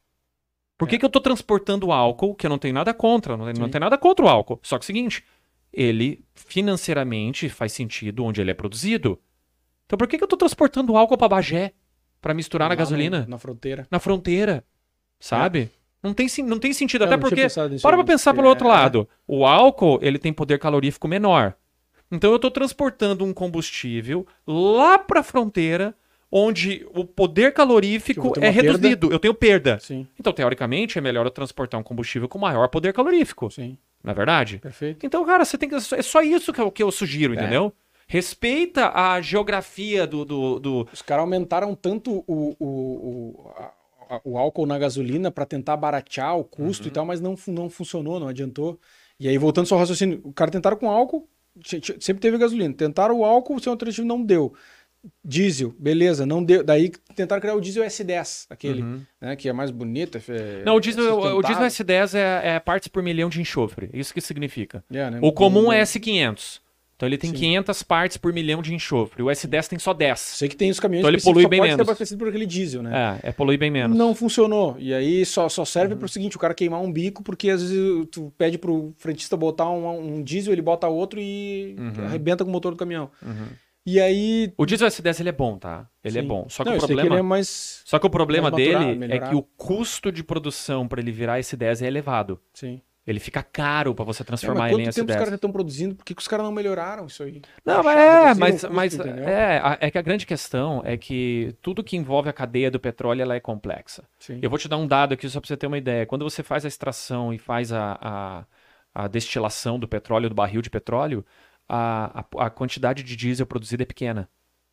Por que, é. que eu tô transportando álcool, que eu não tenho nada contra, não, não tenho nada contra o álcool. Só que é o seguinte, ele financeiramente faz sentido onde ele é produzido. Então por que, que eu tô transportando álcool pra Bagé? Pra misturar Lá na gasolina? No, na fronteira. Na fronteira, sabe? É. Não, tem, não tem sentido, eu até porque... Para pra pensar pelo é. outro lado. O álcool, ele tem poder calorífico menor. Então eu tô transportando um combustível lá pra fronteira... onde o poder calorífico é reduzido. Perda. Eu tenho perda. Sim. Então, teoricamente, é melhor eu transportar um combustível com maior poder calorífico. Sim. Não é verdade? Perfeito. Então, cara, você tem que... é só isso que eu, que eu sugiro, é. entendeu? Respeita a geografia do... do, do... Os caras aumentaram tanto o, o, o, a, o álcool na gasolina para tentar baratear o custo uhum. e tal, mas não, não funcionou, não adiantou. E aí, voltando só ao raciocínio, o cara tentaram com álcool, sempre teve gasolina. Tentaram o álcool, sem alternativo não deu. Diesel, beleza, não deu. Daí tentaram criar o diesel S dez, aquele, uhum. né, que é mais bonito. É, não, o diesel, o diesel S dez é, é partes por milhão de enxofre. Isso que significa. É, né? O comum é S quinhentos. Então ele tem Sim. quinhentas partes por milhão de enxofre. O S dez tem só dez. Sei que tem os caminhões então ele polui bem pode menos. Ser abastecido por aquele diesel, né? É, é polui bem menos. Não funcionou. E aí só, só serve uhum. para o seguinte, o cara queimar um bico, porque às vezes tu pede pro frentista botar um, um diesel, ele bota outro e uhum. arrebenta com o motor do caminhão. Uhum. E aí... O diesel S dez ele é bom, tá? Ele Sim. é bom. Só que Não, o problema, que ele é mais, só que o problema dele maturado, é que o custo de produção para ele virar S dez é elevado. Sim. Ele fica caro para você transformar é, ele em S dez. S dez. Quanto tempo os caras já estão produzindo? Por que, que os caras não melhoraram isso aí? Não, mas é, mas, custo, mas é, é que a grande questão é que tudo que envolve a cadeia do petróleo ela é complexa. Sim. Eu vou te dar um dado aqui só para você ter uma ideia. Quando você faz a extração e faz a, a, a destilação do petróleo, do barril de petróleo, a, a, a quantidade de diesel produzida é pequena.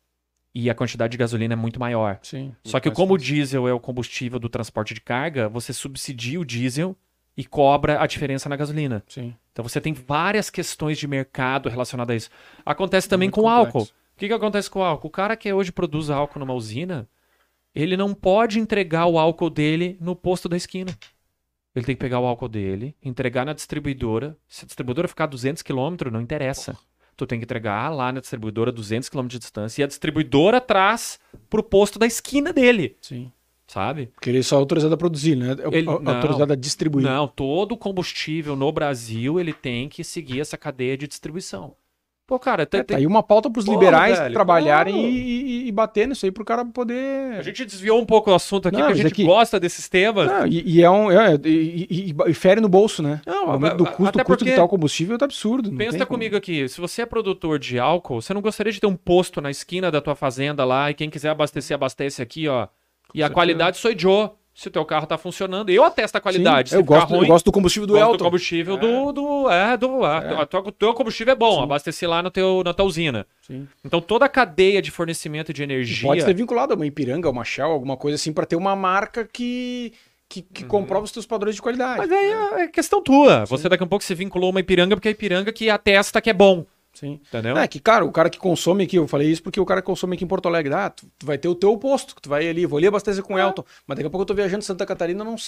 E a quantidade de gasolina é muito maior. Sim, Só que como o diesel é o combustível do transporte de carga, você subsidia o diesel e cobra a diferença na gasolina. Sim. Então você tem várias questões de mercado relacionadas a isso. Acontece também muito com o álcool. complexo. O que, que acontece com o álcool? O cara que hoje produz álcool numa usina, ele não pode entregar o álcool dele no posto da esquina. Ele tem que pegar o álcool dele, entregar na distribuidora. Se a distribuidora ficar a duzentos quilômetros, não interessa. Porra. Tu tem que entregar lá na distribuidora duzentos quilômetros de distância e a distribuidora traz pro posto da esquina dele. Sim. Sabe? Porque ele só é autorizado a produzir, né? É ele, autorizado não, a distribuir. Não, todo combustível no Brasil ele tem que seguir essa cadeia de distribuição. Pô, cara... Tem, é, tá aí uma pauta pros liberais velho, trabalharem e, e, e bater nisso aí pro cara poder... A gente desviou um pouco o assunto aqui, não, porque a gente aqui... gosta desses temas. Não, e, e é um... É, e, e, e fere no bolso, né? Não, o aumento do custo, até o custo porque... que tá o combustível tá absurdo. Pensa comigo aqui, se você é produtor de álcool, você não gostaria de ter um posto na esquina da tua fazenda lá e quem quiser abastecer, abastece aqui, ó. E a qualidade sou Joe. Se o teu carro tá funcionando, eu atesto a qualidade. Sim, eu, gosto, ruim, eu gosto do combustível do Elton. do combustível é. do... do, é, do é. O teu combustível é bom, Sim. abasteci lá no teu, na tua usina. Sim. Então toda a cadeia de fornecimento de energia... E pode ser vinculado a uma Ipiranga, a uma Shell, alguma coisa assim, para ter uma marca que... que, que uhum. comprova os teus padrões de qualidade. Mas aí é, é questão tua. Sim. Você daqui a pouco se vinculou a uma Ipiranga porque é a Ipiranga que atesta que é bom. Sim. Entendeu? É que, cara, o cara que consome aqui, eu falei isso porque o cara que consome aqui em Porto Alegre, ah, tu, tu vai ter o teu posto, que tu vai ali, vou ali abastecer com o é. Elton, mas daqui a pouco eu tô viajando em Santa Catarina, eu não sei.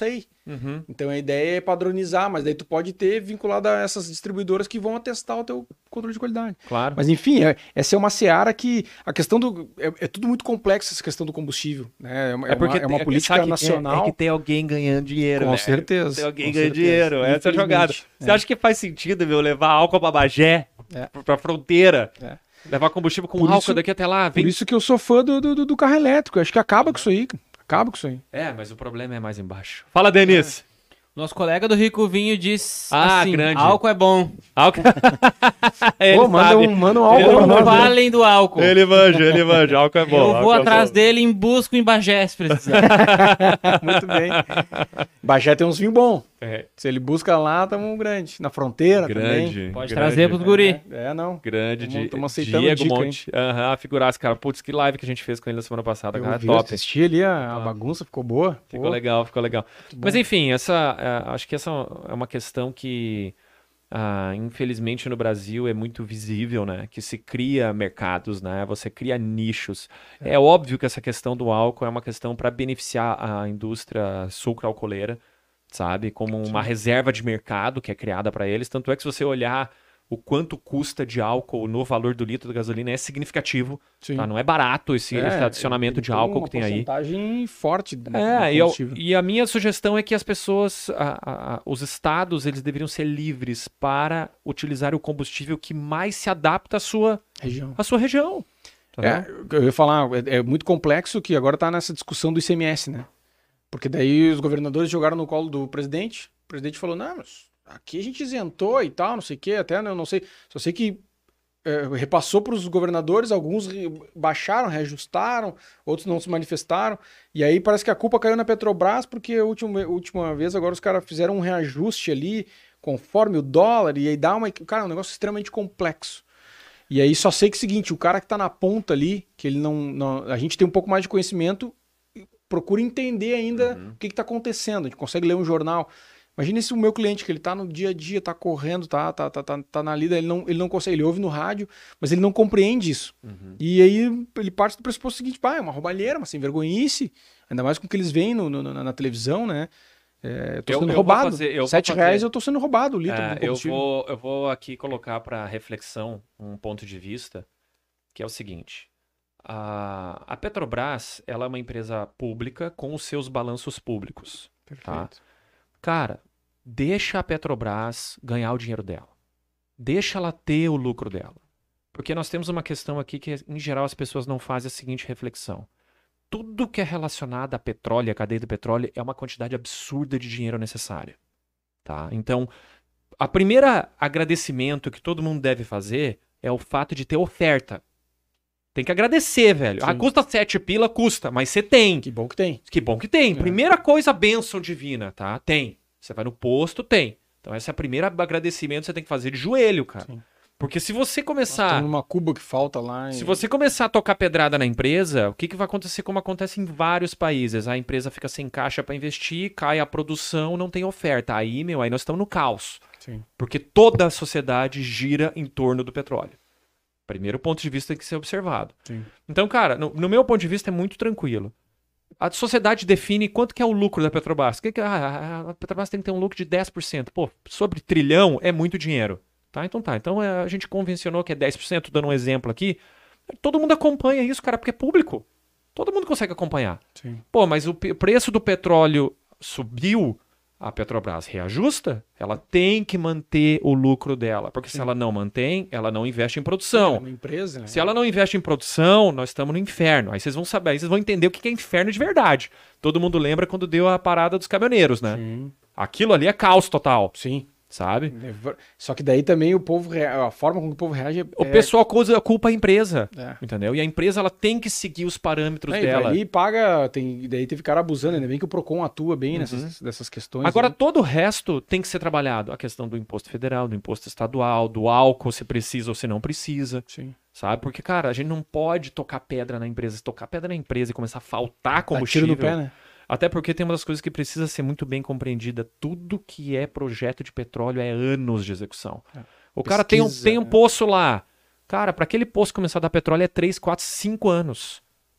Uhum. Então a ideia é padronizar, mas daí tu pode ter vinculado a essas distribuidoras que vão atestar o teu controle de qualidade. Claro. Mas enfim, é, essa é uma seara que a questão do... É, é tudo muito complexo essa questão do combustível, né? É uma, é uma, é uma tem- política sabe que nacional. É, é que tem alguém ganhando dinheiro, Com né? certeza. Tem alguém com ganhando certeza. dinheiro. Essa é a jogada. Infelizmente, Você é. acha que faz sentido, meu, levar álcool pra Bagé? É. Pra fronteira? É. Levar combustível com Por álcool isso- daqui até lá? Por Vem... isso que eu sou fã do, do, do carro elétrico. Eu acho que acaba com isso aí. Acaba com isso aí. É, mas o problema é mais embaixo. Fala, Denis. Nosso colega do Rico Vinho diz Ah, assim, grande. álcool é bom. Álcool. Ele Pô, manda sabe. um, manda um álcool Ele pra Não nós. né? falem do álcool. Ele manja, ele manja. Álcool é bom. Eu álcool vou é atrás bom. dele em busca em Bagé, se precisar. Muito bem. Bagé tem uns vinhos bons. É, Se ele busca lá, tamo grande. Na fronteira grande. também. Pode grande, trazer pros guri. É, é, não. Grande. Tamo- Di- tamo aceitando Diego dica, Monte. Aham, figuraça, cara. Putz, que live que a gente fez com ele na semana passada, Eu cara. vi, Top. assisti ali, a, a bagunça ficou boa. Ficou Pô, legal, ficou legal. bom. Mas enfim, essa, é, acho que essa é uma questão que, ah, infelizmente, no Brasil é muito visível, né? Que se cria mercados, né? Você cria nichos. É, óbvio que essa questão do álcool é uma questão para beneficiar a indústria sucroalcooleira, sabe? Como uma reserva de mercado que é criada para eles. Tanto é que se você olhar o quanto custa de álcool no valor do litro da gasolina é significativo, Sim. tá? Não é barato esse, É, esse adicionamento de toda álcool uma que tem aí. porcentagem forte do, É, do e, eu- combustível. e a minha sugestão é que as pessoas, a- a- a- os estados, eles deveriam ser livres para utilizar o combustível que mais se adapta à sua, Região. à sua região. Tá É, vendo? eu ia falar, é, é muito complexo que agora tá nessa discussão do I C M S, né? Porque daí os governadores jogaram no colo do presidente, o presidente falou, não, mas aqui a gente isentou e tal, não sei o quê, até né, eu não sei, só sei que é, repassou para os governadores, alguns re- baixaram, reajustaram, outros não se manifestaram, e aí parece que a culpa caiu na Petrobras, porque a última, última vez agora os caras fizeram um reajuste ali, conforme o dólar, e aí dá uma... Cara, é um negócio extremamente complexo. E aí só sei que é o seguinte, o cara que tá na ponta ali, que ele não, não- a gente tem um pouco mais de conhecimento, procura entender ainda Uhum. o que, que tá acontecendo. A gente consegue ler um jornal. Imagina esse o meu cliente, que ele tá no dia a dia, tá correndo, tá, tá, tá, tá, tá na lida, ele não, ele não consegue, ele ouve no rádio, mas ele não compreende isso. Uhum. E aí ele parte do pressuposto seguinte, pá, é uma roubalheira, uma sem vergonhice, ainda mais com o que eles veem no, no- na, na televisão, né? É, eu tô Eu- sendo eu vou roubado. fazer- eu vou Sete fazer- reais eu tô sendo roubado o litro É, do eu, combustível. vou, eu vou aqui colocar para reflexão um ponto de vista, que é o seguinte. A, a Petrobras, ela é uma empresa pública com os seus balanços públicos. Perfeito. Cara, deixa a Petrobras ganhar o dinheiro dela. Deixa ela ter o lucro dela. Porque nós temos uma questão aqui que, em geral, as pessoas não fazem a seguinte reflexão. Tudo que é relacionado a petróleo, a cadeia do petróleo, é uma quantidade absurda de dinheiro necessária. Tá? Então, a primeira agradecimento que todo mundo deve fazer é o fato de ter oferta. Tem que agradecer, velho. Ah, Sim. custa sete pila, custa, mas você tem. Que bom que tem. Que bom que tem. É. Primeira coisa, bênção divina, tá? Tem. Você vai no posto, tem. Então, esse é o primeiro agradecimento que você tem que fazer de joelho, cara. Sim. Porque se você Tem começar. uma cuba que falta lá. e- Se você começar a tocar pedrada na empresa, o que, que vai acontecer como acontece em vários países? A empresa fica sem caixa para investir, cai a produção, não tem oferta. Aí, meu, aí nós estamos no caos. Sim. Porque toda a sociedade gira em torno do petróleo. Primeiro ponto de vista tem que ser observado. Sim. Então, cara, no, no meu ponto de vista é muito tranquilo. A sociedade define quanto que é o lucro da Petrobras. Que que, ah, a Petrobras tem que ter um lucro de dez por cento. Pô, sobre trilhão é muito dinheiro. Tá? Então tá. Então é, a gente convencionou que é dez por cento, dando um exemplo aqui. Todo mundo acompanha isso, cara, porque é público. Todo mundo consegue acompanhar. Sim. Pô, mas o pe- preço do petróleo subiu, a Petrobras reajusta, ela tem que manter o lucro dela. Porque se Sim. ela não mantém, ela não investe em É produção. uma empresa, né? Se ela não investe em produção, nós estamos no inferno. Aí vocês vão saber, aí vocês vão entender o que é inferno de verdade. Todo mundo lembra quando deu a parada dos caminhoneiros, né? Sim. Aquilo ali é caos total, Sim. sabe? Só que daí também o povo, rea- a forma como o povo reage é... O pessoal acusa- culpa a empresa, É. entendeu? E a empresa ela tem que seguir os parâmetros Aí, vai dela. ali e paga, tem, daí teve cara abusando, ainda bem que o Procon atua bem nessas dessas questões. Agora, né? todo o resto tem que ser trabalhado. A questão do imposto federal, do imposto estadual, do álcool, se precisa ou se não precisa, Sim. sabe? Porque, cara, a gente não pode tocar pedra na empresa. Se tocar pedra na empresa e começar a faltar Dá combustível... tiro no pé, né? Até porque tem uma das coisas que precisa ser muito bem compreendida. Tudo que é projeto de petróleo é anos de execução. É. O cara tem um, Pesquisa, tem um né? poço lá. Cara, para aquele poço começar a dar petróleo é três, quatro, cinco anos.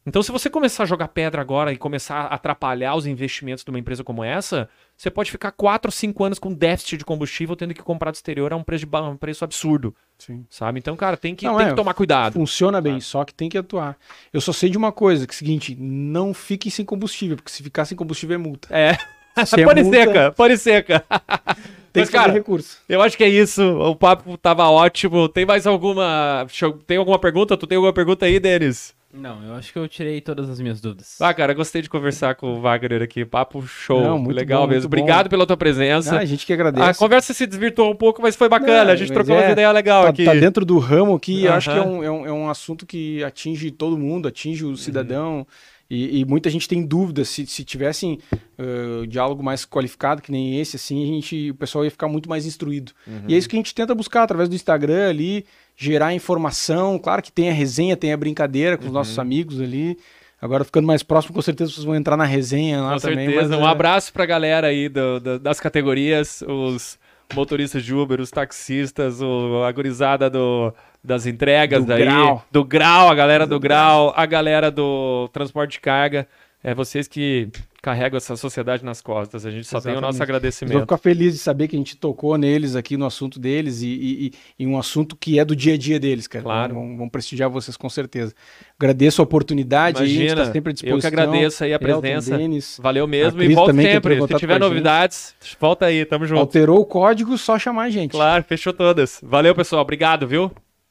Então, se você começar a jogar pedra agora e começar a atrapalhar os investimentos de uma empresa como essa, você pode ficar quatro ou cinco anos com déficit de combustível, tendo que comprar do exterior a um preço, de ba- um preço absurdo, Sim. sabe? Então, cara, tem que, Não, tem é, que tomar cuidado. Funciona bem, Ah. só que tem que atuar. Eu só sei de uma coisa, que é o seguinte, não fiquem sem combustível, porque se ficar sem combustível é multa. É, Se é pode multa, seca, pode seca. Tem Mas, que fazer cara, recurso. eu acho que é isso. O papo tava ótimo. Tem mais alguma... deixa eu- Tem alguma pergunta? Tu tem alguma pergunta aí, Denis? Não, eu acho que eu tirei todas as minhas dúvidas. Ah, cara, gostei de conversar com o Wagner aqui. Papo show. Não, muito Legal bom, mesmo. muito bom. Obrigado pela tua presença. Ah, a gente que agradece. A conversa se desvirtuou um pouco, mas foi bacana. Não, a gente mas trocou é, umas ideias legais tá, aqui. tá dentro do ramo aqui, eu acho que é Aham. um, é, um, é um assunto que atinge todo mundo, atinge o cidadão, e, e muita gente tem dúvidas. Se, se tivessem uh, diálogo mais qualificado, que nem esse, assim, a gente, o pessoal ia ficar muito mais instruído. Uhum. E é isso que a gente tenta buscar através do Instagram ali, gerar informação. Claro que tem a resenha, tem a brincadeira com os Uhum. nossos amigos ali. Agora, ficando mais próximo, com certeza vocês vão entrar na resenha lá Com também. certeza. mas, Um é, abraço pra galera aí do- do- das categorias, os motoristas de Uber, os taxistas, o, a gurizada do, das entregas Do aí. grau. Do grau, a galera do, grau, a galera do transporte de carga. É vocês que carregam essa sociedade nas costas. A gente só tem o nosso Exatamente. Eles vão agradecimento. ficar felizes de saber que a gente tocou neles aqui no assunto deles e, e, e- e um assunto que é do dia a dia deles, cara. Claro. Vão, vão prestigiar vocês com certeza. Agradeço a oportunidade, aí, a gente Imagina, está sempre à disposição. eu que agradeço aí a Elton, presença. Denis. Valeu mesmo. A E Cris volta também, que sempre. entrou em Se contato tiver com a gente. novidades, volta aí. Tamo junto. Alterou o código, só chamar a gente. Claro, fechou todas. Valeu, pessoal. Obrigado, viu?